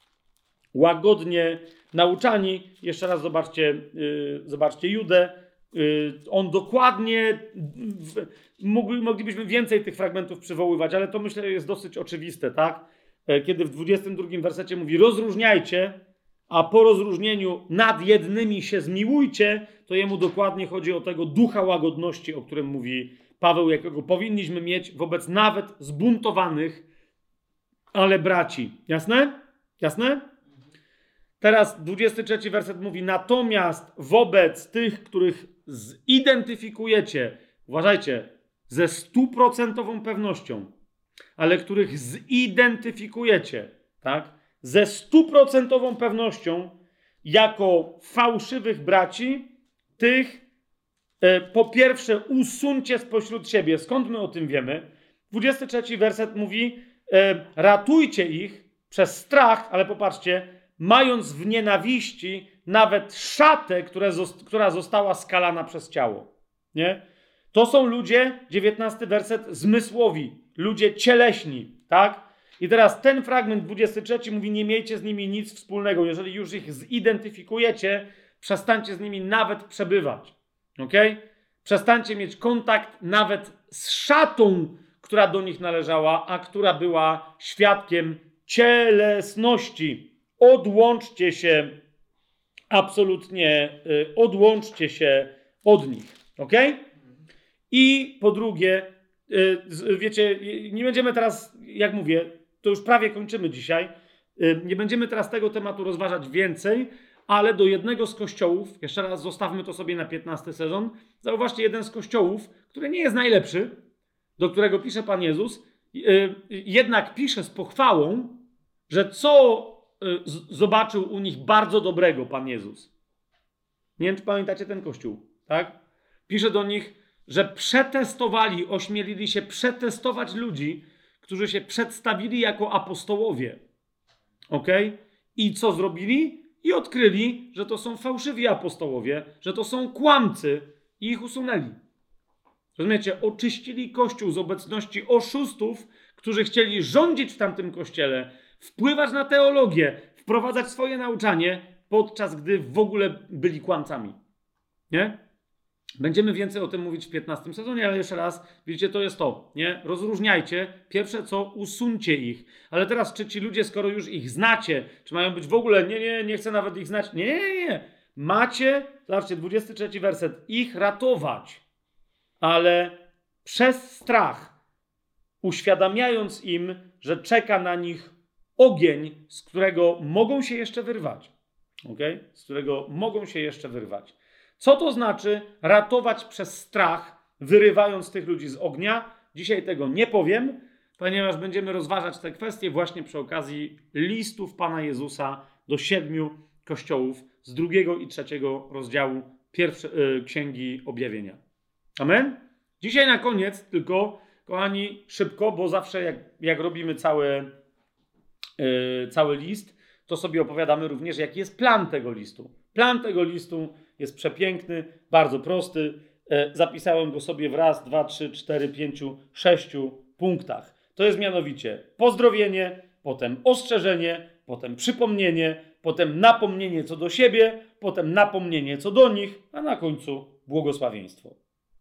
Łagodnie nauczani. Jeszcze raz zobaczcie, yy, zobaczcie Judę. Yy, on dokładnie, w, mogli, moglibyśmy więcej tych fragmentów przywoływać, ale to myślę jest dosyć oczywiste, tak? Kiedy w dwudziestym drugim wersecie mówi rozróżniajcie, a po rozróżnieniu nad jednymi się zmiłujcie, to jemu dokładnie chodzi o tego ducha łagodności, o którym mówi Paweł, jakiego powinniśmy mieć wobec nawet zbuntowanych, ale braci. Jasne? Jasne? Teraz dwudziesty trzeci werset mówi, natomiast wobec tych, których zidentyfikujecie, uważajcie, ze stuprocentową pewnością, ale których zidentyfikujecie, tak, ze stuprocentową pewnością jako fałszywych braci, tych e, po pierwsze usuńcie spośród siebie. Skąd my o tym wiemy? dwudziesty trzeci werset mówi, e, ratujcie ich przez strach, ale popatrzcie, mając w nienawiści nawet szatę, które zost- która została skalana przez ciało. Nie? To są ludzie, dziewiętnasty werset, zmysłowi, ludzie cieleśni, tak? I teraz ten fragment dwudziesty trzeci mówi, nie miejcie z nimi nic wspólnego. Jeżeli już ich zidentyfikujecie, przestańcie z nimi nawet przebywać. Okay? Przestańcie mieć kontakt nawet z szatą, która do nich należała, a która była świadkiem cielesności. Odłączcie się, absolutnie y, odłączcie się od nich. Okay? I po drugie, y, wiecie, nie będziemy teraz, jak mówię, to już prawie kończymy dzisiaj, y, nie będziemy teraz tego tematu rozważać więcej, ale do jednego z kościołów, jeszcze raz zostawmy to sobie na piętnasty sezon, zauważcie, jeden z kościołów, który nie jest najlepszy, do którego pisze Pan Jezus, y, jednak pisze z pochwałą, że co y, z, zobaczył u nich bardzo dobrego Pan Jezus. Nie wiem, czy pamiętacie ten kościół, tak? Pisze do nich, że przetestowali, ośmielili się przetestować ludzi, którzy się przedstawili jako apostołowie. Okej? I co zrobili? I odkryli, że to są fałszywi apostołowie, że to są kłamcy i ich usunęli. Rozumiecie? Oczyścili Kościół z obecności oszustów, którzy chcieli rządzić w tamtym kościele, wpływać na teologię, wprowadzać swoje nauczanie, podczas gdy w ogóle byli kłamcami. Nie? Będziemy więcej o tym mówić w piętnastym sezonie, ale jeszcze raz, widzicie, to jest to, nie? Rozróżniajcie. Pierwsze co, usuńcie ich. Ale teraz, czy ci ludzie, skoro już ich znacie, czy mają być w ogóle, nie, nie, nie chcę nawet ich znać. Nie, nie, nie. Macie, zobaczcie, dwudziesty trzeci werset, ich ratować, ale przez strach, uświadamiając im, że czeka na nich ogień, z którego mogą się jeszcze wyrwać. Okay? Z którego mogą się jeszcze wyrwać. Co to znaczy ratować przez strach, wyrywając tych ludzi z ognia? Dzisiaj tego nie powiem, ponieważ będziemy rozważać te kwestie właśnie przy okazji listów Pana Jezusa do siedmiu kościołów z drugiego i trzeciego rozdziału pierwsze, yy, Księgi Objawienia. Amen? Dzisiaj na koniec tylko, kochani, szybko, bo zawsze jak, jak robimy cały, yy, cały list, to sobie opowiadamy również, jaki jest plan tego listu. Plan tego listu jest przepiękny, bardzo prosty. E, zapisałem go sobie w raz, dwa, trzy, cztery, pięciu, sześciu punktach. To jest mianowicie pozdrowienie, potem ostrzeżenie, potem przypomnienie, potem napomnienie co do siebie, potem napomnienie co do nich, a na końcu błogosławieństwo.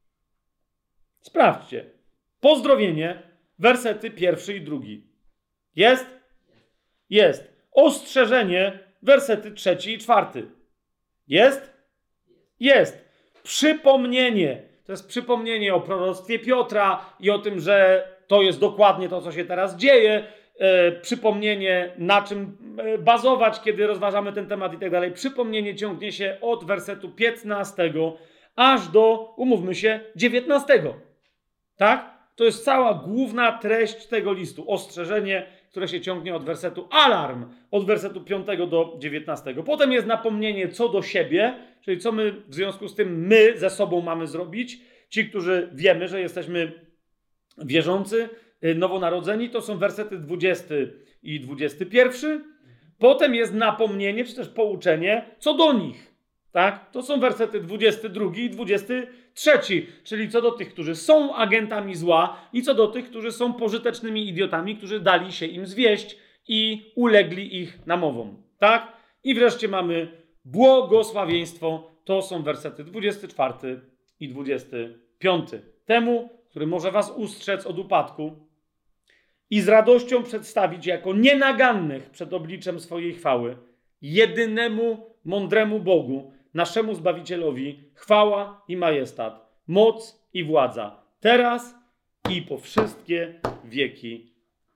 Sprawdźcie. Pozdrowienie, wersety pierwszy i drugi. Jest? Jest. Ostrzeżenie, wersety trzeci i czwarty. Jest? Jest. Przypomnienie. To jest przypomnienie o proroctwie Piotra i o tym, że to jest dokładnie to, co się teraz dzieje. e, przypomnienie, na czym e, bazować, kiedy rozważamy ten temat i tak dalej. Przypomnienie ciągnie się od wersetu piętnastego aż do, umówmy się, dziewiętnastego. Tak? To jest cała główna treść tego listu. Ostrzeżenie, które się ciągnie od wersetu, alarm od wersetu piątego do dziewiętnastego. Potem jest napomnienie co do siebie, czyli co my w związku z tym my ze sobą mamy zrobić. Ci, którzy wiemy, że jesteśmy wierzący, nowonarodzeni, to są wersety dwudziesty i dwudziesty pierwszy. Potem jest napomnienie, czy też pouczenie co do nich. Tak? To są wersety dwudziesty drugi i dwudziesty trzeci, czyli co do tych, którzy są agentami zła i co do tych, którzy są pożytecznymi idiotami, którzy dali się im zwieść i ulegli ich namowom. Tak? I wreszcie mamy błogosławieństwo. To są wersety dwudziesty czwarty i dwudziesty piąty. Temu, który może was ustrzec od upadku i z radością przedstawić jako nienagannych przed obliczem swojej chwały, jedynemu mądremu Bogu, naszemu Zbawicielowi, chwała i majestat, moc i władza, teraz i po wszystkie wieki.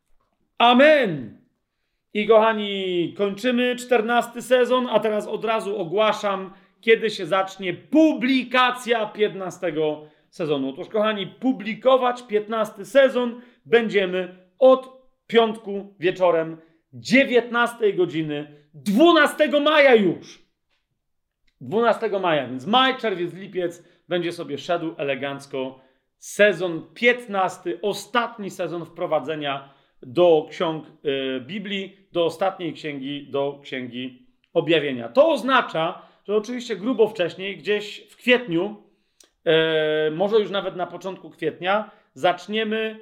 Amen! I kochani, kończymy czternasty sezon, a teraz od razu ogłaszam, kiedy się zacznie publikacja piętnastego sezonu. Otóż, kochani, publikować piętnasty sezon będziemy od piątku wieczorem, dziewiętnastej godziny, dwunastego maja już. dwunastego maja, więc maj, czerwiec, lipiec będzie sobie szedł elegancko. Sezon piętnasty, ostatni sezon wprowadzenia do ksiąg y, Biblii, do ostatniej księgi, do księgi Objawienia. To oznacza, że oczywiście grubo wcześniej, gdzieś w kwietniu, y, może już nawet na początku kwietnia, zaczniemy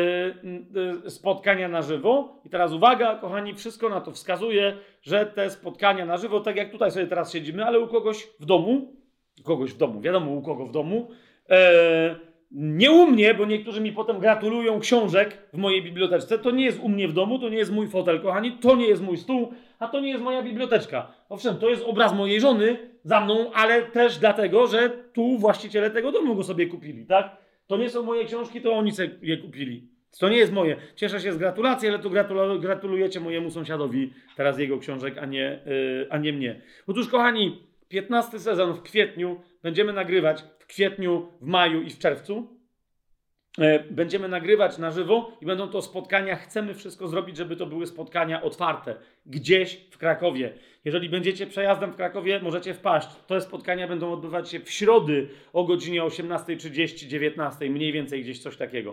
y, y, spotkania na żywo. I teraz uwaga, kochani, wszystko na to wskazuje, że te spotkania na żywo, tak jak tutaj sobie teraz siedzimy, ale u kogoś w domu, u kogoś w domu, wiadomo u kogo w domu, y, nie u mnie, bo niektórzy mi potem gratulują książek w mojej biblioteczce. To nie jest u mnie w domu, to nie jest mój fotel, kochani, to nie jest mój stół, a to nie jest moja biblioteczka. Owszem, to jest obraz mojej żony za mną, ale też dlatego, że tu właściciele tego domu go sobie kupili, tak? To nie są moje książki, to oni sobie je kupili. To nie jest moje. Cieszę się z gratulacji, ale to gratulu- gratulujecie mojemu sąsiadowi teraz jego książek, a nie, yy, a nie mnie. Otóż, kochani, piętnasty sezon w kwietniu będziemy nagrywać, w kwietniu, w maju i w czerwcu. Będziemy nagrywać na żywo i będą to spotkania. Chcemy wszystko zrobić, żeby to były spotkania otwarte. Gdzieś w Krakowie. Jeżeli będziecie przejazdem w Krakowie, możecie wpaść. Te spotkania będą odbywać się w środy o godzinie osiemnastej trzydzieści, dziewiętnastej, mniej więcej gdzieś coś takiego.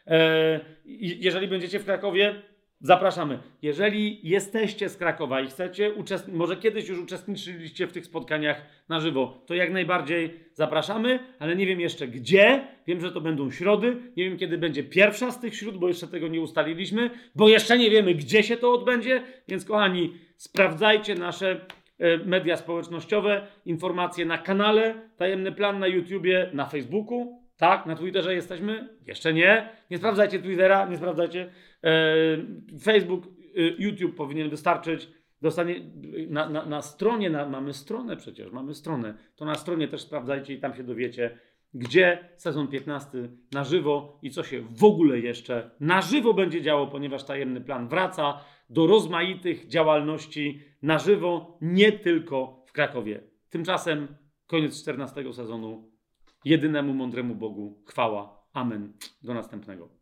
Jeżeli będziecie w Krakowie, zapraszamy. Jeżeli jesteście z Krakowa i chcecie, uczestni- może kiedyś już uczestniczyliście w tych spotkaniach na żywo, to jak najbardziej zapraszamy, ale nie wiem jeszcze gdzie. Wiem, że to będą środy. Nie wiem, kiedy będzie pierwsza z tych śród, bo jeszcze tego nie ustaliliśmy, bo jeszcze nie wiemy, gdzie się to odbędzie. Więc, kochani, sprawdzajcie nasze e, media społecznościowe, informacje na kanale Tajemny Plan, na YouTubie, na Facebooku. Tak, na Twitterze jesteśmy? Jeszcze nie. Nie sprawdzajcie Twittera, nie sprawdzajcie. Facebook, YouTube powinien wystarczyć. Dostanie, na, na, na stronie, na, mamy stronę przecież, mamy stronę. To na stronie też sprawdzajcie i tam się dowiecie, gdzie sezon piętnasty na żywo i co się w ogóle jeszcze na żywo będzie działo, ponieważ Tajemny Plan wraca do rozmaitych działalności na żywo, nie tylko w Krakowie. Tymczasem koniec czternastego sezonu. Jedynemu mądremu Bogu chwała. Amen. Do następnego.